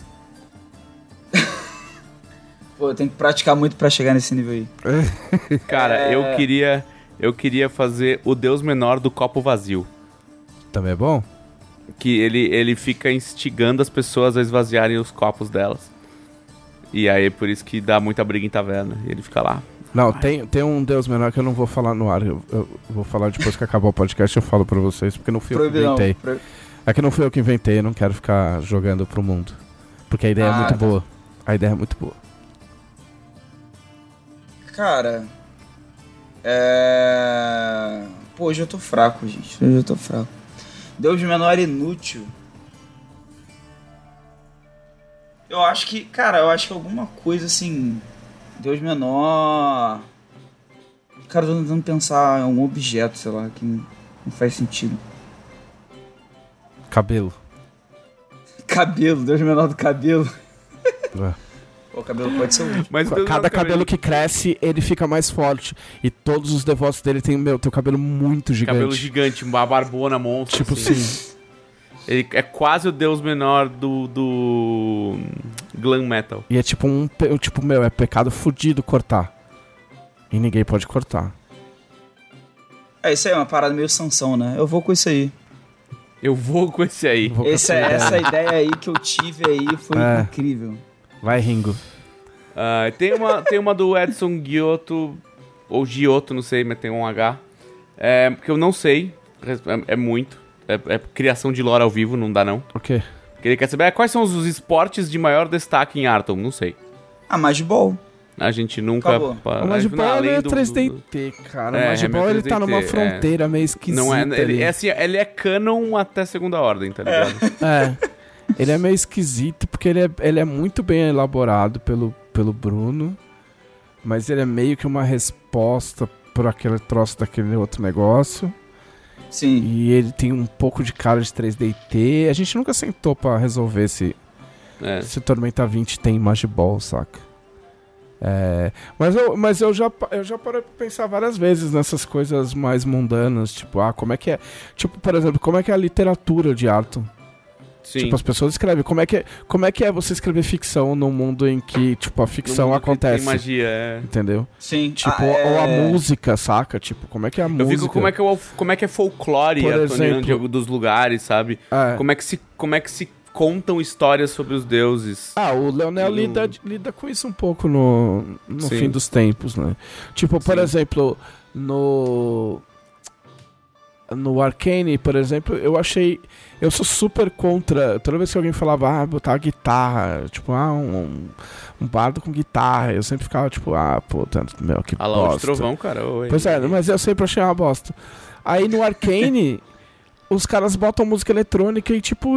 Pô, eu tenho que praticar muito pra chegar nesse nível aí. Cara, eu queria fazer o deus menor do copo vazio. Também é bom? Que ele fica instigando as pessoas a esvaziarem os copos delas. E aí é por isso que dá muita briga em taverna. E ele fica lá. Não, tem um deus menor que eu não vou falar no ar. Eu vou falar depois que acabar o podcast, eu falo pra vocês, porque não fui eu que inventei. É que não fui eu que inventei, eu não quero ficar jogando pro mundo. Porque a ideia é muito boa. A ideia é muito boa. Cara... Pô, hoje eu tô fraco, gente. Hoje eu tô fraco. Deus menor inútil. Eu acho que alguma coisa assim... Deus menor... Cara, eu tô tentando pensar em algum objeto, sei lá, que não faz sentido. Cabelo. Cabelo, Deus menor do cabelo. É. Pô, o cabelo pode ser útil. Mas o deus Cada menor do cabelo que cresce, ele fica mais forte. E todos os devotos dele tem o cabelo muito gigante. Cabelo gigante, uma barbona monstro. Tipo assim. Ele é quase o deus menor do glam metal. E é tipo é pecado fudido cortar. E ninguém pode cortar. É isso aí, uma parada meio Sansão, né? Eu vou com isso aí. Eu vou com esse aí. Essa ideia aí que eu tive aí foi incrível. Vai, Ringo. Tem uma do Edson Giotto, ou Giotto, não sei, mas tem um H. Porque eu não sei, é muito. É criação de lore ao vivo, não dá não. O quê? Porque ele quer saber quais são os esportes de maior destaque em Arton, não sei. Magibol. A gente nunca... Acabou. O Magibol é 3DT, cara. O Magibol ele tá numa fronteira meio esquisita. Não é, assim, ele é canon até segunda ordem, tá ligado? Ele é meio esquisito porque ele é muito bem elaborado pelo Bruno, mas ele é meio que uma resposta por aquele troço daquele outro negócio. Sim. E ele tem um pouco de cara de 3DT. A gente nunca sentou pra resolver se Tormenta 20 tem Magibol, saca? Mas eu já parei pra pensar várias vezes nessas coisas mais mundanas, tipo, como é que é? Tipo, por exemplo, como é que é a literatura de Arton? Sim. Tipo, as pessoas escrevem. Como é que é você escrever ficção num mundo em que, tipo, a ficção acontece? Tem magia, Entendeu? Sim. Tipo, ou a música, saca? Tipo, como é que é a música? Eu fico, como é que é folclore Por artoniano exemplo, dos lugares, sabe? Como é que se contam histórias sobre os deuses? O Leonel lida com isso um pouco no fim dos tempos, né? Tipo, por exemplo, no Arcane, por exemplo, eu sou super contra. Toda vez que alguém falava, botar uma guitarra, tipo, um bardo com guitarra, eu sempre ficava, tipo, que A Laura de bosta. Trovão, cara. Pois é, mas eu sempre achei uma bosta. Aí no Arcane, os caras botam música eletrônica e, tipo,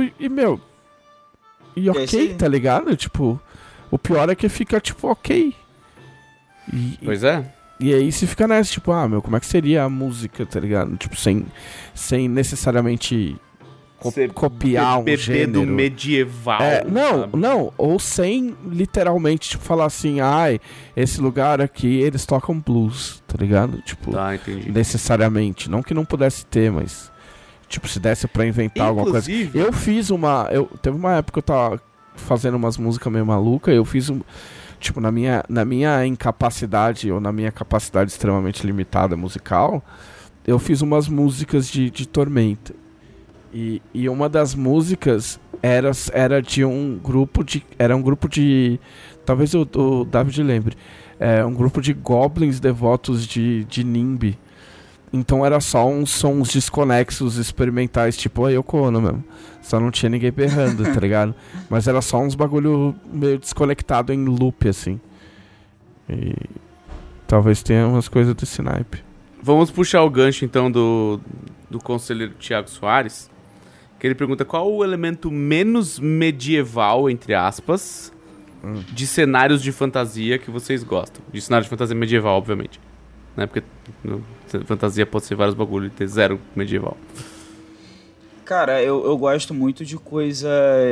e ok, tá ligado? Tipo, o pior é que fica, tipo, ok. Pois é. E aí você fica nessa, tipo, como é que seria a música, tá ligado? Tipo, sem necessariamente copiar um gênero. do medieval. Não, ou sem literalmente, tipo, falar assim, esse lugar aqui, eles tocam blues, tá ligado? Tipo, entendi. Necessariamente. Não que não pudesse ter, mas, tipo, se desse pra inventar alguma coisa. Eu fiz teve uma época que eu tava fazendo umas músicas meio malucas, eu fiz tipo, na minha incapacidade, ou na minha capacidade extremamente limitada musical, eu fiz umas músicas de Tormenta. E uma das músicas era de um grupo de... Era um grupo de... Talvez o David lembre. Um grupo de goblins devotos de Nimbi. Então era só uns sons desconexos experimentais, tipo a Yoko Ono mesmo. Só não tinha ninguém berrando, tá ligado? Mas era só uns bagulho meio desconectado em loop, assim. E talvez tenha umas coisas desse naipe. Vamos puxar o gancho, então, do conselheiro Thiago Soares, que ele pergunta qual o elemento menos medieval, entre aspas, de cenários de fantasia que vocês gostam. De cenário de fantasia medieval, obviamente. Né? Porque fantasia pode ser vários bagulhos e ter zero medieval. Cara, eu gosto muito de coisas...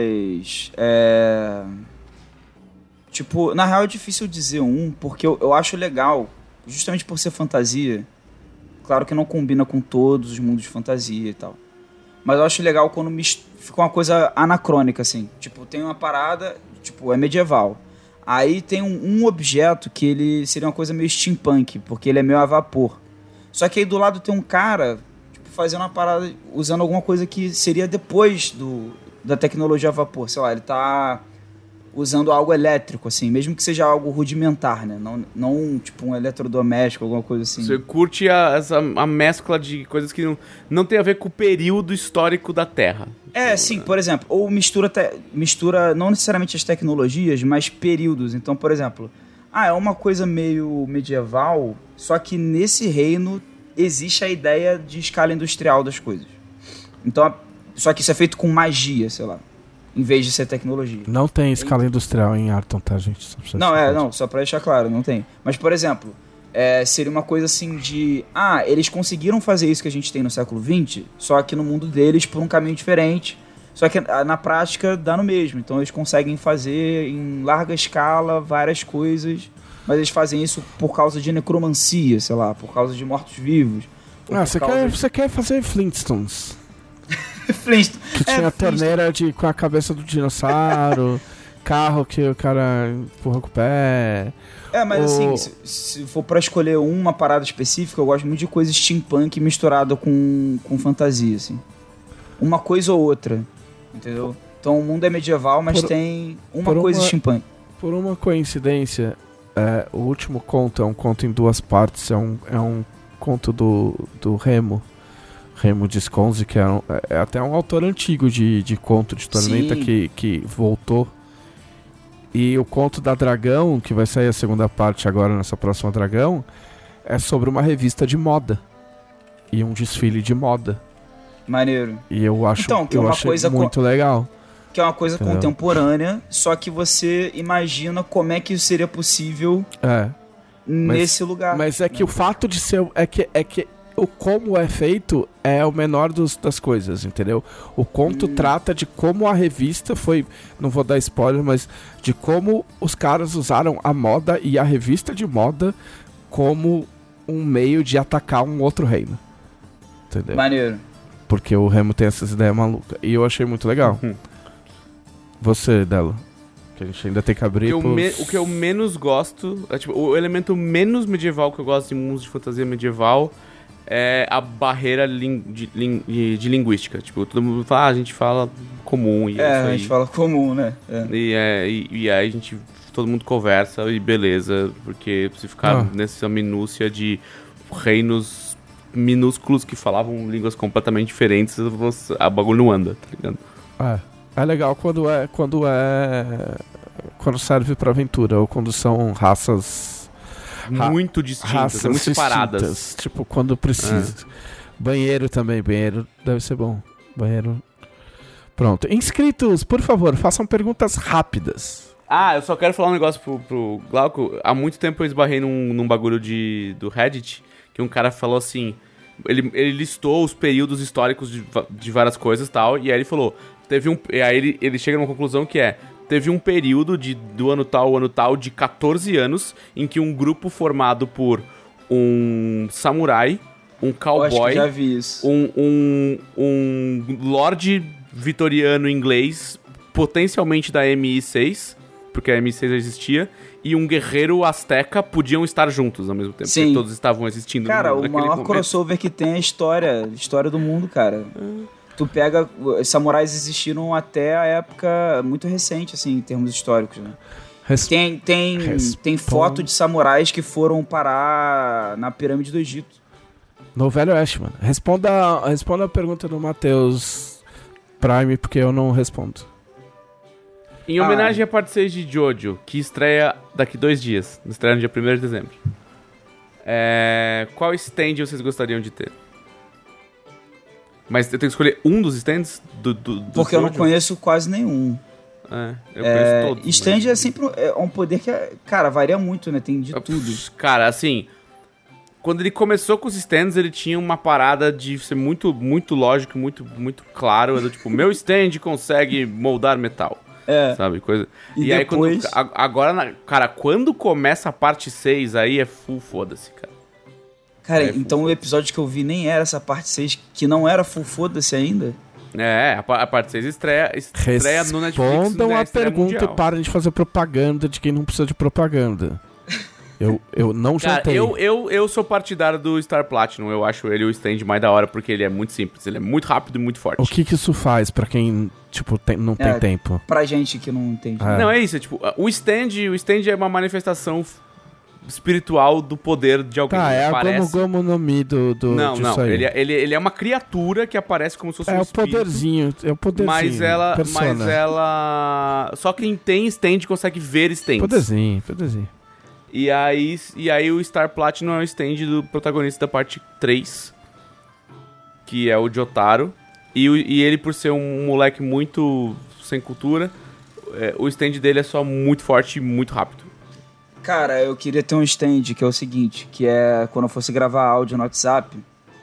Tipo, na real é difícil dizer porque eu acho legal, justamente por ser fantasia. Claro que não combina com todos os mundos de fantasia e tal. Mas eu acho legal quando fica uma coisa anacrônica, assim. Tipo, tem uma parada, tipo, é medieval. Aí tem um objeto que ele seria uma coisa meio steampunk, porque ele é meio a vapor. Só que aí do lado tem um cara, tipo, fazendo uma parada, usando alguma coisa que seria depois da tecnologia a vapor. Sei lá, ele tá usando algo elétrico, assim, mesmo que seja algo rudimentar, né? Não tipo um eletrodoméstico, alguma coisa assim. Você curte a mescla de coisas que não tem a ver com o período histórico da Terra. Sim, por exemplo, ou mistura não necessariamente as tecnologias, mas períodos. Então, por exemplo, é uma coisa meio medieval, só que nesse reino existe a ideia de escala industrial das coisas. Então, só que isso é feito com magia, sei lá. Em vez de ser tecnologia. Não tem escala industrial em Arton, tá, gente? Só pra deixar claro, não tem. Mas, por exemplo, seria uma coisa assim de... eles conseguiram fazer isso que a gente tem no século XX, só que no mundo deles por um caminho diferente. Só que na prática dá no mesmo. Então eles conseguem fazer em larga escala várias coisas, mas eles fazem isso por causa de necromancia, sei lá, por causa de mortos-vivos. Você quer fazer Flintstones? Flintstone. Que tinha a torneira com a cabeça do dinossauro, carro que o cara empurra com o pé. Mas assim, se for pra escolher uma parada específica, eu gosto muito de coisa steampunk misturada com fantasia, assim. Uma coisa ou outra, entendeu? Então o mundo é medieval, mas tem uma coisa steampunk. Por uma coincidência, o último conto é um conto em duas partes, é um conto do Remo Disconzi, que é até um autor antigo de conto de Tormenta que voltou. E o conto da Dragão, que vai sair a segunda parte agora nessa próxima Dragão, é sobre uma revista de moda. E um desfile de moda. Maneiro. E eu acho muito legal. Que é uma coisa contemporânea, só que você imagina como é que isso seria possível nesse lugar. Mas é que o fato de ser... É que o como é feito é o menor das coisas, entendeu? O conto trata de como a revista foi... Não vou dar spoiler, mas de como os caras usaram a moda e a revista de moda como um meio de atacar um outro reino. Entendeu? Maneiro. Porque o Remo tem essas ideias malucas. E eu achei muito legal. Você, Delo? Que a gente ainda tem que abrir o que eu menos gosto... o elemento menos medieval que eu gosto em mundos de fantasia medieval... é a barreira de linguística. Tipo, todo mundo fala, a gente fala comum. E a gente fala comum, né? E aí a gente, todo mundo conversa e beleza, porque se ficar nessa minúcia de reinos minúsculos que falavam línguas completamente diferentes, a bagulho não anda, tá ligado? É legal quando serve pra aventura, ou quando são raças... muito distintas, muito separadas. Tipo, quando precisa. Banheiro também, banheiro deve ser bom. Banheiro. Pronto. Inscritos, por favor, façam perguntas rápidas. Eu só quero falar um negócio pro Glauco. Há muito tempo eu esbarrei num bagulho do Reddit, que um cara falou assim, ele listou os períodos históricos de várias coisas e tal, e aí ele falou, e aí ele chega numa conclusão que teve um período do ano tal, de 14 anos, em que um grupo formado por um samurai, um cowboy, já vi isso. um lord vitoriano inglês, potencialmente da MI6, porque a MI6 já existia, e um guerreiro azteca podiam estar juntos ao mesmo tempo. Sim. Porque todos estavam existindo. Cara, o maior crossover que tem é a história do mundo, cara. Tu pega... Os samurais existiram até a época muito recente, assim, em termos históricos, né? Tem foto de samurais que foram parar na pirâmide do Egito. No Velho Oeste, mano. Responda a pergunta do Matheus Prime, porque eu não respondo. Em homenagem à parte 6 de Jojo, que estreia daqui 2 dias. Estreia no dia 1º de dezembro. Qual stand vocês gostariam de ter? Mas eu tenho que escolher um dos stands do Porque eu não Jojo? conheço quase nenhum. Eu conheço todos. Stand mas- é sempre um poder que, cara, varia muito, né? Tem de tudo. Cara, assim, quando ele começou com os stands, ele tinha uma parada de ser muito, muito lógico, muito, muito claro. Era tipo, meu stand consegue moldar metal. Sabe, coisa. E aí, depois- agora, cara, quando começa a parte 6, aí é full foda-se, cara. Cara, É, então o episódio que eu vi nem era essa parte 6, que não era full foda-se ainda. A parte 6 estreia no Netflix. Respondam né, a estreia pergunta mundial. e parem de fazer propaganda de quem não precisa de propaganda. Eu não Cara, jantei. eu sou partidário do Star Platinum. Eu acho ele o stand mais da hora porque ele é muito simples. Ele é muito rápido e muito forte. O que isso faz pra quem, tipo, não tem tempo? Pra gente que não entende. É. Não, é isso. Tipo, o stand é uma manifestação espiritual do poder de alguém. Tá, é a Parece... Gomu Gomu no Mi disso Não. aí. Ele é uma criatura que aparece como se fosse É um o espírito. poderzinho, Mas ela, Persona. Só quem tem stand consegue ver stands. Poderzinho. E aí o Star Platinum é o stand do protagonista da parte 3, que é o Jotaro. E ele, por ser um moleque muito sem cultura, o stand dele é só muito forte e muito rápido. Cara, eu queria ter um stand que é o seguinte, que é quando eu fosse gravar áudio no WhatsApp,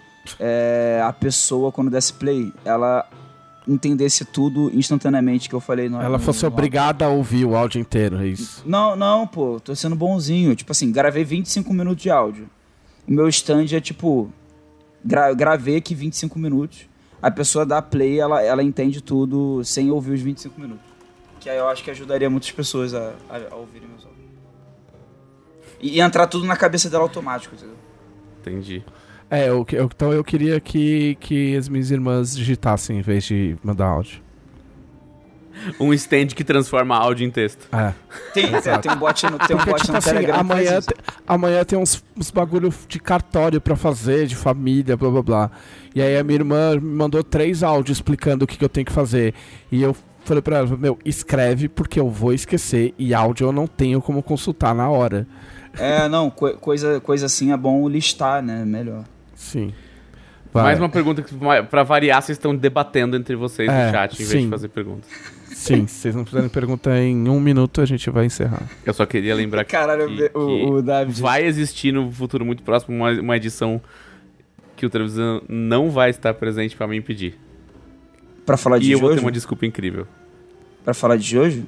a pessoa, quando desse play, ela entendesse tudo instantaneamente que eu falei no Ela fosse obrigada a ouvir o áudio inteiro, é isso. Não, pô, tô sendo bonzinho. Tipo assim, gravei 25 minutos de áudio. O meu stand é tipo, gravei aqui 25 minutos, a pessoa dá play, ela entende tudo sem ouvir os 25 minutos. Que aí eu acho que ajudaria muitas pessoas a ouvirem meus áudios. E entrar tudo na cabeça dela automático, entendeu? Entendi. Então eu queria que as minhas irmãs digitassem em vez de mandar áudio. Um stand que transforma áudio em texto. Tem um bot no, tem um Porque, bot tipo no assim, Telegram que faz isso. amanhã tem uns bagulho de cartório pra fazer, de família, blá blá blá. E aí a minha irmã me mandou 3 áudios explicando o que eu tenho que fazer. E eu falei pra ela, escreve porque eu vou esquecer e áudio eu não tenho como consultar na hora. Coisa assim é bom listar, né? Melhor. Sim. Mais uma pergunta que, pra variar, vocês estão debatendo entre vocês no chat em vez sim. de fazer perguntas. Sim, se vocês não fizerem pergunta em 1 minuto, a gente vai encerrar. Eu só queria lembrar Caralho, o David. vai existir no futuro muito próximo uma edição que o televisão não vai estar presente pra me impedir. Pra falar de E eu vou ter Jojo? uma desculpa incrível. Pra falar de Jojo?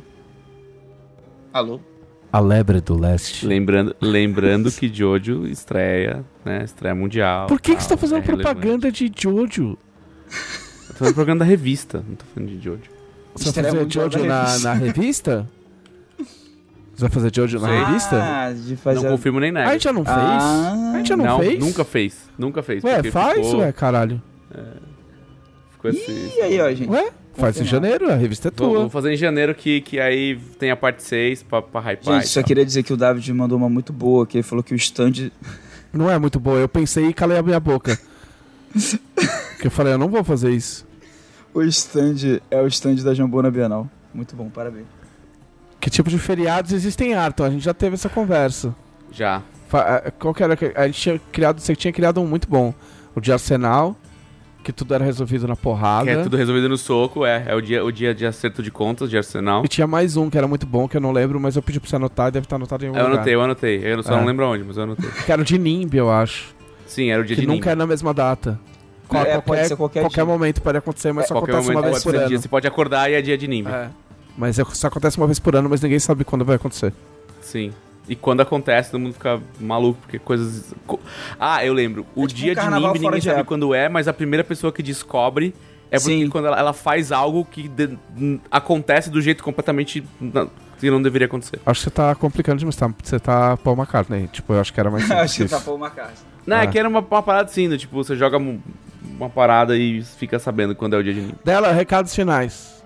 Alô? A Lebre do Leste. Lembrando que Jojo estreia mundial. Por que você tá fazendo relevante. propaganda de Jojo? Eu tô fazendo propaganda da revista, não tô falando de Jojo. Você vai Estreia fazer mundial Jojo da revista. na revista? Você vai fazer Jojo na revista? De fazer... Não confirmo nem nada. A gente já não fez? A gente já não fez? Nunca fez. Ué, porque faz, ficou, caralho. Ficou esse... E aí, ó, gente? Ué, faz em janeiro, a revista é tua. Vou fazer em janeiro que aí tem a parte 6 pra hypar. Gente, só queria dizer que o David mandou uma muito boa, que ele falou que o stand... Não é muito boa, eu pensei e calei a minha boca. Porque eu falei, eu não vou fazer isso. O stand é o stand da Jambô na Bienal. Muito bom, parabéns. Que tipo de feriados existem em Arton? A gente já teve essa conversa. Já. Qual que era? A gente tinha criado, você tinha criado um muito bom. O de Arsenal, que tudo era resolvido na porrada. Que é tudo resolvido no soco, é o dia de acerto de contas de Arsenal. E tinha mais um que era muito bom, que eu não lembro, mas eu pedi pra você anotar e deve estar anotado em algum lugar. Eu anotei. Eu só não lembro onde, mas eu anotei. Que era o de Nimbi, eu acho. Sim, era o dia Que de nunca Nimbi. é na mesma data. Pode ser qualquer dia. momento pode acontecer, mas só Qualquer acontece uma momento vez pode por ser ano. dia. Você pode acordar e é dia de Nimbi. Mas só acontece uma vez por ano, mas ninguém sabe quando vai acontecer. Sim. E quando acontece, todo mundo fica maluco, porque coisas... Eu lembro. O tipo dia um de carnaval Nimbi fora ninguém de sabe época. quando é, mas a primeira pessoa que descobre é porque Sim. quando ela faz algo que acontece do jeito completamente que não deveria acontecer. Acho que você tá complicando demais, você tá Paul McCartney. Tipo, eu acho que era mais simples Acho que isso. tá por uma casa. Não, é que era uma parada assim, né? Tipo, você joga uma parada e fica sabendo quando é o dia de Nimbi. Dela, recados finais.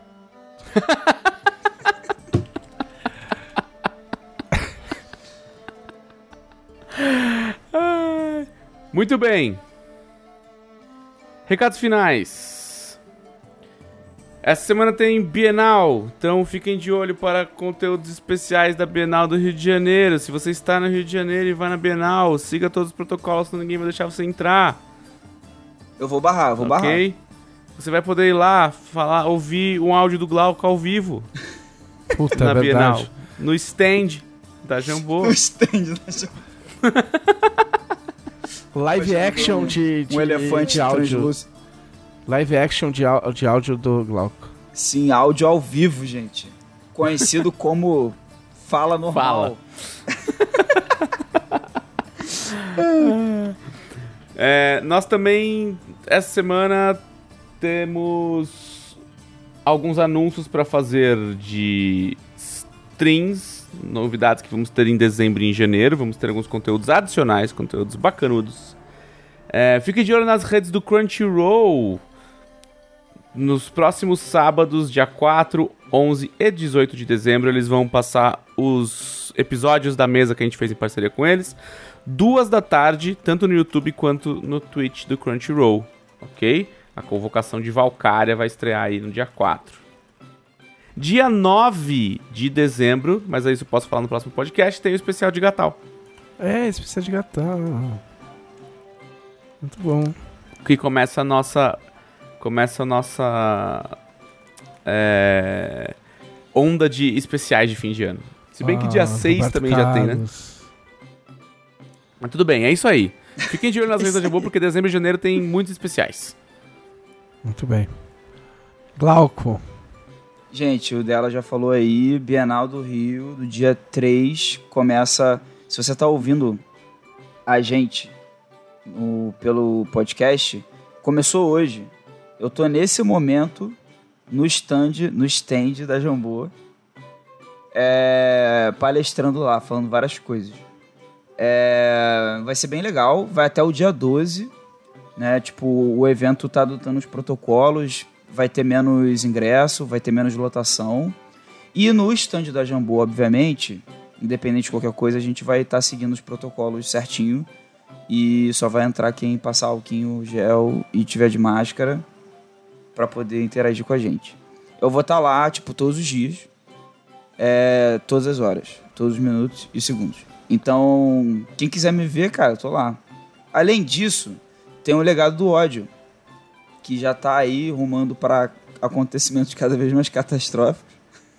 Muito bem. Recados finais. Essa semana tem Bienal, então fiquem de olho para conteúdos especiais da Bienal do Rio de Janeiro. Se você está no Rio de Janeiro e vai na Bienal, siga todos os protocolos, senão ninguém vai deixar você entrar. Eu vou barrar. Ok? Você vai poder ir lá, ouvir um áudio do Glauco ao vivo. Puta, na é Bienal. verdade. No stand da Jambô. O stand da Jambô. Live action de elefante de áudio. translúcido. Live action de áudio do Glauco. Sim, áudio ao vivo, gente. Conhecido como Fala Normal. Nós também, essa semana, temos alguns anúncios para fazer de streams, novidades que vamos ter em dezembro e em janeiro. Vamos ter alguns conteúdos adicionais, conteúdos bacanudos. Fique de olho nas redes do Crunchyroll. Nos próximos sábados, dia 4, 11 e 18 de dezembro, eles vão passar os episódios da mesa que a gente fez em parceria com eles, 2 da tarde, tanto no YouTube quanto no Twitch do Crunchyroll, ok? A convocação de Valkyria vai estrear aí no dia 4. Dia 9 de dezembro, mas isso eu posso falar no próximo podcast, tem o especial de Gatal. Especial de Gatal. Muito bom. Que começa a nossa onda de especiais de fim de ano. Se bem que dia 6 Roberto também Carlos. já tem, né? Mas tudo bem, é isso aí. Fiquem de olho nas redes da Jambô, porque dezembro e janeiro tem muitos especiais. Muito bem. Glauco. Gente, o dela já falou aí, Bienal do Rio, do dia 3, começa... Se você tá ouvindo a gente pelo podcast, começou hoje. Eu tô nesse momento no stand da Jambô, palestrando lá, falando várias coisas. Vai ser bem legal, vai até o dia 12, né? Tipo, o evento tá adotando os protocolos, vai ter menos ingresso, vai ter menos lotação. E no stand da Jambô, obviamente, independente de qualquer coisa, a gente vai estar seguindo os protocolos certinho. E só vai entrar quem passar álcool gel e tiver de máscara para poder interagir com a gente. Eu vou estar lá, tipo, todos os dias, todas as horas, todos os minutos e segundos. Então, quem quiser me ver, cara, eu tô lá. Além disso, tem o Legado do Ódio, que já tá aí rumando para acontecimentos cada vez mais catastróficos.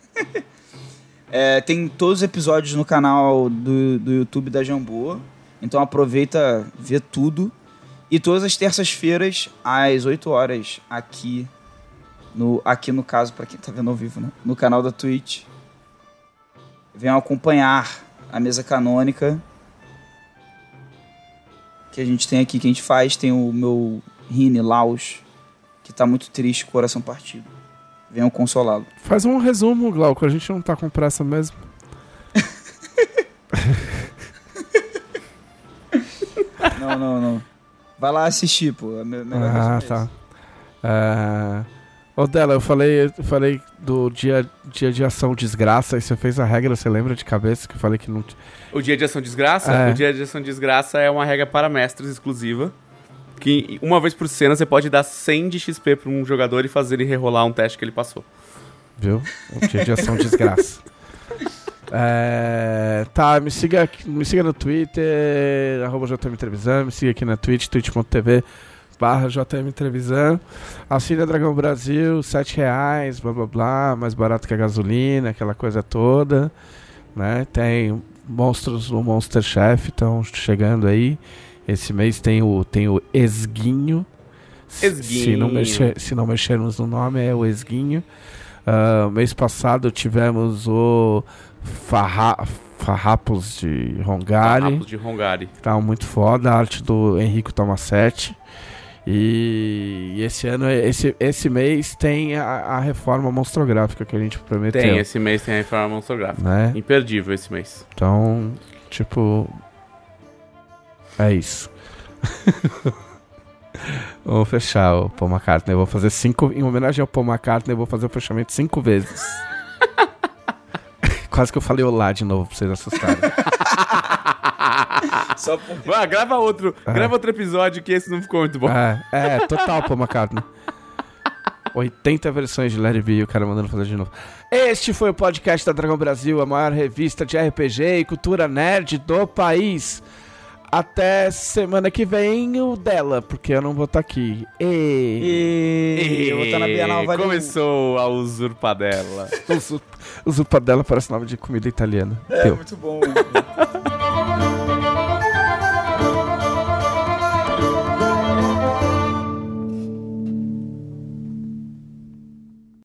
Tem todos os episódios no canal do YouTube da Jambô. Então aproveita, vê tudo. E todas as terças-feiras, às 8 horas, aqui no caso, pra quem tá vendo ao vivo, né? No canal da Twitch. Venham acompanhar a mesa canônica que a gente tem aqui, que a gente faz. Tem o meu Rine Laus, que tá muito triste, coração partido. Venham consolá-lo. Faz um resumo, Glauco, a gente não tá com pressa mesmo. Não. Vai lá assistir, pô. Tá. Dela, eu falei do dia de ação desgraça, e você fez a regra, você lembra de cabeça que eu falei que não... O dia de ação desgraça? O dia de ação desgraça é uma regra para mestres exclusiva, que uma vez por cena você pode dar 100 de XP para um jogador e fazer ele rerolar um teste que ele passou. Viu? O dia de ação desgraça. Tá, me siga no Twitter, @JMTrevisan, me siga aqui na Twitch, twitch.tv/JMTrevisan. Assine a Dragão Brasil, R$7, blá blá blá, mais barato que a gasolina, aquela coisa toda, né? Tem monstros no Monster Chef, estão chegando aí. Esse mês tem o Esguinho. Se não mexermos no nome, é o Esguinho. Mês passado tivemos o Farrapos de Hongari. Que tá muito foda, a arte do Henrico Tomassetti. E esse ano, esse mês tem a reforma monstrográfica que a gente prometeu. Esse mês tem a reforma monstrográfica, né? Imperdível esse mês. Então, tipo, é isso. Vou fechar o Paul McCartney. Eu vou fazer 5... Em homenagem ao Paul McCartney, eu vou fazer o fechamento 5 vezes. Quase que eu falei olá de novo pra vocês assustarem. Só porque... Grava outro episódio que esse não ficou muito bom. Total, Paul McCartney. 80 versões de Let It Be, o cara mandando fazer de novo. Este foi o podcast da Dragão Brasil, a maior revista de RPG e cultura nerd do país. Até semana que vem o dela, porque eu não vou estar aqui. Eu vou estar na Bienal, valeu. Começou a usurpadela. Usurpadela parece nome de comida italiana. Muito bom.